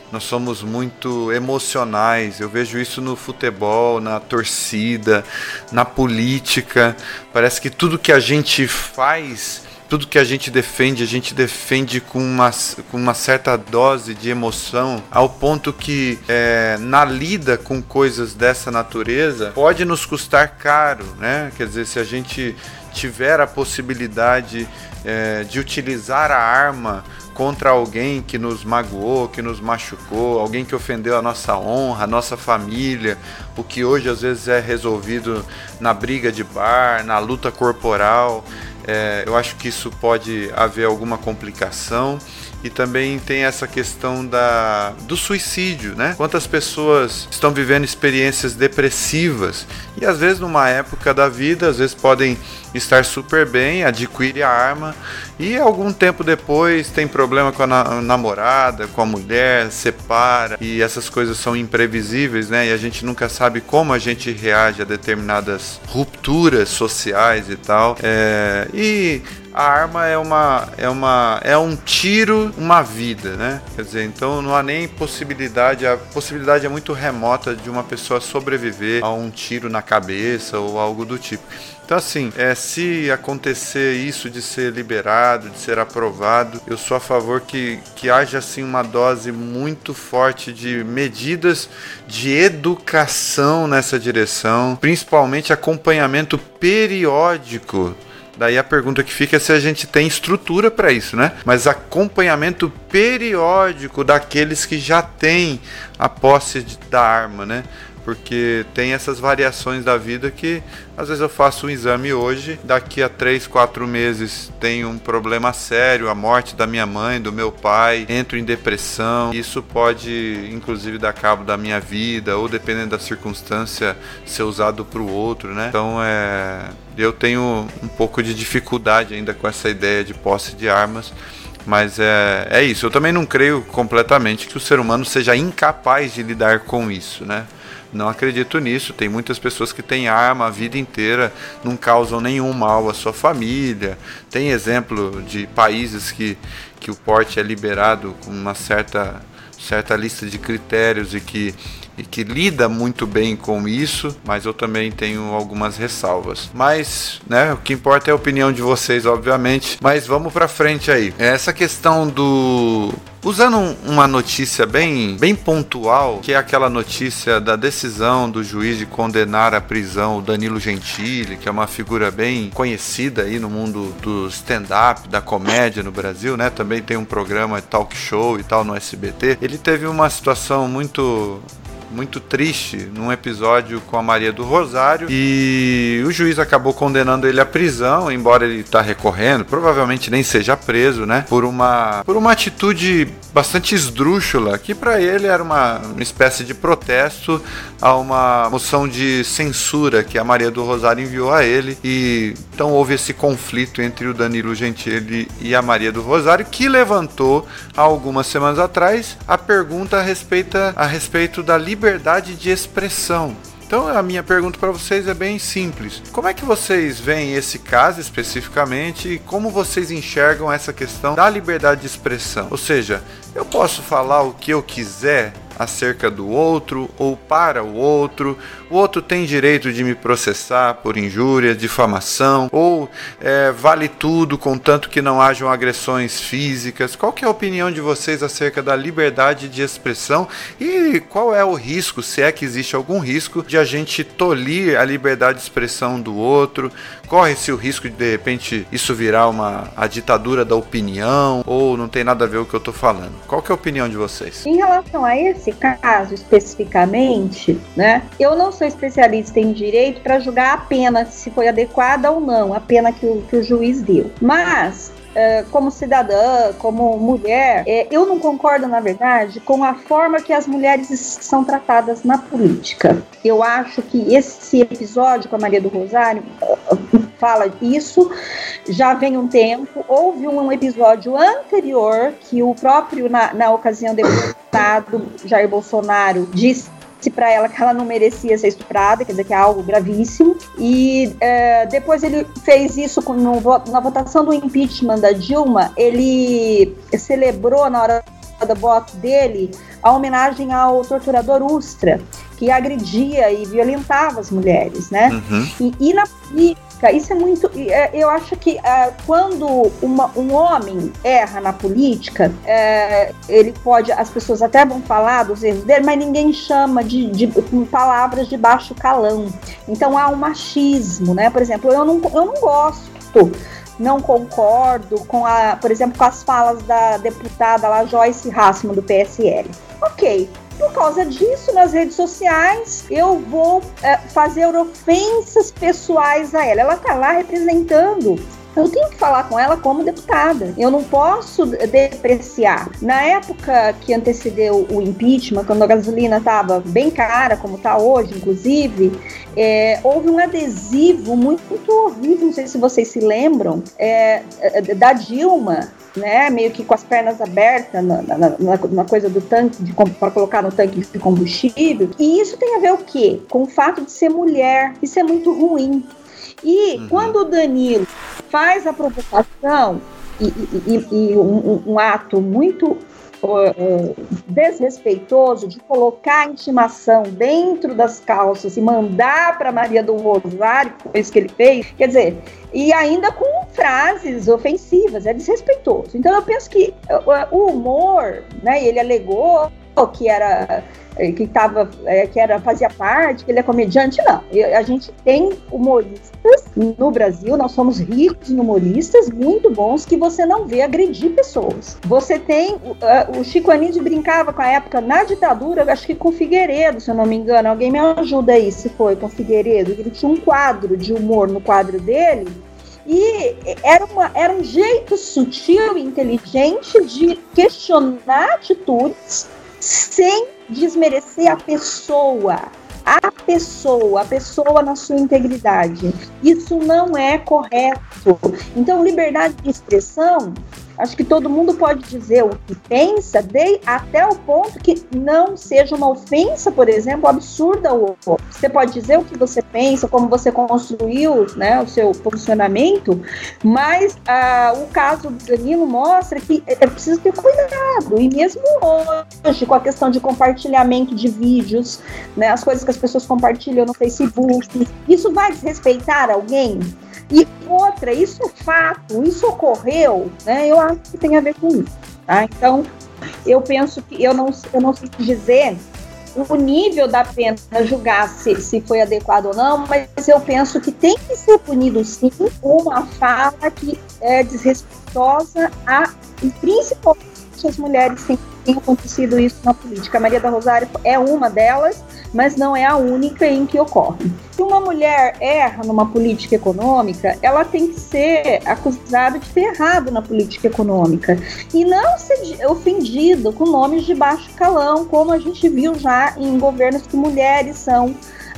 nós somos muito emocionais. Eu vejo isso no futebol, na torcida, na política. Parece que tudo que a gente faz, tudo que a gente defende, a gente defende com uma, com uma certa dose de emoção, ao ponto que é, na lida com coisas dessa natureza pode nos custar caro, né? Quer dizer, se a gente tiver a possibilidade é, de utilizar a arma contra alguém que nos magoou, que nos machucou, alguém que ofendeu a nossa honra, a nossa família, o que hoje às vezes é resolvido na briga de bar, na luta corporal, é, eu acho que isso pode haver alguma complicação. E também tem essa questão da, do suicídio, né? Quantas pessoas estão vivendo experiências depressivas e às vezes numa época da vida, às vezes podem estar super bem, adquire a arma e algum tempo depois tem problema com a na- namorada, com a mulher, separa, e essas coisas são imprevisíveis, né? E a gente nunca sabe como a gente reage a determinadas rupturas sociais e tal. É, e a arma é uma é uma é um tiro, uma vida, né? Quer dizer, então não há nem possibilidade, a possibilidade é muito remota de uma pessoa sobreviver a um tiro na cabeça ou algo do tipo. Então assim, é, se acontecer isso de ser liberado, de ser aprovado, eu sou a favor que, que haja assim uma dose muito forte de medidas de educação nessa direção, principalmente acompanhamento periódico. Daí a pergunta que fica é se a gente tem estrutura para isso, né? Mas acompanhamento periódico daqueles que já têm a posse de, da arma, né? Porque tem essas variações da vida que às vezes eu faço um exame hoje, daqui a três, quatro meses tenho um problema sério, a morte da minha mãe, do meu pai, entro em depressão, isso pode inclusive dar cabo da minha vida, ou dependendo da circunstância, ser usado para o outro, né? Então é, eu tenho um pouco de dificuldade ainda com essa ideia de posse de armas. Mas é, é isso, eu também não creio completamente que o ser humano seja incapaz de lidar com isso, né? Não acredito nisso, tem muitas pessoas que têm arma a vida inteira, não causam nenhum mal à sua família. Tem exemplo de países que, que o porte é liberado com uma certa, certa lista de critérios e que, e que lida muito bem com isso, mas eu também tenho algumas ressalvas. Mas, né, o que importa é a opinião de vocês, obviamente, mas vamos pra frente aí. Essa questão do... Usando uma notícia bem, bem pontual, que é aquela notícia da decisão do juiz de condenar à prisão o Danilo Gentili, que é uma figura bem conhecida aí no mundo do stand-up, da comédia no Brasil, né? Também tem um programa de talk show e tal no S B T. Ele teve uma situação muito... muito triste num episódio com a Maria do Rosário e o juiz acabou condenando ele à prisão, embora ele está recorrendo, provavelmente nem seja preso, né, por uma, por uma atitude bastante esdrúxula, que para ele era uma, uma espécie de protesto a uma moção de censura que a Maria do Rosário enviou a ele, e então houve esse conflito entre o Danilo Gentili e a Maria do Rosário, que levantou há algumas semanas atrás a pergunta a respeito, a respeito da liberdade de expressão. Então a minha pergunta para vocês é bem simples. Como é que vocês veem esse caso especificamente e como vocês enxergam essa questão da liberdade de expressão? Ou seja, eu posso falar o que eu quiser acerca do outro ou para o outro, o outro tem direito de me processar por injúria, difamação, ou é, vale tudo contanto que não hajam agressões físicas. Qual que é a opinião de vocês acerca da liberdade de expressão e qual é o risco, se é que existe algum risco, de a gente tolir a liberdade de expressão do outro? Corre-se o risco de de repente isso virar uma a ditadura da opinião, ou não tem nada a ver com o que eu tô falando? Qual que é a opinião de vocês?
Em relação a esse caso especificamente, né, eu não sou especialista em direito para julgar a pena, se foi adequada ou não, a pena que o, que o juiz deu. Mas, uh, como cidadã, como mulher, é, eu não concordo, na verdade, com a forma que as mulheres são tratadas na política. Eu acho que esse episódio com a Maria do Rosário uh, fala isso, já vem um tempo. Houve um episódio anterior que o próprio, na, na ocasião, deputado Jair Bolsonaro disse para ela que ela não merecia ser estuprada, quer dizer, que é algo gravíssimo, e é, depois ele fez isso no, na votação do impeachment da Dilma. Ele celebrou na hora da bote dele a homenagem ao torturador Ustra, que agredia e violentava as mulheres, né? Uhum. E, e na política, isso é muito... Eu acho que uh, quando uma, um homem erra na política, uh, ele pode... As pessoas até vão falar dos erros dele, mas ninguém chama de, de com palavras de baixo calão. Então há um machismo, né? Por exemplo, eu não, eu não gosto... Não concordo com, a, por exemplo, com as falas da deputada lá, Joyce Hasselmann, do P S L. Ok, por causa disso, nas redes sociais, eu vou é, fazer ofensas pessoais a ela. Ela está lá representando. Eu tenho que falar com ela como deputada. Eu não posso depreciar. Na época que antecedeu o impeachment, quando a gasolina estava bem cara, como está hoje, inclusive, é, houve um adesivo muito, muito horrível, não sei se vocês se lembram, é, da Dilma, né, meio que com as pernas abertas na, na, na, na coisa do tanque, para colocar no tanque de combustível. E isso tem a ver o quê? Com o fato de ser mulher. Isso é muito ruim. E uhum. quando o Danilo faz a provocação e, e, e um, um ato muito uh, desrespeitoso de colocar a intimação dentro das calças e mandar para Maria do Rosário, foi isso que ele fez, quer dizer, e ainda com frases ofensivas, é desrespeitoso. Então eu penso que uh, o humor, né, ele alegou que era... que, tava, que era, fazia parte, que ele é comediante, não. A gente tem humoristas no Brasil, nós somos ricos em humoristas muito bons que você não vê agredir pessoas. Você tem, uh, o Chico Anísio brincava com a época, na ditadura, acho que com Figueiredo, se eu não me engano, alguém me ajuda aí se foi com Figueiredo, ele tinha um quadro de humor no quadro dele, e era, uma, era um jeito sutil e inteligente de questionar atitudes sem desmerecer a pessoa, a pessoa, a pessoa na sua integridade. Isso não é correto. Então, liberdade de expressão, acho que todo mundo pode dizer o que pensa, de, até o ponto que não seja uma ofensa, por exemplo, absurda ao outro. Você pode dizer o que você pensa, como você construiu, né, o seu posicionamento, mas ah, o caso do Danilo mostra que é preciso ter cuidado. E mesmo hoje, com a questão de compartilhamento de vídeos, né, as coisas que as pessoas compartilham no Facebook, isso vai desrespeitar alguém? E outra, isso é fato, isso ocorreu, né? Eu acho que tem a ver com isso, tá? Então, eu penso que, eu não, eu não sei dizer o nível da pena, julgar se, se foi adequado ou não, mas eu penso que tem que ser punido sim uma fala que é desrespeitosa a, e principalmente as mulheres que tem acontecido isso na política. A Maria da Rosário é uma delas, mas não é a única em que ocorre. Se uma mulher erra numa política econômica, ela tem que ser acusada de ter errado na política econômica e não ser ofendido com nomes de baixo calão, como a gente viu já em governos que mulheres são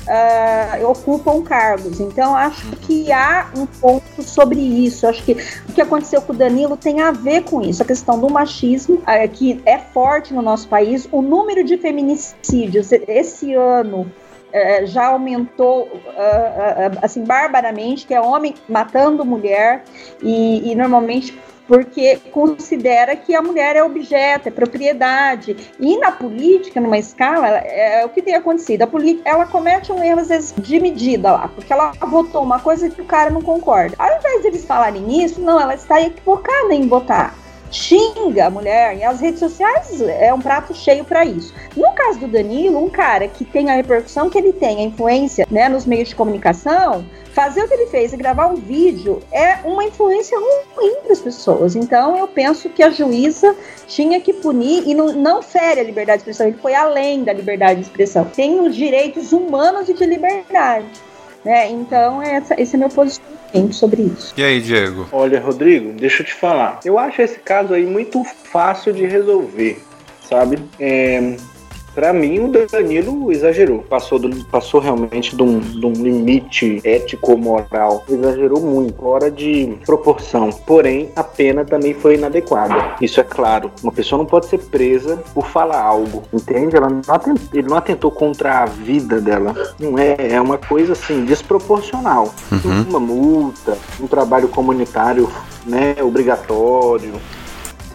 Uh, ocupam cargos. Então acho que há um ponto sobre isso. Acho que o que aconteceu com o Danilo tem a ver com isso, a questão do machismo, uh, que é forte no nosso país. O número de feminicídios esse ano uh, já aumentou uh, uh, assim barbaramente, que é homem matando mulher e, e normalmente porque considera que a mulher é objeto, é propriedade. E na política, numa escala, é, é o que tem acontecido. A política, ela comete um erro, às vezes, de medida lá, porque ela votou uma coisa que o cara não concorda. Ao invés de eles falarem isso, não, ela está equivocada em votar. Xinga a mulher, e as redes sociais é um prato cheio para isso. No caso do Danilo, um cara que tem a repercussão que ele tem, a influência, né, nos meios de comunicação, fazer o que ele fez e gravar um vídeo é uma influência ruim para as pessoas. Então eu penso que a juíza tinha que punir e não, não fere a liberdade de expressão, ele foi além da liberdade de expressão. Tem os direitos humanos e de liberdade, né? Então essa, esse é meu posicionamento sobre isso.
E aí, Diego?
Olha, Rodrigo, deixa eu te falar. Eu acho esse caso aí muito fácil de resolver, sabe? É, pra mim, o Danilo exagerou. Passou, do, passou realmente de um, de um limite ético-moral. Exagerou muito, fora de proporção. Porém, a pena também foi inadequada. Isso é claro. Uma pessoa não pode ser presa por falar algo, entende? Ela não atentou, ele não atentou contra a vida dela. Não é, é uma coisa assim, desproporcional. Uhum. Uma multa, um trabalho comunitário, né, obrigatório.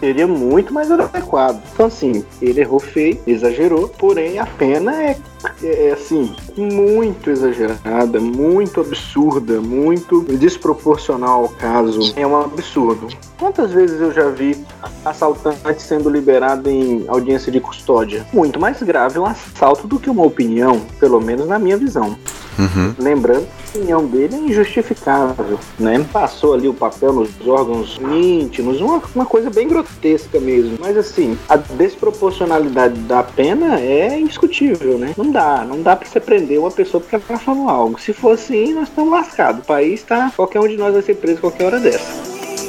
seria muito mais adequado. Então, assim, ele errou feio, exagerou, porém a pena é, é, assim, muito exagerada, muito absurda, muito desproporcional ao caso. É um absurdo. Quantas vezes eu já vi assaltante sendo liberado em audiência de custódia? Muito mais grave um assalto do que uma opinião, pelo menos na minha visão.
Uhum.
Lembrando que a opinião dele é injustificável, né? Passou ali o papel nos órgãos íntimos, uma, uma coisa bem grotesca mesmo. Mas assim, a desproporcionalidade da pena é indiscutível, né? Não dá, não dá pra você prender uma pessoa porque ela falou algo. Se for assim, nós estamos lascados. O país tá, qualquer um de nós vai ser preso qualquer hora dessa.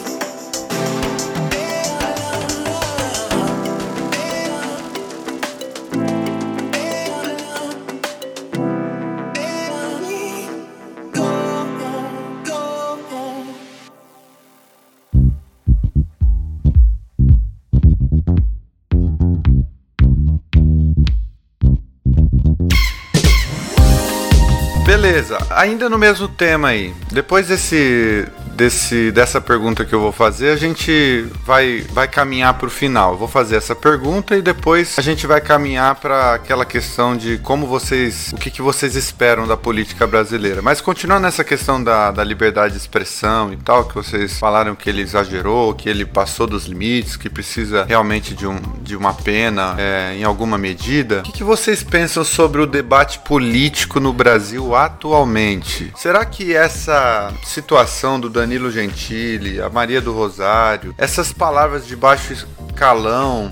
Beleza, ainda no mesmo tema aí, depois desse, desse, dessa pergunta que eu vou fazer, a gente vai, vai caminhar para o final. Eu vou fazer essa pergunta e depois a gente vai caminhar para aquela questão de como vocês, o que, que vocês esperam da política brasileira. Mas continuando nessa questão da, da liberdade de expressão e tal, que vocês falaram que ele exagerou, que ele passou dos limites, que precisa realmente de, um, de uma pena é, em alguma medida. O que, que vocês pensam sobre o debate político no Brasil atualmente? Será que essa situação do Danilo Gentili, a Maria do Rosário, essas palavras de baixo calão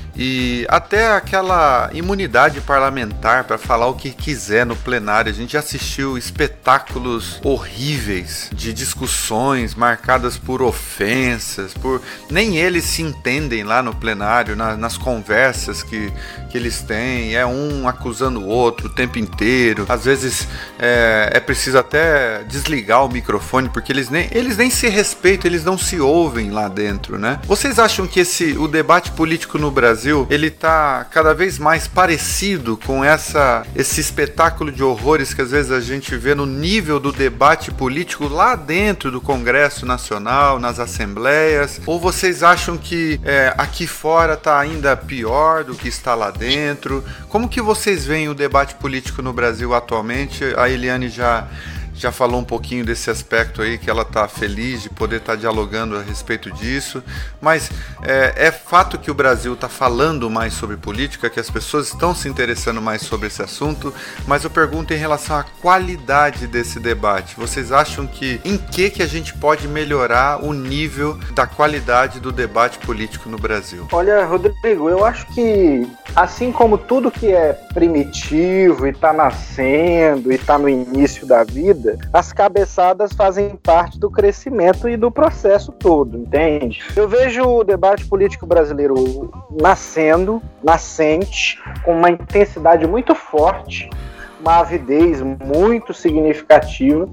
e até aquela imunidade parlamentar para falar o que quiser no plenário, a gente já assistiu espetáculos horríveis de discussões marcadas por ofensas, por nem eles se entendem lá no plenário, na, nas conversas que, que eles têm, é um acusando o outro o tempo inteiro. Às vezes é, é preciso até desligar o microfone porque eles nem, eles nem se respeitam, eles não se ouvem lá dentro, né? Vocês acham que esse, o debate político no Brasil ele tá cada vez mais parecido com essa, esse espetáculo de horrores que às vezes a gente vê no nível do debate político lá dentro do Congresso Nacional, nas assembleias? Ou vocês acham que é, aqui fora tá ainda pior do que está lá dentro? Como que vocês veem o debate político no Brasil atualmente? A Eliane já... já falou um pouquinho desse aspecto aí, que ela está feliz de poder estar tá dialogando a respeito disso, mas é, é fato que o Brasil está falando mais sobre política, que as pessoas estão se interessando mais sobre esse assunto, mas eu pergunto em relação à qualidade desse debate. Vocês acham que em que, que a gente pode melhorar o nível da qualidade do debate político no Brasil?
Olha, Rodrigo, eu acho que assim como tudo que é primitivo e está nascendo e está no início da vida, as cabeçadas fazem parte do crescimento e do processo todo, entende? Eu vejo o debate político brasileiro nascendo, nascente, com uma intensidade muito forte, uma avidez muito significativa,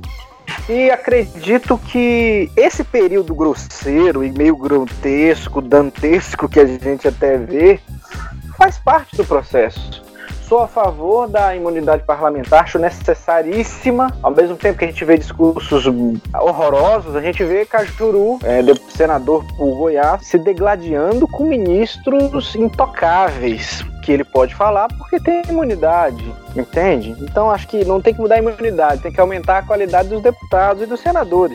e acredito que esse período grosseiro e meio grotesco, dantesco que a gente até vê, faz parte do processo. Sou a favor da imunidade parlamentar, acho necessaríssima. Ao mesmo tempo que a gente vê discursos horrorosos, a gente vê Cajuru, é, senador por Goiás, se degladiando com ministros intocáveis, que ele pode falar porque tem imunidade, entende? Então acho que não tem que mudar a imunidade, tem que aumentar a qualidade dos deputados e dos senadores.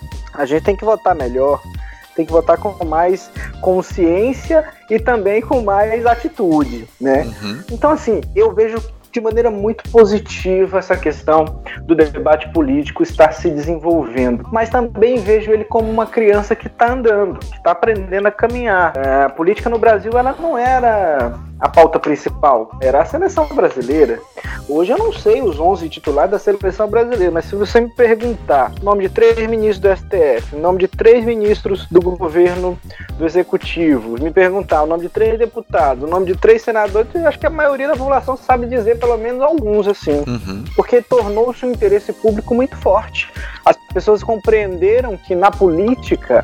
A gente tem que votar melhor, tem que votar com mais consciência e também com mais atitude, né? Uhum. Então, assim, eu vejo de maneira muito positiva essa questão do debate político estar se desenvolvendo, mas também vejo ele como uma criança que está andando, que está aprendendo a caminhar. É, a política no Brasil, ela não era a pauta principal, era a seleção brasileira. Hoje eu não sei os onze titulares da seleção brasileira, mas se você me perguntar o nome de três ministros do S T F, o nome de três ministros do governo do Executivo, me perguntar o nome de três deputados, o nome de três senadores, eu acho que a maioria da população sabe dizer pelo menos alguns, assim, uhum. Porque tornou-se um interesse público muito forte. As pessoas compreenderam que na política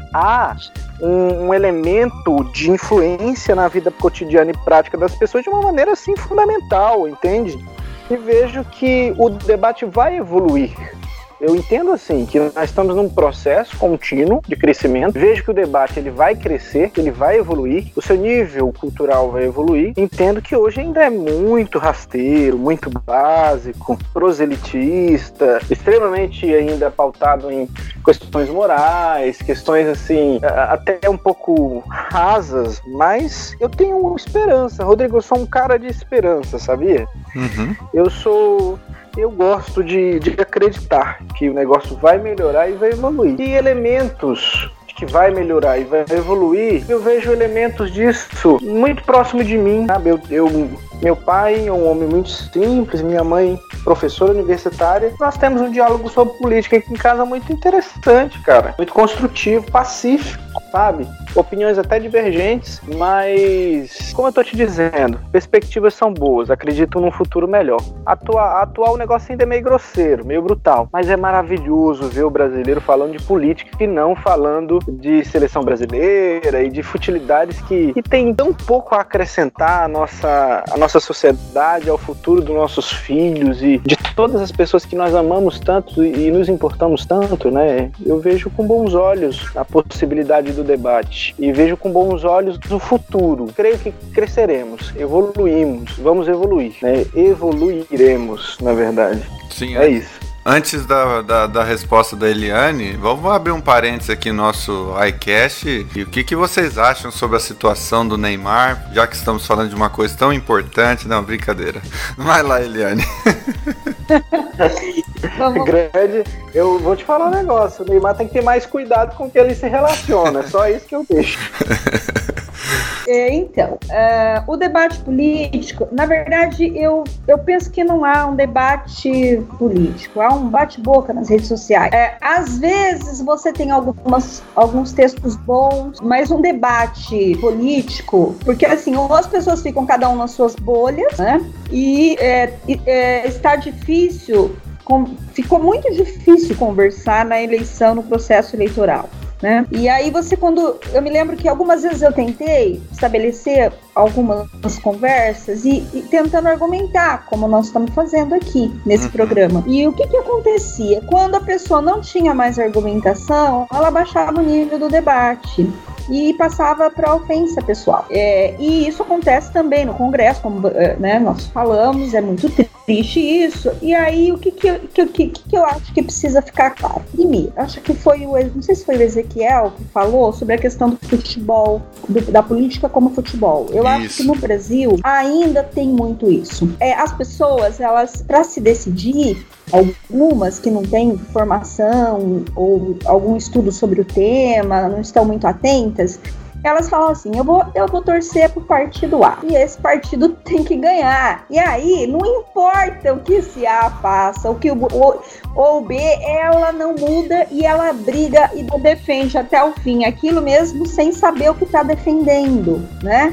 há um, um elemento de influência na vida cotidiana e prática das pessoas de uma maneira, assim, fundamental, entende? E vejo que o debate vai evoluir.
Eu entendo assim que nós estamos num processo contínuo de crescimento. Vejo que o debate ele vai crescer, ele vai evoluir, o seu nível cultural vai evoluir. Entendo que hoje ainda é muito rasteiro, muito básico, proselitista, extremamente ainda pautado em questões morais, questões assim, até um pouco rasas, mas eu tenho esperança. Rodrigo, eu sou um cara de esperança, sabia?
Uhum.
Eu sou... Eu gosto de, de acreditar que o negócio vai melhorar e vai evoluir. E elementos que vai melhorar e vai evoluir, eu vejo elementos disso muito próximo de mim, sabe? Eu, eu, meu pai é um homem muito simples, minha mãe professora universitária. Nós temos um diálogo sobre política aqui em casa muito interessante, cara. Muito construtivo, pacífico, sabe? Opiniões até divergentes, mas, como eu tô te dizendo, perspectivas são boas, acredito num futuro melhor. Atual, atual o negócio ainda é meio grosseiro, meio brutal, mas é maravilhoso ver o brasileiro falando de política e não falando de seleção brasileira e de futilidades que, que tem tão pouco a acrescentar à nossa, à nossa sociedade, ao futuro dos nossos filhos e de todas as pessoas que nós amamos tanto e, e nos importamos tanto, né? Eu vejo com bons olhos a possibilidade do debate e vejo com bons olhos o futuro. Creio que cresceremos, evoluímos, vamos evoluir, né? Evoluiremos, na verdade.
Sim,
é isso.
Antes da, da, da resposta da Eliane, vamos abrir um parênteses aqui no nosso iCast. E o que, que vocês acham sobre a situação do Neymar, já que estamos falando de uma coisa tão importante? Não, brincadeira. Vai lá, Eliane.
Grande, eu vou te falar um negócio. O Neymar tem que ter mais cuidado com o que ele se relaciona. É só isso que eu deixo.
É, então, uh, o debate político, na verdade, eu, eu penso que não há um debate político, há um bate-boca nas redes sociais. É, às vezes você tem algumas, alguns textos bons, mas um debate político, porque assim, ou as pessoas ficam cada um nas suas bolhas, né? E é, é, está difícil, com, ficou muito difícil conversar na eleição, no processo eleitoral. Né? E aí você quando, eu me lembro que algumas vezes eu tentei estabelecer algumas conversas e, e tentando argumentar, como nós estamos fazendo aqui nesse uhum. programa. E o que que acontecia? Quando a pessoa não tinha mais argumentação, ela baixava o nível do debate e passava para ofensa pessoal. É, e isso acontece também no Congresso, como né, nós falamos, é muito triste isso. E aí, o que que, que, que, que eu acho que precisa ficar claro? Primeiro, acho que foi o, não sei se foi o Ezequiel que falou sobre a questão do futebol, do, da política como futebol. Eu isso. acho que no Brasil ainda tem muito isso. É, as pessoas, elas, para se decidir, algumas que não têm formação ou algum estudo sobre o tema, não estão muito atentas, elas falam assim, eu vou, eu vou torcer pro partido A, e esse partido tem que ganhar. E aí, não importa o que esse A faça, o que o, o, ou o B, ela não muda e ela briga e defende até o fim aquilo mesmo sem saber o que está defendendo, né?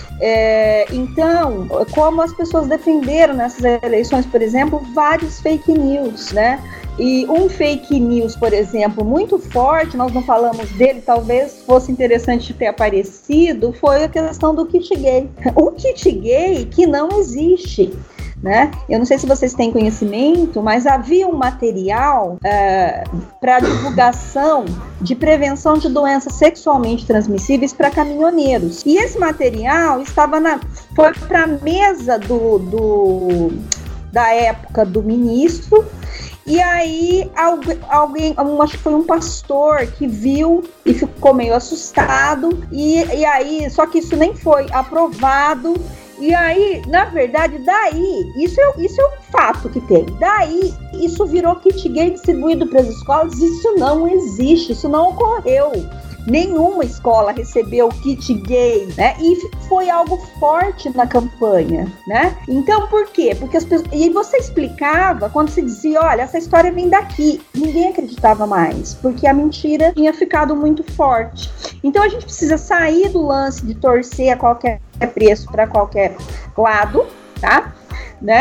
É, então, como as pessoas defenderam nessas eleições, por exemplo, vários fake news, né? E um fake news, por exemplo, muito forte, nós não falamos dele, talvez fosse interessante ter aparecido, foi a questão do kit gay. O kit gay que não existe. Né? Eu não sei se vocês têm conhecimento, mas havia um material uh, para divulgação de prevenção de doenças sexualmente transmissíveis para caminhoneiros. E esse material estava na, foi para a mesa do, do, da época do ministro. E aí alguém, um, acho que foi um pastor que viu e ficou meio assustado. E, e aí, só que isso nem foi aprovado. E aí, na verdade, daí, isso é, isso é um fato que tem. Daí, isso virou kit gay distribuído para as escolas. Isso não existe, isso não ocorreu. Nenhuma escola recebeu kit gay, né? E foi algo forte na campanha, né? Então, por quê? Porque as pessoas... E você explicava, quando se dizia, olha, essa história vem daqui. Ninguém acreditava mais, porque a mentira tinha ficado muito forte. Então, a gente precisa sair do lance de torcer a qualquer preço para qualquer lado, tá? Né?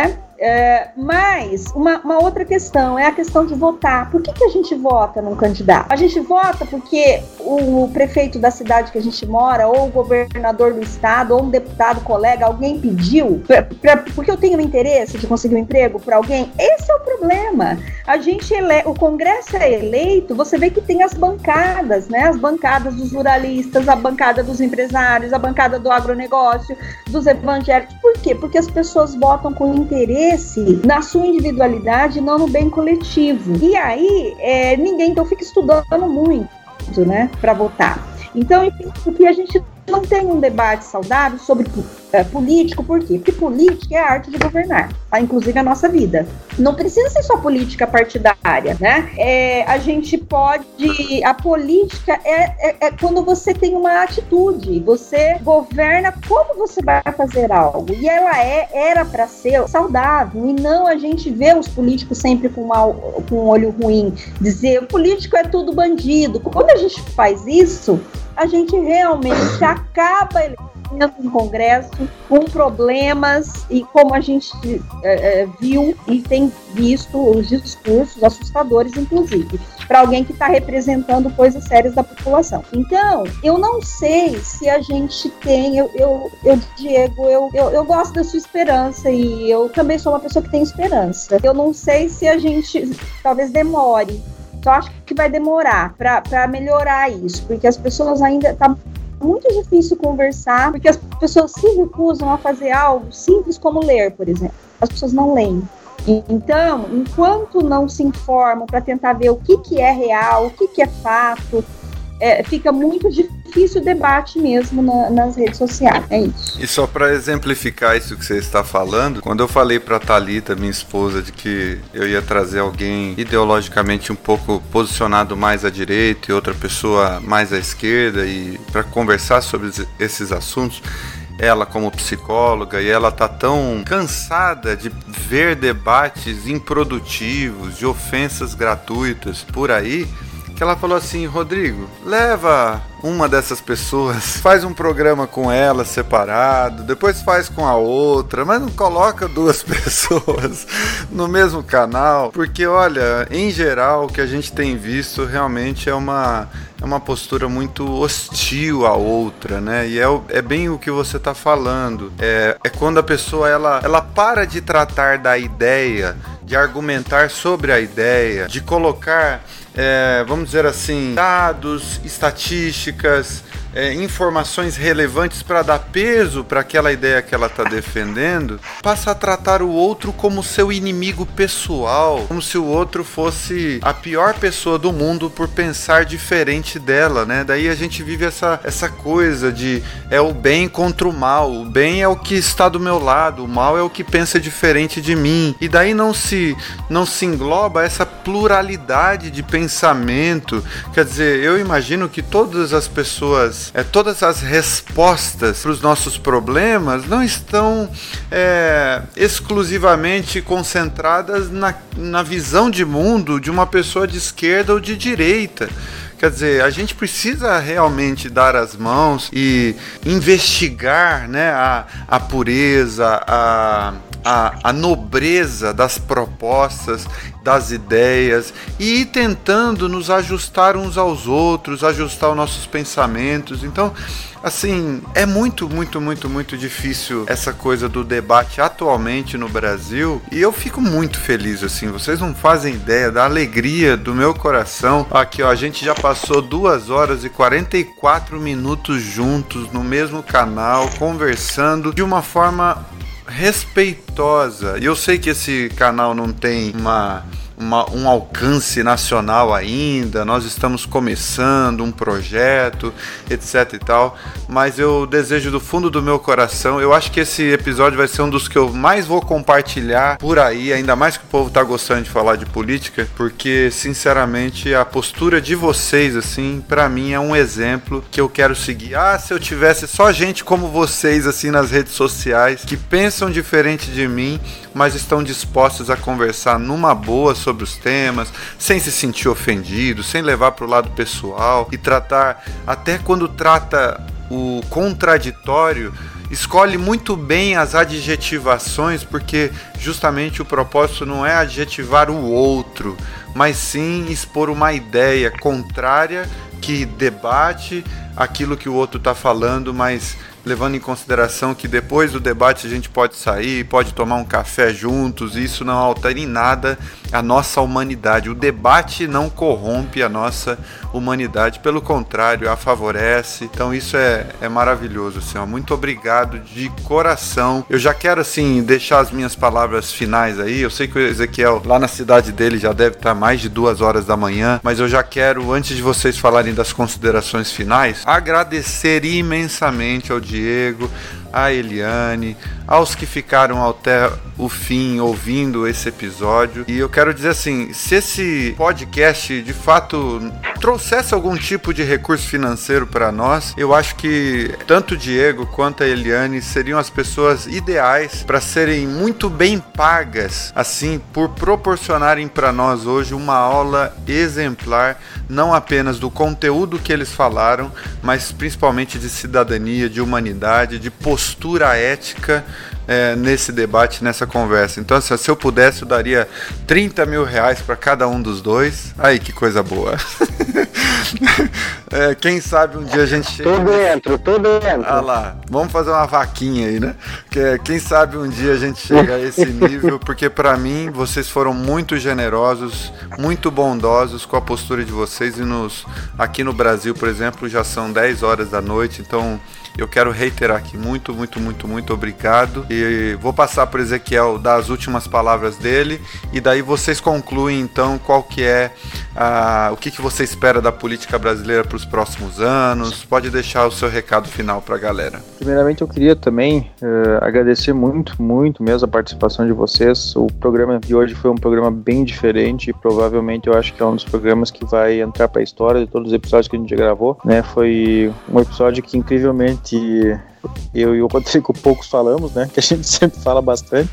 É, mas uma, uma outra questão é a questão de votar. Por que, que a gente vota num candidato? A gente vota porque o, o prefeito da cidade que a gente mora, ou o governador do estado, ou um deputado, colega, alguém pediu, pra, pra, porque eu tenho interesse de conseguir um emprego para alguém. Esse é o problema. A gente ele... O Congresso é eleito, você vê que tem as bancadas, né? As bancadas dos ruralistas, a bancada dos empresários, a bancada do agronegócio, dos evangélicos. Por quê? Porque as pessoas votam com interesse na sua individualidade, não no bem coletivo. E aí, é, ninguém então fica estudando muito, né, para votar. Então, porque a gente não tem um debate saudável sobre é, político, por quê? Porque política é a arte de governar, tá? Inclusive a nossa vida. Não precisa ser só política partidária, né? É, a gente pode... A política é, é, é quando você tem uma atitude, você governa como você vai fazer algo, e ela é, era para ser saudável, e não a gente vê os políticos sempre com, mal, com um olho ruim, dizer o político é tudo bandido. Quando a gente faz isso, a gente realmente acaba elegendo um Congresso com problemas, e como a gente é, viu e tem visto os discursos assustadores, inclusive, para alguém que está representando coisas sérias da população. Então, eu não sei se a gente tem, eu, eu, eu Diego, eu, eu, eu gosto da sua esperança, e eu também sou uma pessoa que tem esperança. Eu não sei se a gente, talvez demore, só acho que vai demorar para melhorar isso, porque as pessoas ainda tá muito difícil conversar, porque as pessoas se recusam a fazer algo simples como ler, por exemplo. As pessoas não leem. Então, enquanto não se informam para tentar ver o que, que é real, o que, que é fato, é, fica muito difícil o debate mesmo na, nas redes sociais. É isso.
E só para exemplificar isso que você está falando, quando eu falei para Thalita, minha esposa, de que eu ia trazer alguém ideologicamente um pouco posicionado mais à direita e outra pessoa mais à esquerda, e para conversar sobre esses assuntos, ela como psicóloga, e ela tá tão cansada de ver debates improdutivos, de ofensas gratuitas por aí, que ela falou assim: Rodrigo, leva uma dessas pessoas, faz um programa com ela separado, depois faz com a outra, mas não coloca duas pessoas no mesmo canal, porque olha, em geral o que a gente tem visto realmente é uma, é uma postura muito hostil à outra, né? E é, é bem o que você está falando, é, é quando a pessoa ela, ela para de tratar da ideia, de argumentar sobre a ideia, de colocar, é, vamos dizer assim, dados, estatísticas, é, informações relevantes para dar peso para aquela ideia que ela está defendendo, passa a tratar o outro como seu inimigo pessoal, como se o outro fosse a pior pessoa do mundo por pensar diferente dela, né? Daí a gente vive essa, essa coisa de é o bem contra o mal, o bem é o que está do meu lado, o mal é o que pensa diferente de mim, e daí não se, não se engloba essa pluralidade de pensamento. Quer dizer, eu imagino que todas as pessoas, é, todas as respostas para os nossos problemas não estão é, exclusivamente concentradas na, na visão de mundo de uma pessoa de esquerda ou de direita. Quer dizer, a gente precisa realmente dar as mãos e investigar, né, a, a pureza, a, a, a nobreza das propostas, das ideias, e ir tentando nos ajustar uns aos outros, ajustar os nossos pensamentos. Então, assim, é muito, muito, muito, muito difícil essa coisa do debate atualmente no Brasil, e eu fico muito feliz, assim, vocês não fazem ideia da alegria do meu coração. Aqui, ó, a gente já passou duas horas e quarenta e quatro minutos juntos no mesmo canal, conversando de uma forma respeitosa. E eu sei que esse canal não tem uma, uma, um alcance nacional ainda, nós estamos começando um projeto, etc e tal, mas eu desejo do fundo do meu coração, eu acho que esse episódio vai ser um dos que eu mais vou compartilhar por aí, ainda mais que o povo tá gostando de falar de política, porque sinceramente a postura de vocês, assim, pra mim é um exemplo que eu quero seguir. Ah, se eu tivesse só gente como vocês, assim, nas redes sociais, que pensam diferente de mim, mas estão dispostos a conversar numa boa sobre os temas, sem se sentir ofendido, sem levar para o lado pessoal, e tratar, até quando trata o contraditório, escolhe muito bem as adjetivações, porque justamente o propósito não é adjetivar o outro, mas sim expor uma ideia contrária que debate aquilo que o outro está falando, mas levando em consideração que depois do debate a gente pode sair, pode tomar um café juntos, e isso não altera em nada a nossa humanidade. O debate não corrompe a nossa humanidade, pelo contrário, a favorece. Então isso é, é maravilhoso, assim, ó. Muito obrigado de coração. Eu já quero, assim, deixar as minhas palavras finais aí. Eu sei que o Ezequiel, lá na cidade dele, já deve estar mais de duas horas da manhã, mas eu já quero, antes de vocês falarem das considerações finais, agradecer imensamente ao Diego, a Eliane, aos que ficaram até o fim ouvindo esse episódio. E eu quero dizer assim, se esse podcast de fato trouxesse algum tipo de recurso financeiro para nós, eu acho que tanto o Diego quanto a Eliane seriam as pessoas ideais para serem muito bem pagas, assim, por proporcionarem para nós hoje uma aula exemplar, não apenas do conteúdo que eles falaram, mas principalmente de cidadania, de humanidade, de postura ética é, nesse debate, nessa conversa. Então, assim, se eu pudesse, eu daria trinta mil reais para cada um dos dois. Aí, que coisa boa. É, quem sabe um dia a gente chega...
Tô dentro, tô dentro.
Ah lá, vamos fazer uma vaquinha aí, né? Que, quem sabe um dia a gente chega a esse nível, porque para mim, vocês foram muito generosos, muito bondosos com a postura de vocês, e nos, aqui no Brasil, por exemplo, já são dez horas da noite, então... eu quero reiterar aqui, muito, muito, muito, muito obrigado. E vou passar para o Ezequiel dar as últimas palavras dele, e daí vocês concluem então qual que é a, o que, que você espera da política brasileira para os próximos anos. Pode deixar o seu recado final para a galera.
Primeiramente eu queria também uh, agradecer muito, muito mesmo a participação de vocês. O programa de hoje foi um programa bem diferente, e provavelmente eu acho que é um dos programas que vai entrar para a história de todos os episódios que a gente já gravou, né? Foi um episódio que incrivelmente eu e o Rodrigo poucos falamos, né, que a gente sempre fala bastante,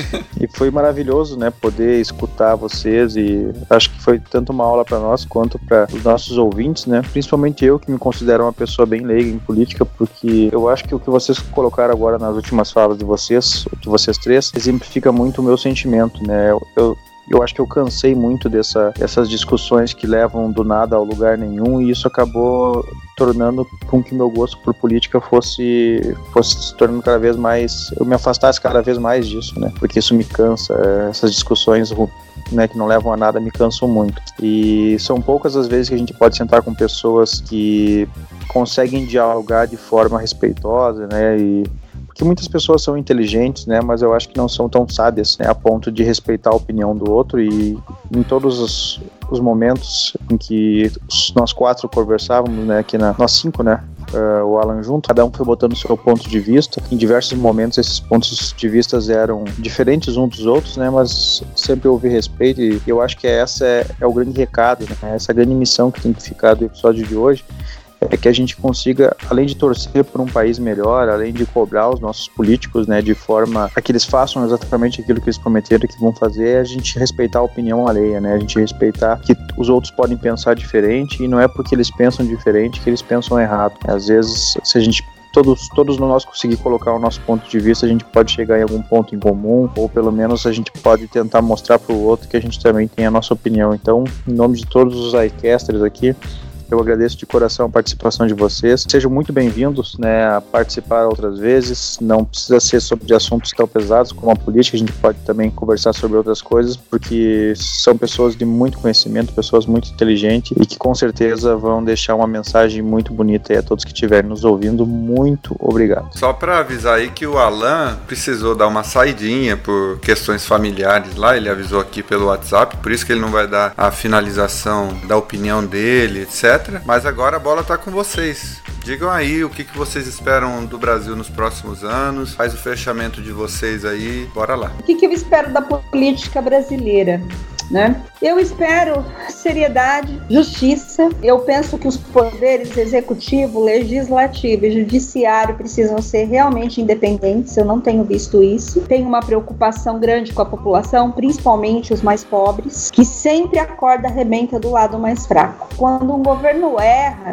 e foi maravilhoso, né, poder escutar vocês, e acho que foi tanto uma aula para nós quanto para os nossos ouvintes, né, principalmente eu, que me considero uma pessoa bem leiga em política, porque eu acho que o que vocês colocaram agora nas últimas falas de vocês, de vocês três, exemplifica muito o meu sentimento, né. eu, eu Eu acho que eu cansei muito dessa, dessas discussões que levam do nada ao lugar nenhum, e isso acabou tornando com que meu gosto por política fosse, fosse se tornando cada vez mais... eu me afastasse cada vez mais disso, né? Porque isso me cansa, essas discussões, né, que não levam a nada, me cansam muito. E são poucas as vezes que a gente pode sentar com pessoas que conseguem dialogar de forma respeitosa, né? E porque muitas pessoas são inteligentes, né, mas eu acho que não são tão sábias, né, a ponto de respeitar a opinião do outro. E em todos os, os momentos em que nós quatro conversávamos, né, aqui na, nós cinco, né, uh, o Alan junto, cada um foi botando o seu ponto de vista. Em diversos momentos esses pontos de vista eram diferentes uns dos outros, né, mas sempre houve respeito, e eu acho que essa é, é o grande recado, né, essa grande missão que tem que ficar do episódio de hoje, é que a gente consiga, além de torcer por um país melhor, além de cobrar os nossos políticos, né, de forma a que eles façam exatamente aquilo que eles prometeram que vão fazer, a gente respeitar a opinião alheia, né, a gente respeitar que os outros podem pensar diferente, e não é porque eles pensam diferente que eles pensam errado. Às vezes, se a gente Todos, todos nós conseguir colocar o nosso ponto de vista, a gente pode chegar em algum ponto em comum, ou pelo menos a gente pode tentar mostrar para o outro que a gente também tem a nossa opinião. Então, em nome de todos os iCasters aqui, eu agradeço de coração a participação de vocês. Sejam muito bem-vindos, né, a participar outras vezes. Não precisa ser sobre assuntos tão pesados como a política, a gente pode também conversar sobre outras coisas, porque são pessoas de muito conhecimento, pessoas muito inteligentes, e que com certeza vão deixar uma mensagem muito bonita aí a todos que estiverem nos ouvindo. Muito obrigado.
Só para avisar aí que o Alan precisou dar uma saidinha por questões familiares lá, ele avisou aqui pelo WhatsApp, por isso que ele não vai dar a finalização da opinião dele, etcétera. Mas agora a bola tá com vocês. Digam aí o que, que vocês esperam do Brasil nos próximos anos. Faz o fechamento de vocês aí. Bora lá.
O que, que eu espero da política brasileira, né? Eu espero seriedade, justiça. Eu penso que os poderes executivo, legislativo e judiciário precisam ser realmente independentes. Eu não tenho visto isso. Tenho uma preocupação grande com a população, principalmente os mais pobres, que sempre acorda arrebenta do lado mais fraco. Quando um governo erra,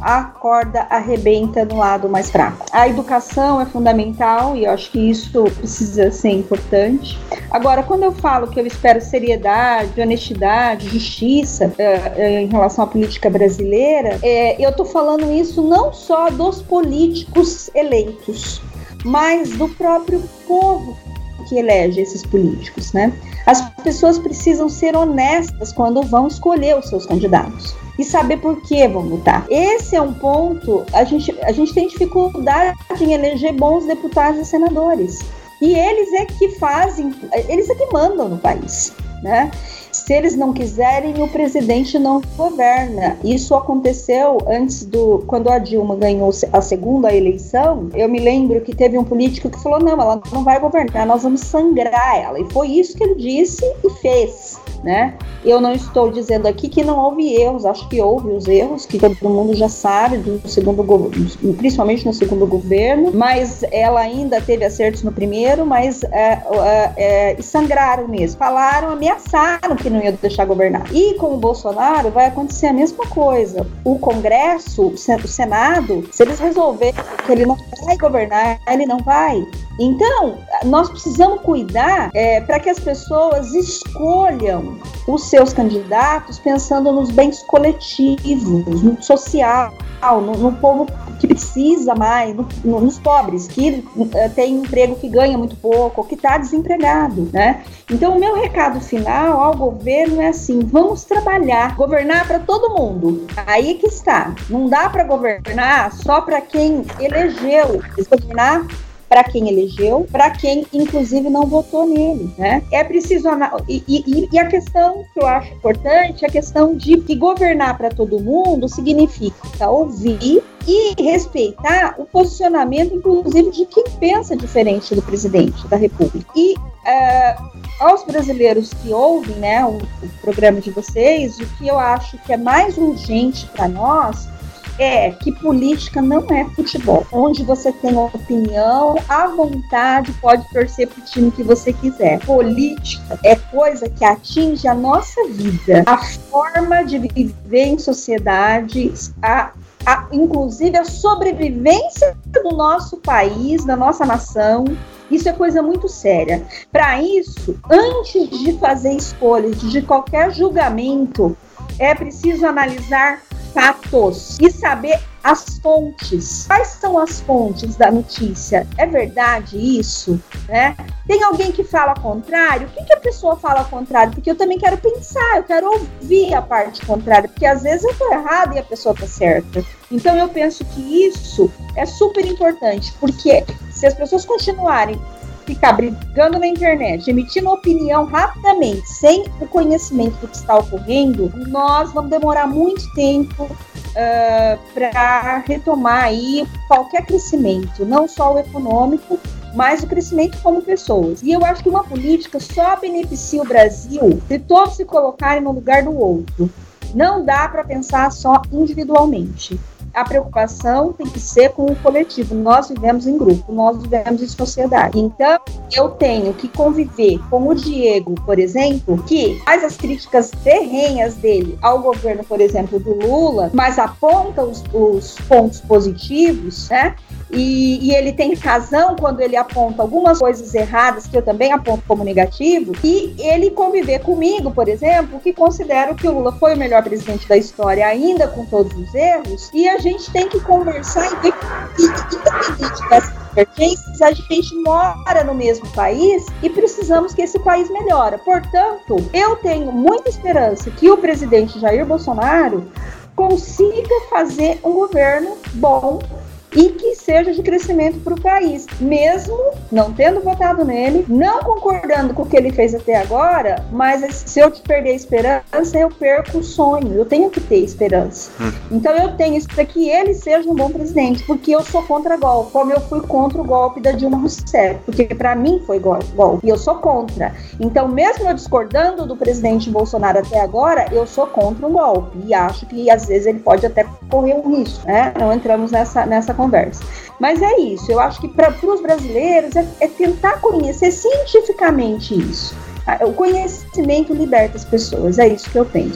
a corda arrebenta no lado mais fraco. A educação é fundamental e eu acho que isso precisa ser importante. Agora, quando eu falo que eu espero seriedade, honestidade, justiça é, em relação à política brasileira, é, eu estou falando isso não só dos políticos eleitos, mas do próprio povo que elege esses políticos, né? As pessoas precisam ser honestas quando vão escolher os seus candidatos e saber por que vão votar. Esse é um ponto, a gente, a gente tem dificuldade em eleger bons deputados e senadores. E eles é que fazem, eles é que mandam no país, né? Se eles não quiserem, o presidente não governa. Isso aconteceu antes do... Quando a Dilma ganhou a segunda eleição, eu me lembro que teve um político que falou, não, ela não vai governar, nós vamos sangrar ela. E foi isso que ele disse e fez, né? Eu não estou dizendo aqui que não houve erros, acho que houve os erros, que todo mundo já sabe, do segundo governo, principalmente no segundo governo, mas ela ainda teve acertos no primeiro, mas é, é, é, sangraram mesmo. Falaram, ameaçaram que não ia deixar governar. E com o Bolsonaro vai acontecer a mesma coisa. O Congresso, o Senado, se eles resolverem que ele não vai governar, ele não vai. Então, nós precisamos cuidar é, para que as pessoas escolham os seus candidatos pensando nos bens coletivos, no social, no, no povo que precisa mais, no, no, nos pobres, que uh, tem emprego que ganha muito pouco, ou que está desempregado, né? Então, o meu recado final ao governo é assim, vamos trabalhar, governar para todo mundo. Aí que está. Não dá para governar só para quem elegeu, governar para quem elegeu, para quem, inclusive, não votou nele, né? É preciso... E, e, e a questão que eu acho importante é a questão de que governar para todo mundo significa ouvir e respeitar o posicionamento, inclusive, de quem pensa diferente do presidente da República. E uh, aos brasileiros que ouvem, né, o, o programa de vocês, o que eu acho que é mais urgente para nós é que política não é futebol, onde você tem opinião, à vontade, pode torcer pro time que você quiser. Política é coisa que atinge a nossa vida, a forma de viver em sociedade, a, a, inclusive a sobrevivência do nosso país, da nossa nação. Isso é coisa muito séria. Para isso, antes de fazer escolhas, de qualquer julgamento, é preciso analisar fatos e saber as fontes. Quais são as fontes da notícia? É verdade isso? Né? Tem alguém que fala contrário? O que, que a pessoa fala contrário? Porque eu também quero pensar, eu quero ouvir a parte contrária, porque às vezes eu estou errada e a pessoa está certa. Então eu penso que isso é super importante, porque se as pessoas continuarem ficar brigando na internet, emitindo opinião rapidamente, sem o conhecimento do que está ocorrendo, nós vamos demorar muito tempo uh, para retomar aí qualquer crescimento, não só o econômico, mas o crescimento como pessoas. E eu acho que uma política só beneficia o Brasil se todos se colocarem no lugar do outro. Não dá para pensar só individualmente. A preocupação tem que ser com o coletivo. Nós vivemos em grupo, nós vivemos em sociedade. Então, eu tenho que conviver com o Diego, por exemplo, que faz as críticas ferrenhas dele ao governo, por exemplo, do Lula, mas aponta os, os pontos positivos, né? E, e ele tem razão quando ele aponta algumas coisas erradas que eu também aponto como negativo, e ele conviver comigo, por exemplo, que considero que o Lula foi o melhor presidente da história, ainda com todos os erros, e a gente tem que conversar e ver que, independente dessas divergências, a gente mora no mesmo país e precisamos que esse país melhore. Portanto, eu tenho muita esperança que o presidente Jair Bolsonaro consiga fazer um governo bom e que seja de crescimento para o país, mesmo não tendo votado nele, não concordando com o que ele fez até agora, mas se eu perder a esperança, eu perco o sonho, eu tenho que ter esperança. Hum. Então eu tenho isso para que ele seja um bom presidente, porque eu sou contra golpe, como eu fui contra o golpe da Dilma Rousseff, porque para mim foi golpe, e eu sou contra. Então mesmo eu discordando do presidente Bolsonaro até agora, eu sou contra um golpe, e acho que às vezes ele pode até correr um risco, né? Não entramos nessa, nessa conversa. Mas é isso, eu acho que para os brasileiros é, é tentar conhecer cientificamente isso. O conhecimento liberta as pessoas, é isso que eu penso.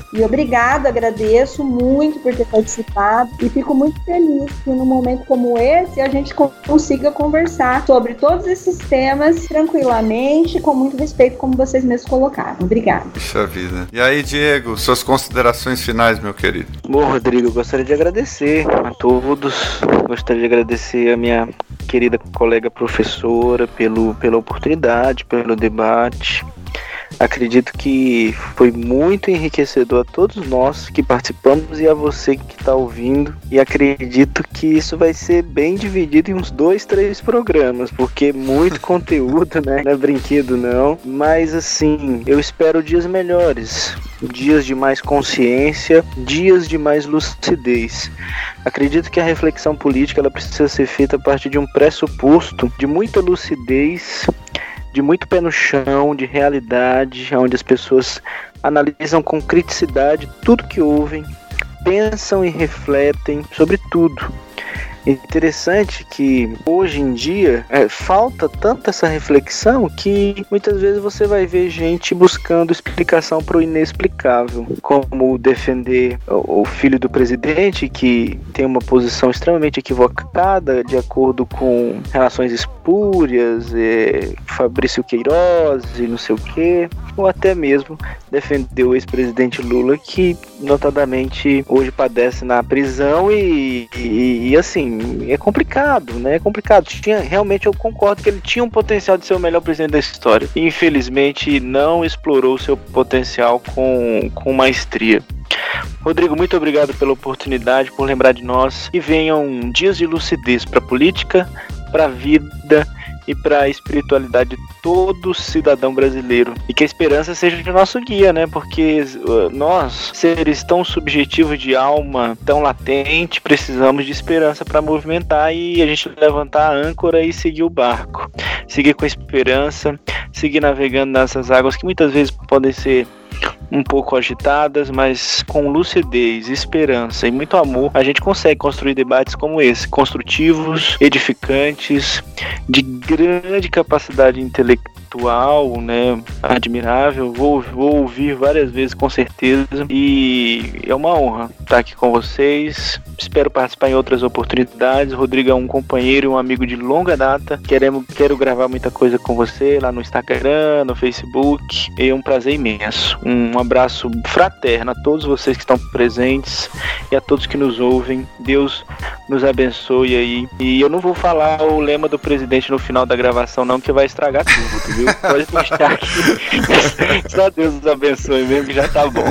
E obrigado, agradeço muito por ter participado e fico muito feliz que num momento como esse a gente consiga conversar sobre todos esses temas tranquilamente, com muito respeito, como vocês mesmos colocaram. Obrigada.
Puxa vida. E aí, Diego, suas considerações finais, meu querido?
Bom, Rodrigo, eu gostaria de agradecer a todos, gostaria de agradecer a minha querida colega professora pelo, pela oportunidade, pelo debate. Acredito que foi muito enriquecedor a todos nós que participamos e a você que está ouvindo. E acredito que isso vai ser bem dividido em uns dois, três programas, porque muito conteúdo, né? Não é brinquedo, não. Mas assim, eu espero dias melhores, dias de mais consciência, dias de mais lucidez. Acredito que a reflexão política ela precisa ser feita a partir de um pressuposto de muita lucidez, de muito pé no chão, de realidade, onde as pessoas analisam com criticidade tudo que ouvem, pensam e refletem sobre tudo. Interessante que hoje em dia é, falta tanto essa reflexão que muitas vezes você vai ver gente buscando explicação para o inexplicável, como defender o, o filho do presidente que tem uma posição extremamente equivocada de acordo com relações espúrias, é, Fabrício Queiroz e não sei o que, ou até mesmo defender o ex-presidente Lula que notadamente hoje padece na prisão e, e, e assim é complicado, né? É complicado. Tinha, realmente eu concordo que ele tinha um potencial de ser o melhor presidente da história. E, infelizmente, não explorou o seu potencial com, com maestria. Rodrigo, muito obrigado pela oportunidade, por lembrar de nós. E venham dias de lucidez para a política, para a vida e para a espiritualidade de todo cidadão brasileiro. E que a esperança seja o nosso guia, né? Porque uh, nós, seres tão subjetivos de alma, tão latente, precisamos de esperança para movimentar e a gente levantar a âncora e seguir o barco. Seguir com esperança, seguir navegando nessas águas que muitas vezes podem ser um pouco agitadas, mas com lucidez, esperança e muito amor, a gente consegue construir debates como esse, construtivos, edificantes, de grande capacidade intelectual, né, admirável. Vou, vou ouvir várias vezes com certeza e é uma honra estar aqui com vocês. Espero participar em outras oportunidades. O Rodrigo é um companheiro e um amigo de longa data. Queremos, quero gravar muita coisa com você lá no Instagram, no Facebook. É um prazer imenso. Um abraço fraterno a todos vocês que estão presentes e a todos que nos ouvem. Deus nos abençoe aí. E eu não vou falar o lema do presidente no final da gravação não, que vai estragar tudo, viu? Pode deixar aqui. Só Deus nos abençoe mesmo, que já tá bom.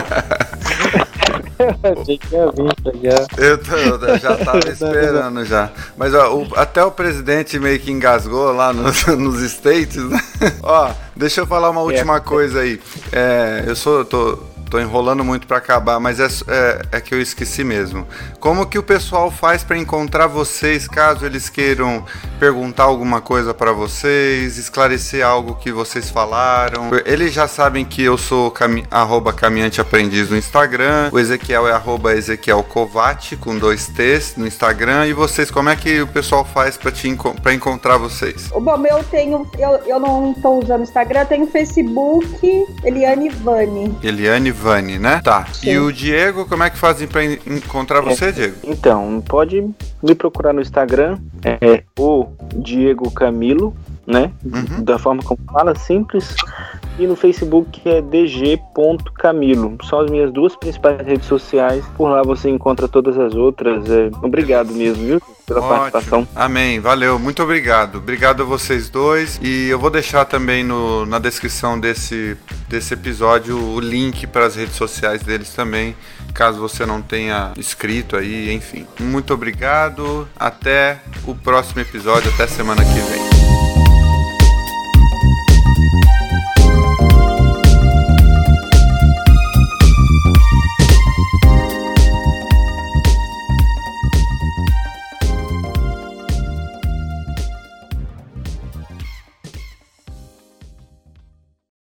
Achei que ia vir, já.
Eu, tô, eu já tava esperando já. Mas ó, o, até o presidente meio que engasgou lá nos, nos States, né? Ó, deixa eu falar uma última é. coisa aí. É, eu sou, tô, tô enrolando muito pra acabar, mas é, é, é que eu esqueci mesmo. Como que o pessoal faz pra encontrar vocês, caso eles queiram perguntar alguma coisa pra vocês, esclarecer algo que vocês falaram? Eles já sabem que eu sou cami- arroba caminhante aprendiz no Instagram, o Ezequiel é arroba Ezequiel Covatti, com dois T's no Instagram, e vocês, como é que o pessoal faz pra, te enco- pra encontrar vocês?
Bom, eu tenho, eu, eu não tô usando o Instagram, eu tenho Facebook, Eliane Vani.
Eliane Vani, né? Tá. Sim. E o Diego, como é que fazem pra encontrar você, é, Diego?
Então, pode me procurar no Instagram, é o Diego Camilo, né? Uhum. Da forma como fala, simples. E no Facebook é d g ponto camilo. São as minhas duas principais redes sociais. Por lá você encontra todas as outras. É, obrigado mesmo, viu? Pela Ótimo. participação.
Amém, valeu, muito obrigado. Obrigado a vocês dois. E eu vou deixar também no, na descrição desse, desse episódio o link para as redes sociais deles também, caso você não tenha escrito aí, enfim. Muito obrigado. Até o próximo episódio, até semana que vem.